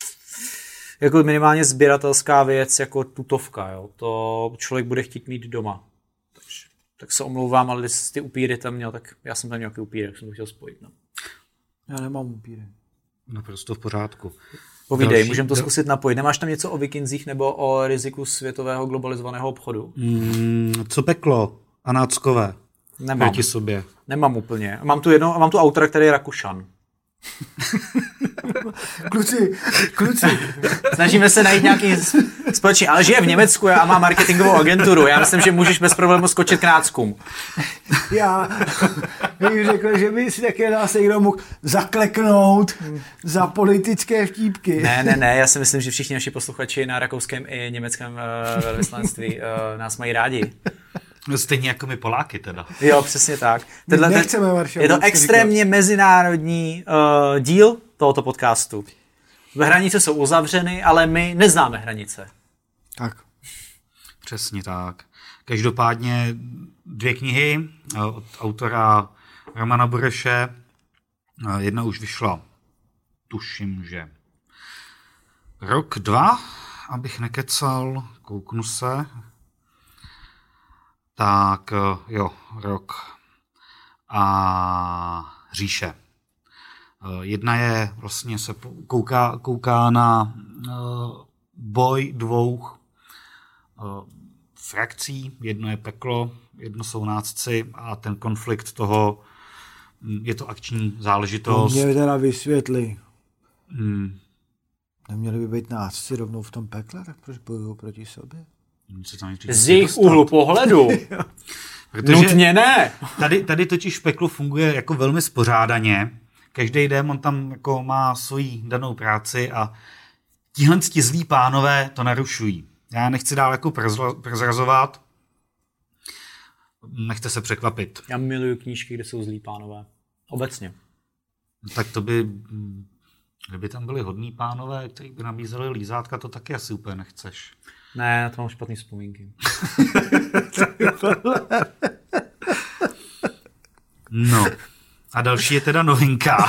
jako minimálně sběratelská věc, jako tutovka, jo. To člověk bude chtít mít doma. Takže, tak se omlouvám, ale když ty upíry tam měl, tak já jsem tam nějaký upíry, jak jsem to chtěl spojit, no. Já nemám upíry. Naprosto v pořádku. Povídej, můžeme to zkusit napojit. Nemáš tam něco o Vikinzích nebo o riziku světového globalizovaného obchodu? Mm, co peklo? A náckové. Nemám. Proti sobě. Nemám úplně. Mám tu jedno, mám tu autora, který je Rakušan. kluci, kluci. Snažíme se najít nějaký společný, ale žije v Německu a má marketingovou agenturu. Já myslím, že můžeš bez problému skočit k náckům. Já bych řekl, že by si také nás někdo mohl zakleknout za politické vtípky. Ne, ne, ne, já si myslím, že všichni naši posluchači na rakouském i německém uh, velvyslanectví uh, nás mají rádi. No stejně jako my Poláky teda. Jo, přesně tak. Tenhle, nechceme Varšavu. Je to extrémně říkat. mezinárodní uh, díl tohoto podcastu. Hranice jsou uzavřeny, ale my neznáme hranice. Tak. Přesně tak. Každopádně dvě knihy od autora Romana Bureše. Jedna už vyšla, tuším, že rok, dva, abych nekecal, kouknu se. Tak jo, rok a Říše. Jedna je, vlastně se kouká, kouká na boj dvou frakcí, jedno je peklo, jedno jsou nácci a ten konflikt toho, je to akční záležitost. To mě teda vysvětli. Hmm. Neměli by být nácci rovnou v tom pekle, tak proč bojují proti sobě? Z jejich úhlu pohledu. Nutně ne. Tady, tady totiž v peklu funguje jako velmi spořádaně. Každý démon tam jako má svoji danou práci a tihle ti zlí pánové to narušují. Já nechci dál jako prozrazovat. Nechte se překvapit. Já miluju knížky, kde jsou zlí pánové. Obecně. Tak to by, kdyby tam byli hodní pánové, kteří by nabízeli lízátka, to taky asi úplně nechceš. Ne, na to mám špatný vzpomínky. No. A další je teda novinka.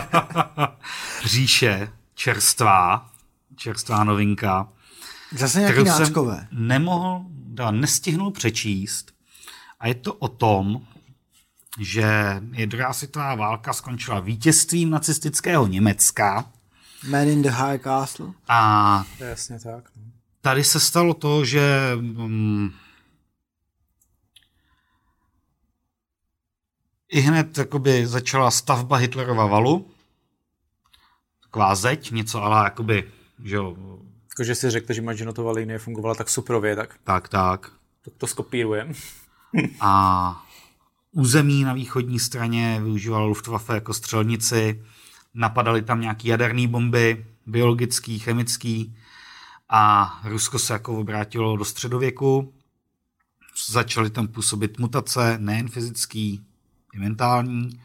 Říše, čerstvá, čerstvá novinka. Zase nějaký náckové. Nemohl, da, nestihnul přečíst. A je to o tom, že je druhá světová válka skončila vítězstvím nacistického Německa. Man in the High Castle. A jasně tak. tady se stalo to, že um, i hned jakoby začala stavba Hitlerova valu. Taková zeď, něco ale jakoby, že jo. Jakože si řekl, že Maginotova linie fungovala tak suprově, tak Tak, tak. To, to skopírujeme. A území na východní straně využívalo Luftwaffe jako střelnici. Napadaly tam nějaké jaderné bomby, biologický, chemický. A Rusko se jako obrátilo do středověku. Začaly tam působit mutace, nejen fyzický, i mentální.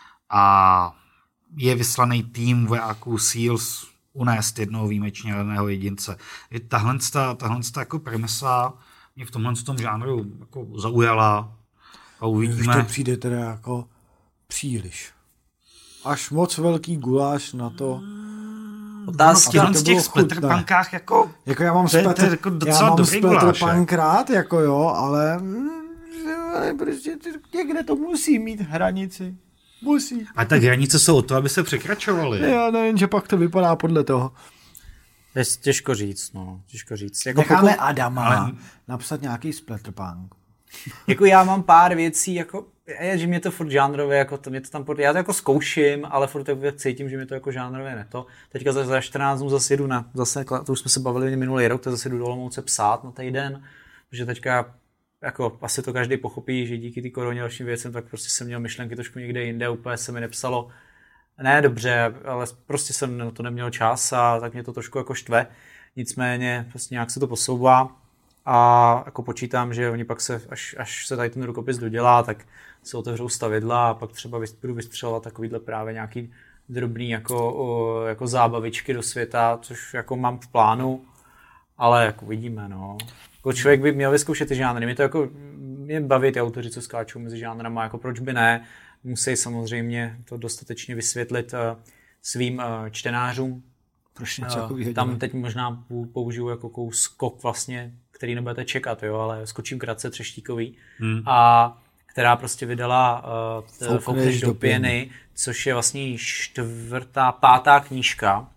A je vyslaný tým vojáků SEALs unést jednoho výjimečně daného jedince. I tahle, tahle jako premisa mě v tomhle tom žánru jako zaujala a uvidíme. Už to přijde teda jako příliš. Až moc velký guláš na to. Otázka v těch splatterpunkách jako, jako já mám splatter, jako docela já mám splatterpunk rád, jako jo, ale prostě někde to musí mít hranici. Musí. A tak hranice jsou o to, aby se překračovaly. Já nevím, že pak to vypadá podle toho. Je těžko říct, no. Těžko říct. Jako necháme pokud... Adama ale... napsat nějaký splatterpunk. Jako já mám pár věcí, jako, je, že mě to furt žánrově, jako to, mě to tam, já to jako zkouším, ale furt tak cítím, že mě to jako žánrově ne to. Teďka za, za čtrnáct dnů zase jedu na, zase, to už jsme se bavili minulý rok, to zase jdu do Olomouce psát na týden, protože teďka jako asi to každý pochopí, že díky té koroně dalším věcem, tak prostě jsem měl myšlenky trošku někde jinde, úplně se mi nepsalo, ne dobře, ale prostě jsem na to neměl čas a tak mě to trošku jako štve. Nicméně prostě nějak se to posouvá a jako počítám, že oni pak se, až, až se tady ten rukopis dodělá, tak se otevřou stavidla a pak třeba budu vystřelovat takovýhle právě nějaký drobný jako, o, jako zábavičky do světa, což jako mám v plánu, ale jako vidíme, no. Jako člověk by měl vyzkoušet ty žánry. Mě to jako, mě baví ty autoři, co skáčou mezi žánrama, jako proč by ne. Musí samozřejmě to dostatečně vysvětlit uh, svým uh, čtenářům. Proč něco uh, tam teď možná použiju jako skok vlastně, který nebudete čekat, jo, ale skočím krátce Třeštíkový, hmm. a která prostě vydala uh, Foukneš do pěny, což je vlastně čtvrtá, pátá knížka. Uh,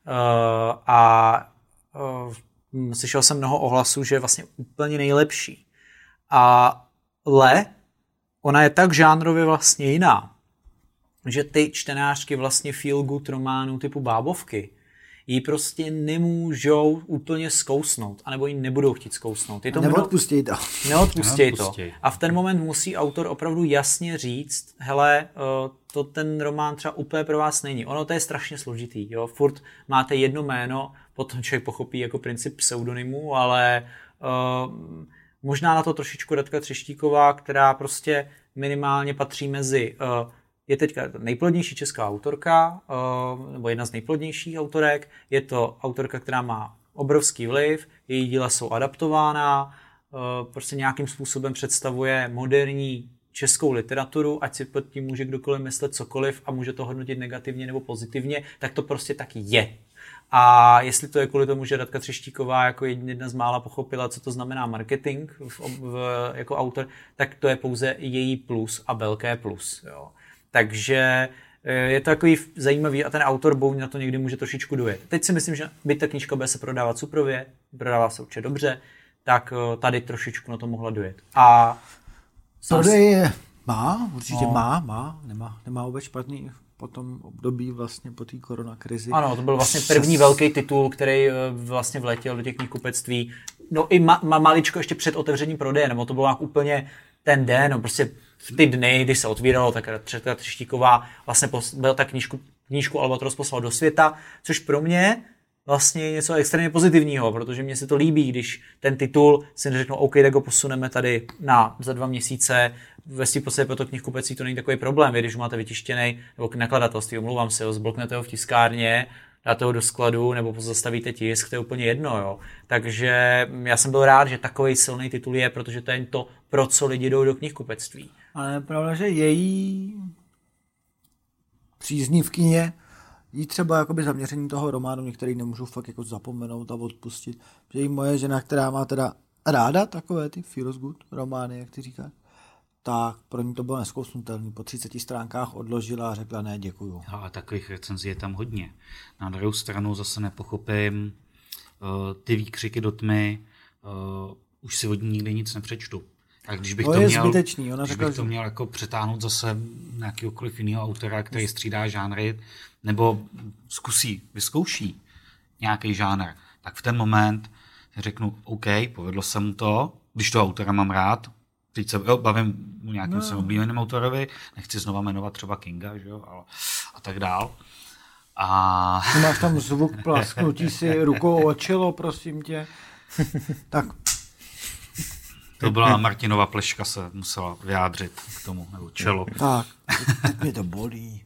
a uh, slyšel jsem mnoho ohlasů, že je vlastně úplně nejlepší. Ale ona je tak žánrově vlastně jiná, že ty čtenářky vlastně feel good románů typu Bábovky jí prostě nemůžou úplně zkousnout, anebo ji nebudou chtít zkousnout. Je to neodpustí to. Neodpustí to. A v ten moment musí autor opravdu jasně říct, hele, to ten román třeba úplně pro vás není. Ono to je strašně složitý. Jo? Furt máte jedno jméno, potom člověk pochopí jako princip pseudonymu, ale uh, možná na to trošičku Radka Třeštíková, která prostě minimálně patří mezi... Uh, je teďka nejplodnější česká autorka, nebo jedna z nejplodnějších autorek. Je to autorka, která má obrovský vliv, její díla jsou adaptována, prostě nějakým způsobem představuje moderní českou literaturu, ať si pod tím může kdokoliv myslet cokoliv a může to hodnotit negativně nebo pozitivně, tak to prostě tak je. A jestli to je kvůli tomu, že Radka Třeštíková jako jedna z mála pochopila, co to znamená marketing v, v, jako autor, tak to je pouze její plus a velké plus. Jo. Takže je to takový zajímavý a ten autor Bouň na to někdy může trošičku dojet. Teď si myslím, že byť ta knížka bude se prodávat suprově, prodává se určitě dobře, tak tady trošičku na to mohla dojet. A prodej má, určitě no. má, má, nemá, nemá vůbec špatný po tom období vlastně po té koronakrizi. Ano, to byl vlastně první velký titul, který vlastně vletěl do těch knihkupectví. No i ma, ma, maličko ještě před otevřením prodeje, nebo to bylo jak úplně ten den, no prostě v ty dny, kdy se otvíralo, tak Třetka Třeštíková vlastně pos, byl ta knížku, knížku Albatros poslal do světa, což pro mě vlastně je něco extrémně pozitivního, protože mně se to líbí, když ten titul si neřeknou, OK, tak ho posuneme tady na za dva měsíce, ve stí pro to knihkupectví to není takový problém, vy, když máte vytištěný, nebo k nakladatelství, omlouvám se, ho, zbloknete ho v tiskárně, dáte ho do skladu, nebo pozastavíte tisk, to je úplně jedno, jo. Takže já jsem byl rád, že takový silný titul je, protože to je to, pro co lidi jdou do knihkupectví. Ale je pravda, že její příznivkyně jí třeba jakoby zaměření toho románu některý nemůžu fakt jako zapomenout a odpustit. Že jí moje žena, která má teda ráda takové ty feels good romány, jak ty říkáš, tak pro ní to bylo neskousnutelný. Po třiceti stránkách odložila a řekla ne, děkuju. A takových recenzí je tam hodně. Na druhou stranu zase nepochopím uh, ty výkřiky do tmy, uh, už si od ní nikdy nic nepřečtu. A když bych to, to je měl, zbytečný. Ona když řekla, bych to měl jako přetáhnout zase nějakýhokoliv jiného autora, který střídá žánry, nebo zkusí, vyzkouší nějaký žánr, tak v ten moment řeknu, OK, povedlo se mu to, když toho autora mám rád, teď se jo, bavím o nějakém no. svém oblíbeném autorovi, nechci znova jmenovat třeba Kinga, že jo, ale, a tak dál. A... Ty máš tam zvuk plasknutí si rukou o čelo, prosím tě. Tak. To byla Martinova pleška, se musela vyjádřit k tomu, nebo čelo. Tak, teď mě to bolí.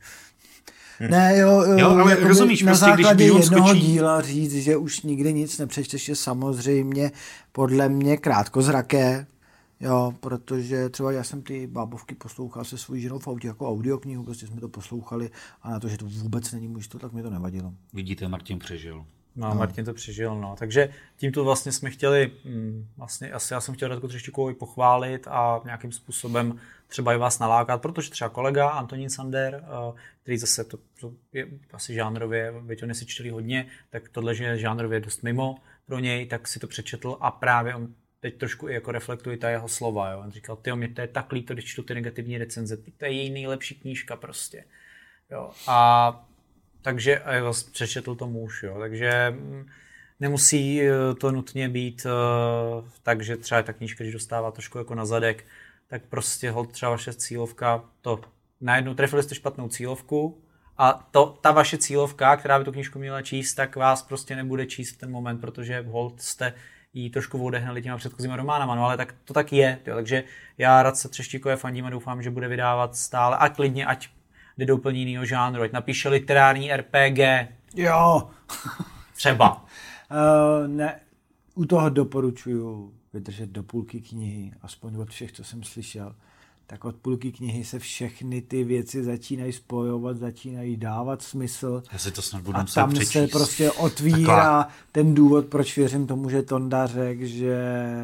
Ne, jo, jo ale rozumíš, na prostě, základě když, když jednoho skočí... díla říct, že už nikdy nic nepřečteš, je samozřejmě podle mě krátkozraké, jo, protože třeba já jsem ty Bábovky poslouchal se svojí ženou v autě jako audioknihu, prostě jsme to poslouchali a na to, že to vůbec není můj styl, tak mi to nevadilo. Vidíte, Martin přežil. No, no, Martin to přežil, no. Takže tímto vlastně jsme chtěli, hm, vlastně asi já jsem chtěl Radku Třeštíkovou i pochválit a nějakým způsobem třeba i vás nalákat, protože třeba kolega Antonín Sander, který zase to, to je asi žánrově, většinou si čteli hodně, tak tohle, že je žánrově dost mimo pro něj, tak si to přečetl a právě on teď trošku i jako reflektuje ta jeho slova, jo. On říkal, tyjo, mě to je tak líto, když čtu ty negativní recenze, to je její nejlepší knížka prostě, jo. A takže přečetl to muž, jo. Takže nemusí to nutně být uh, tak, že třeba ta knížka, když dostává trošku jako na zadek, tak prostě hod třeba vaše cílovka, to najednou trefili jste špatnou cílovku a to, ta vaše cílovka, která by tu knížku měla číst, tak vás prostě nebude číst v ten moment, protože hold jste jí trošku odehnali těma předchozíma románama, no ale tak to tak je, jo. Takže já Radce Třeštíkové fandím a doufám, že bude vydávat stále a klidně, ať jde do úplně jiného žánru, ať napíše literární R P G. Jo. Třeba. uh, ne, u toho doporučuju vydržet do půlky knihy, aspoň od všech, co jsem slyšel. Tak od půlky knihy se všechny ty věci začínají spojovat, začínají dávat smysl. Já si to snad budu a muset tam přečíst. se prostě otvírá Taková... ten důvod, proč věřím tomu, že Tonda řekl, že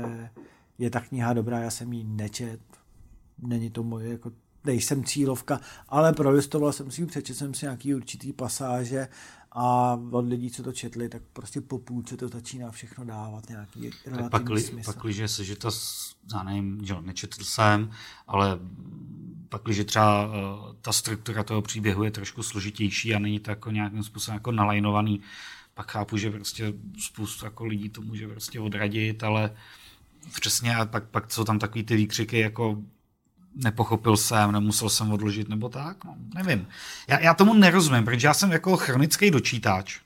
je ta kniha dobrá, já jsem ji nečet. Není to moje, jako nejsem cílovka, ale prolistoval jsem si ji, přečetl jsem si nějaký určitý pasáže a od lidí, co to četli, tak prostě po půlce to začíná všechno dávat nějaký relativní pakli, smysl. Pakliže se, že to, já nevím, že nečetl jsem, ale pakliže třeba uh, ta struktura toho příběhu je trošku složitější a není to jako nějakým způsobem jako nalajnovaný, pak chápu, že prostě spoustu jako lidí to může prostě odradit, ale přesně a pak, pak jsou tam takový ty výkřiky jako nepochopil jsem, nemusel jsem odložit, nebo tak, no, nevím. Já, já tomu nerozumím, protože já jsem jako chronický dočítač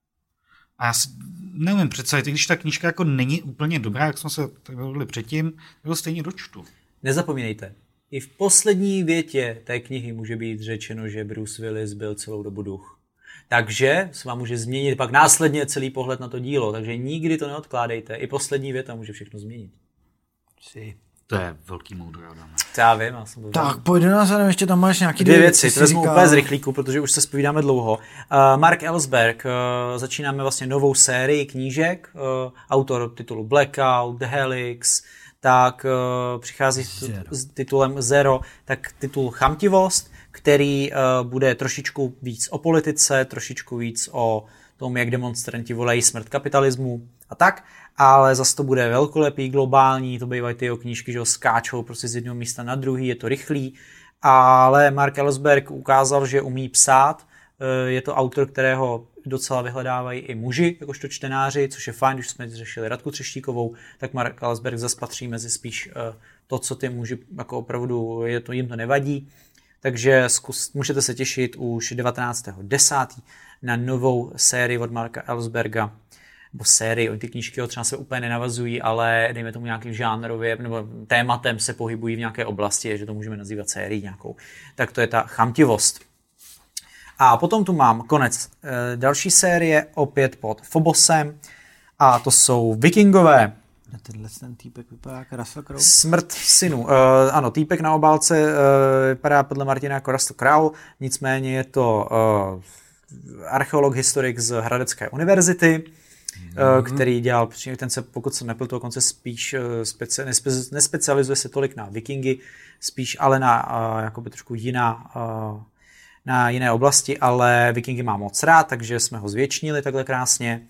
a já si nevím představit, když ta knížka jako není úplně dobrá, jak jsme se tak bavili předtím, tak stejně dočtu. Nezapomínejte, i v poslední větě té knihy může být řečeno, že Bruce Willis byl celou dobu duch. Takže se vám může změnit pak následně celý pohled na to dílo, takže nikdy to neodkládejte, i poslední věta může všechno změnit. Si. To je velký moudro, Adame. Já vím, já jsem Tak, pojď na zadem, ještě tam máš nějaký dvě věci, to vezmu úplně z rychlíku, protože už se zpovídáme dlouho. Uh, Mark Ellsberg, uh, začínáme vlastně novou sérii knížek, uh, autor titulu Blackout, The Helix, tak uh, přichází Zero. s titulem Zero, tak titul Chamtivost, který uh, bude trošičku víc o politice, trošičku víc o tom, jak demonstranti volají smrt kapitalismu a tak, ale zase to bude velkolepý, globální, to bývají ty jeho knížky, že ho skáčou prostě z jednoho místa na druhý, je to rychlý, ale Mark Ellsberg ukázal, že umí psát, je to autor, kterého docela vyhledávají i muži, jakožto čtenáři, což je fajn, když jsme řešili Radku Třeštíkovou, tak Mark Ellsberg zase patří mezi spíš to, co ty muži jako opravdu, je to, jim to nevadí. Takže zkus, můžete se těšit už devatenáctého desátého na novou sérii od Marka Ellsberga, nebo sérii, oni ty knížky třeba se úplně nenavazují, ale dejme tomu nějakým žánrově, nebo tématem se pohybují v nějaké oblasti, že to můžeme nazývat sérií nějakou. Tak to je ta chamtivost. A potom tu mám konec e, další série, opět pod Phobosem, a to jsou Vikingové. Tenhle ten týpek vypadá jako Russell Crowe. Smrt synu. Uh, ano, týpek na obálce uh, vypadá podle Martina jako Russell Crowe, nicméně je to uh, archeolog, historik z Hradecké univerzity, mm. uh, který dělal, ten se, pokud se nepil toho konce, spíš uh, speci, nespe, nespecializuje se tolik na vikingy, spíš ale na uh, jakoby trošku jiná, uh, na jiné oblasti, ale vikingy má moc rád, takže jsme ho zvětšnili takhle krásně.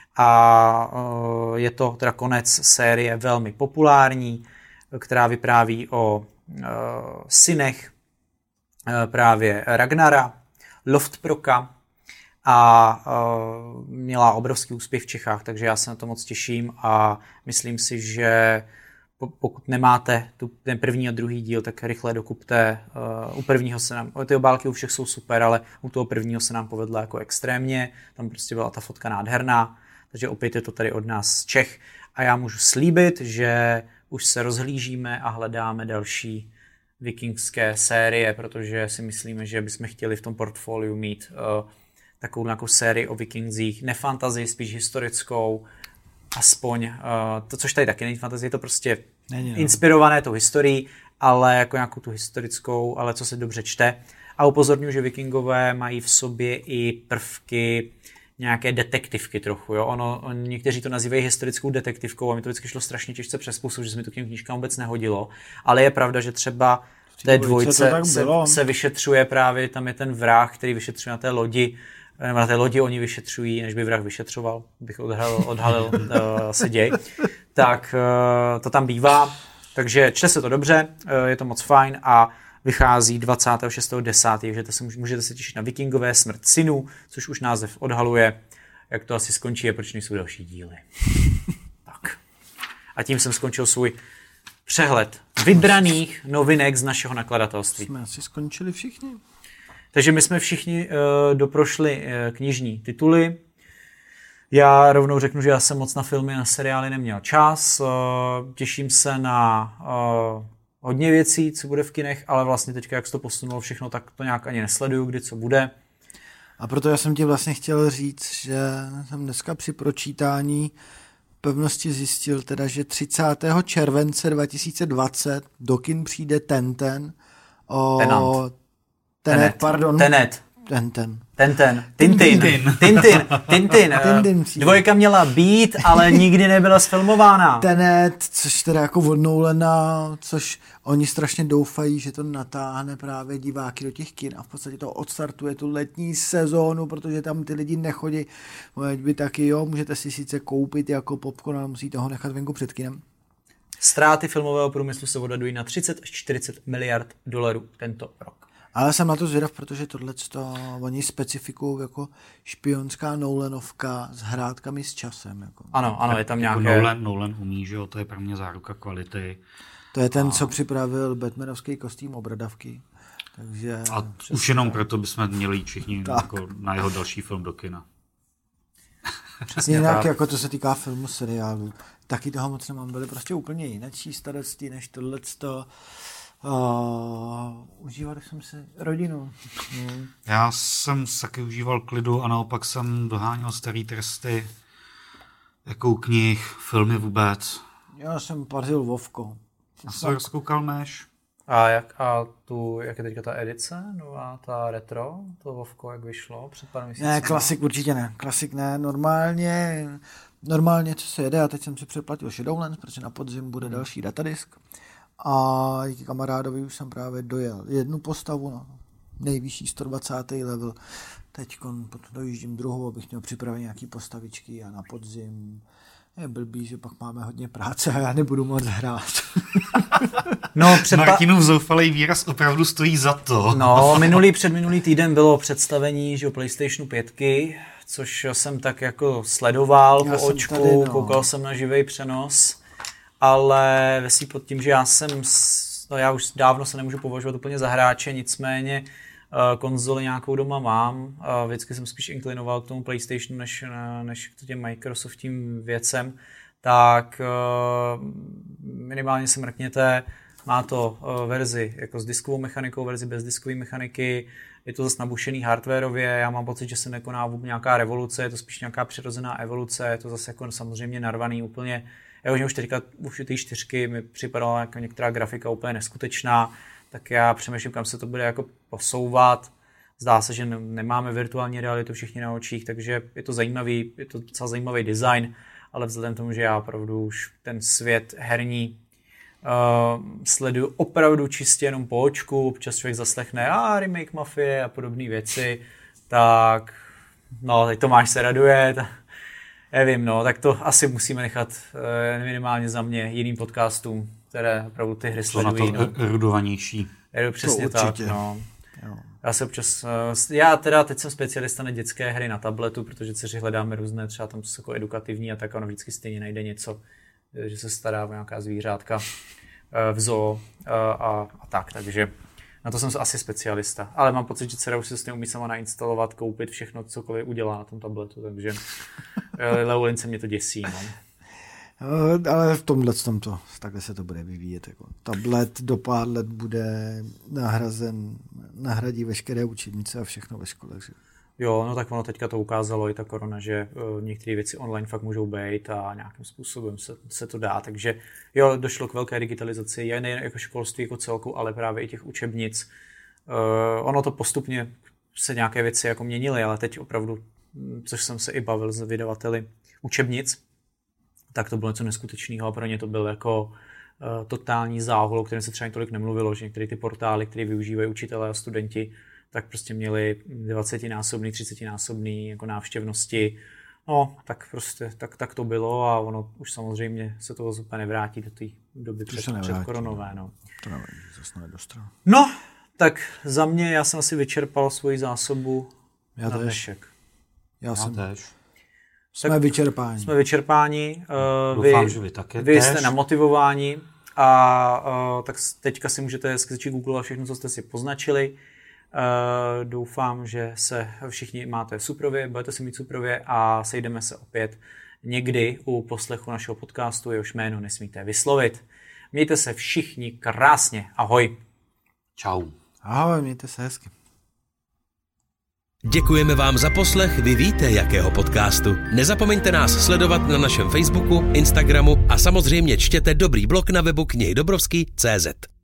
A je to teda konec série velmi populární, která vypráví o synech právě Ragnara, Loftbroka, a měla obrovský úspěch v Čechách, takže já se na to moc těším a myslím si, že pokud nemáte tu, ten první a druhý díl, tak rychle dokupte. U prvního se nám, ty obálky u všech jsou super, ale u toho prvního se nám povedlo jako extrémně, tam prostě byla ta fotka nádherná. Takže opět je to tady od nás z Čech a já můžu slíbit, že už se rozhlížíme a hledáme další vikingské série, protože si myslíme, že bychom chtěli v tom portfoliu mít uh, takovou nějakou sérii o vikingzích, ne fantazii, spíš historickou, aspoň uh, to, což tady taky není fantazie, je to prostě není, inspirované tou historií, ale jako nějakou tu historickou, ale co se dobře čte. A upozorňuji, že vikingové mají v sobě i prvky nějaké detektivky trochu, jo. Ono, on, někteří to nazývají historickou detektivkou a mi to vždycky šlo strašně těžce přes pusu, že se mi to k těm knížkám vůbec nehodilo. Ale je pravda, že třeba v té dvojce se, se vyšetřuje právě, tam je ten vrah, který vyšetřuje na té lodi, nebo na té lodi oni vyšetřují, než by vrah vyšetřoval, bych odhalil, odhalil uh, asi děj. Tak uh, to tam bývá, takže čte se to dobře, uh, je to moc fajn a vychází dvacátého šestého desátého takže to se můžete se těšit na Vikingové, Smrt synů, což už název odhaluje, jak to asi skončí a proč nejsou další díly. Tak. A tím jsem skončil svůj přehled vybraných novinek z našeho nakladatelství. Jsme asi skončili všichni. Takže my jsme všichni uh, doprošli uh, knižní tituly. Já rovnou řeknu, že já jsem moc na filmy a na seriály neměl čas. Uh, těším se na uh, hodně věcí, co bude v kinech, ale vlastně teďka, jak se to posunulo všechno, tak to nějak ani nesleduju, kdy co bude. A proto já jsem ti vlastně chtěl říct, že jsem dneska při pročítání pevnosti zjistil teda, že třicátého července dva tisíce dvacet do kin přijde Tenten o... Tenant. Tenet, Tenet, pardon. Tenet. Tenten. Tenten. Tintin. Tintin. Tintin. Tintin. Dvojka měla být, ale nikdy nebyla sfilmována. Tenet, což teda jako od Nolana, což oni strašně doufají, že to natáhne právě diváky do těch kin a v podstatě to odstartuje tu letní sezónu, protože tam ty lidi nechodí. By taky, jo, můžete si sice koupit jako popcorn, ale musíte ho nechat venku před kinem. Ztráty filmového průmyslu se odhadují na třicet až čtyřicet miliard dolarů tento rok. Ale jsem na to zvědav, protože tohleto oni specifikují jako špionská Nolanovka s hrádkami s časem. Jako. Ano, ano, je tam jako nějaké... Nolan, Nolan umí, že jo, to je pro mě záruka kvality. To je ten, a... co připravil Batmanovský kostým o bradavky. Takže... A přesně, už jenom proto bychom měli jít všichni jako na jeho další film do kina. Přesně jinak, tak. Jako to se týká filmu, seriálu, taky toho moc nemám, byly prostě úplně jiné starosti než tohleto. Uh, užíval jsem si rodinu. Hmm. Já jsem taky užíval klidu a naopak jsem doháněl starý tresty, jakou knih, filmy vůbec. Já jsem pařil Vovko. A co rozkoukal Meš? A, jak, a tu, jak je teďka ta edice, nová, ta retro, to Vovko, jak vyšlo před pár měsíci? Ne, klasik určitě ne, klasik ne, normálně, normálně co se jede, a teď jsem si přeplatil Shadowlands, protože na podzim bude hmm. další datadisk. A díky kamarádovi už jsem právě dojel jednu postavu na nejvyšší sto dvacátý level. Teď dojíždím druhou, abych měl připravený nějaký postavičky a na podzim je blbý, že pak máme hodně práce a já nebudu moc hrát. No, předpa... Martinův zoufalý výraz opravdu stojí za to. No, minulý, předminulý týden bylo představení, že PlayStationu pět, což jsem tak jako sledoval já po očku, tady, no. Koukal jsem na živý přenos, ale vesí pod tím, že já jsem, no já už dávno se nemůžu považovat úplně za hráče, nicméně konzoli nějakou doma mám. Vždycky jsem spíš inklinoval k tomu PlayStationu než, než k těm Microsoftím věcem. Tak minimálně se mrkněte. Má to verzi jako s diskovou mechanikou, verzi bez diskové mechaniky. Je to zase nabušený hardwarově. Já mám pocit, že se nekoná vůbec nějaká revoluce. Je to spíš nějaká přirozená evoluce. Je to zase jako samozřejmě narvaný úplně. Já už, už teďka už ty čtyřky mi připadala jako některá grafika úplně neskutečná. Tak já přemýšlím, kam se to bude jako posouvat. Zdá se, že nemáme virtuální realitu všichni na očích, takže je to zajímavý, je to docela zajímavý design, ale vzhledem k tomu, že já opravdu už ten svět herní uh, sleduju opravdu čistě jenom po očku, občas člověk zaslechne a remake Mafie a podobné věci, tak no, teď Tomáš se raduje, tak, nevím, no, tak to asi musíme nechat uh, minimálně za mě jiným podcastům, které opravdu ty hry sledují. To na to erudovanější. Je přesně to tak, no. Jo. Já se občas, já teda teď jsem specialista na dětské hry na tabletu, protože dceři hledáme různé, třeba tam jsou jako edukativní a tak ono vždycky stejně najde něco, že se stará o nějaká zvířátka v zoo a, a tak, takže na to jsem asi specialista. Ale mám pocit, že dcera už se s tím umí sama nainstalovat, koupit všechno, cokoliv udělá na tom tabletu, takže Leulince mě to děsí, no. Ale v tomhle to, takhle se to bude vyvíjet. Jako. Tablet do pár let bude nahrazen, nahradí veškeré učebnice a všechno ve škole. Že? Jo, no tak ono teďka to ukázalo i ta korona, že uh, některé věci online fakt můžou být a nějakým způsobem se, se to dá. Takže jo, došlo k velké digitalizaci, je nejen jako školství jako celku, ale právě i těch učebnic. Uh, ono to postupně se nějaké věci jako měnily, ale teď opravdu, což jsem se i bavil s vydavateli učebnic, tak to bylo něco neskutečného a pro ně to byl jako uh, totální záhul, o kterém se třeba tolik nemluvilo, že některé ty portály, které využívají učitelé a studenti, tak prostě měli dvacetinásobný, třicetinásobný jako návštěvnosti. No, tak prostě, tak, tak to bylo a ono už samozřejmě se toho úplně nevrátí do té doby před, před koronové. No. To nevím, zase nedostral. No, tak za mě, já jsem asi vyčerpal svoji zásobu já na tež. dnešek. Já, já jsem tež. Jsme tak vyčerpáni. Jsme vyčerpáni. Uh, Doufám, vy, že vy také Vy tež. jste namotivováni a uh, tak teďka si můžete začít googlovat všechno, co jste si poznačili. Uh, doufám, že se všichni máte suprově, budete si mít suprově a sejdeme se opět někdy u poslechu našeho podcastu, jehož jméno nesmíte vyslovit. Mějte se všichni krásně. Ahoj. Čau. Ahoj, mějte se hezky. Děkujeme vám za poslech, vy víte, jakého podcastu. Nezapomeňte nás sledovat na našem Facebooku, Instagramu a samozřejmě čtěte dobrý blog na webu knihy dobrovský tečka cé zet.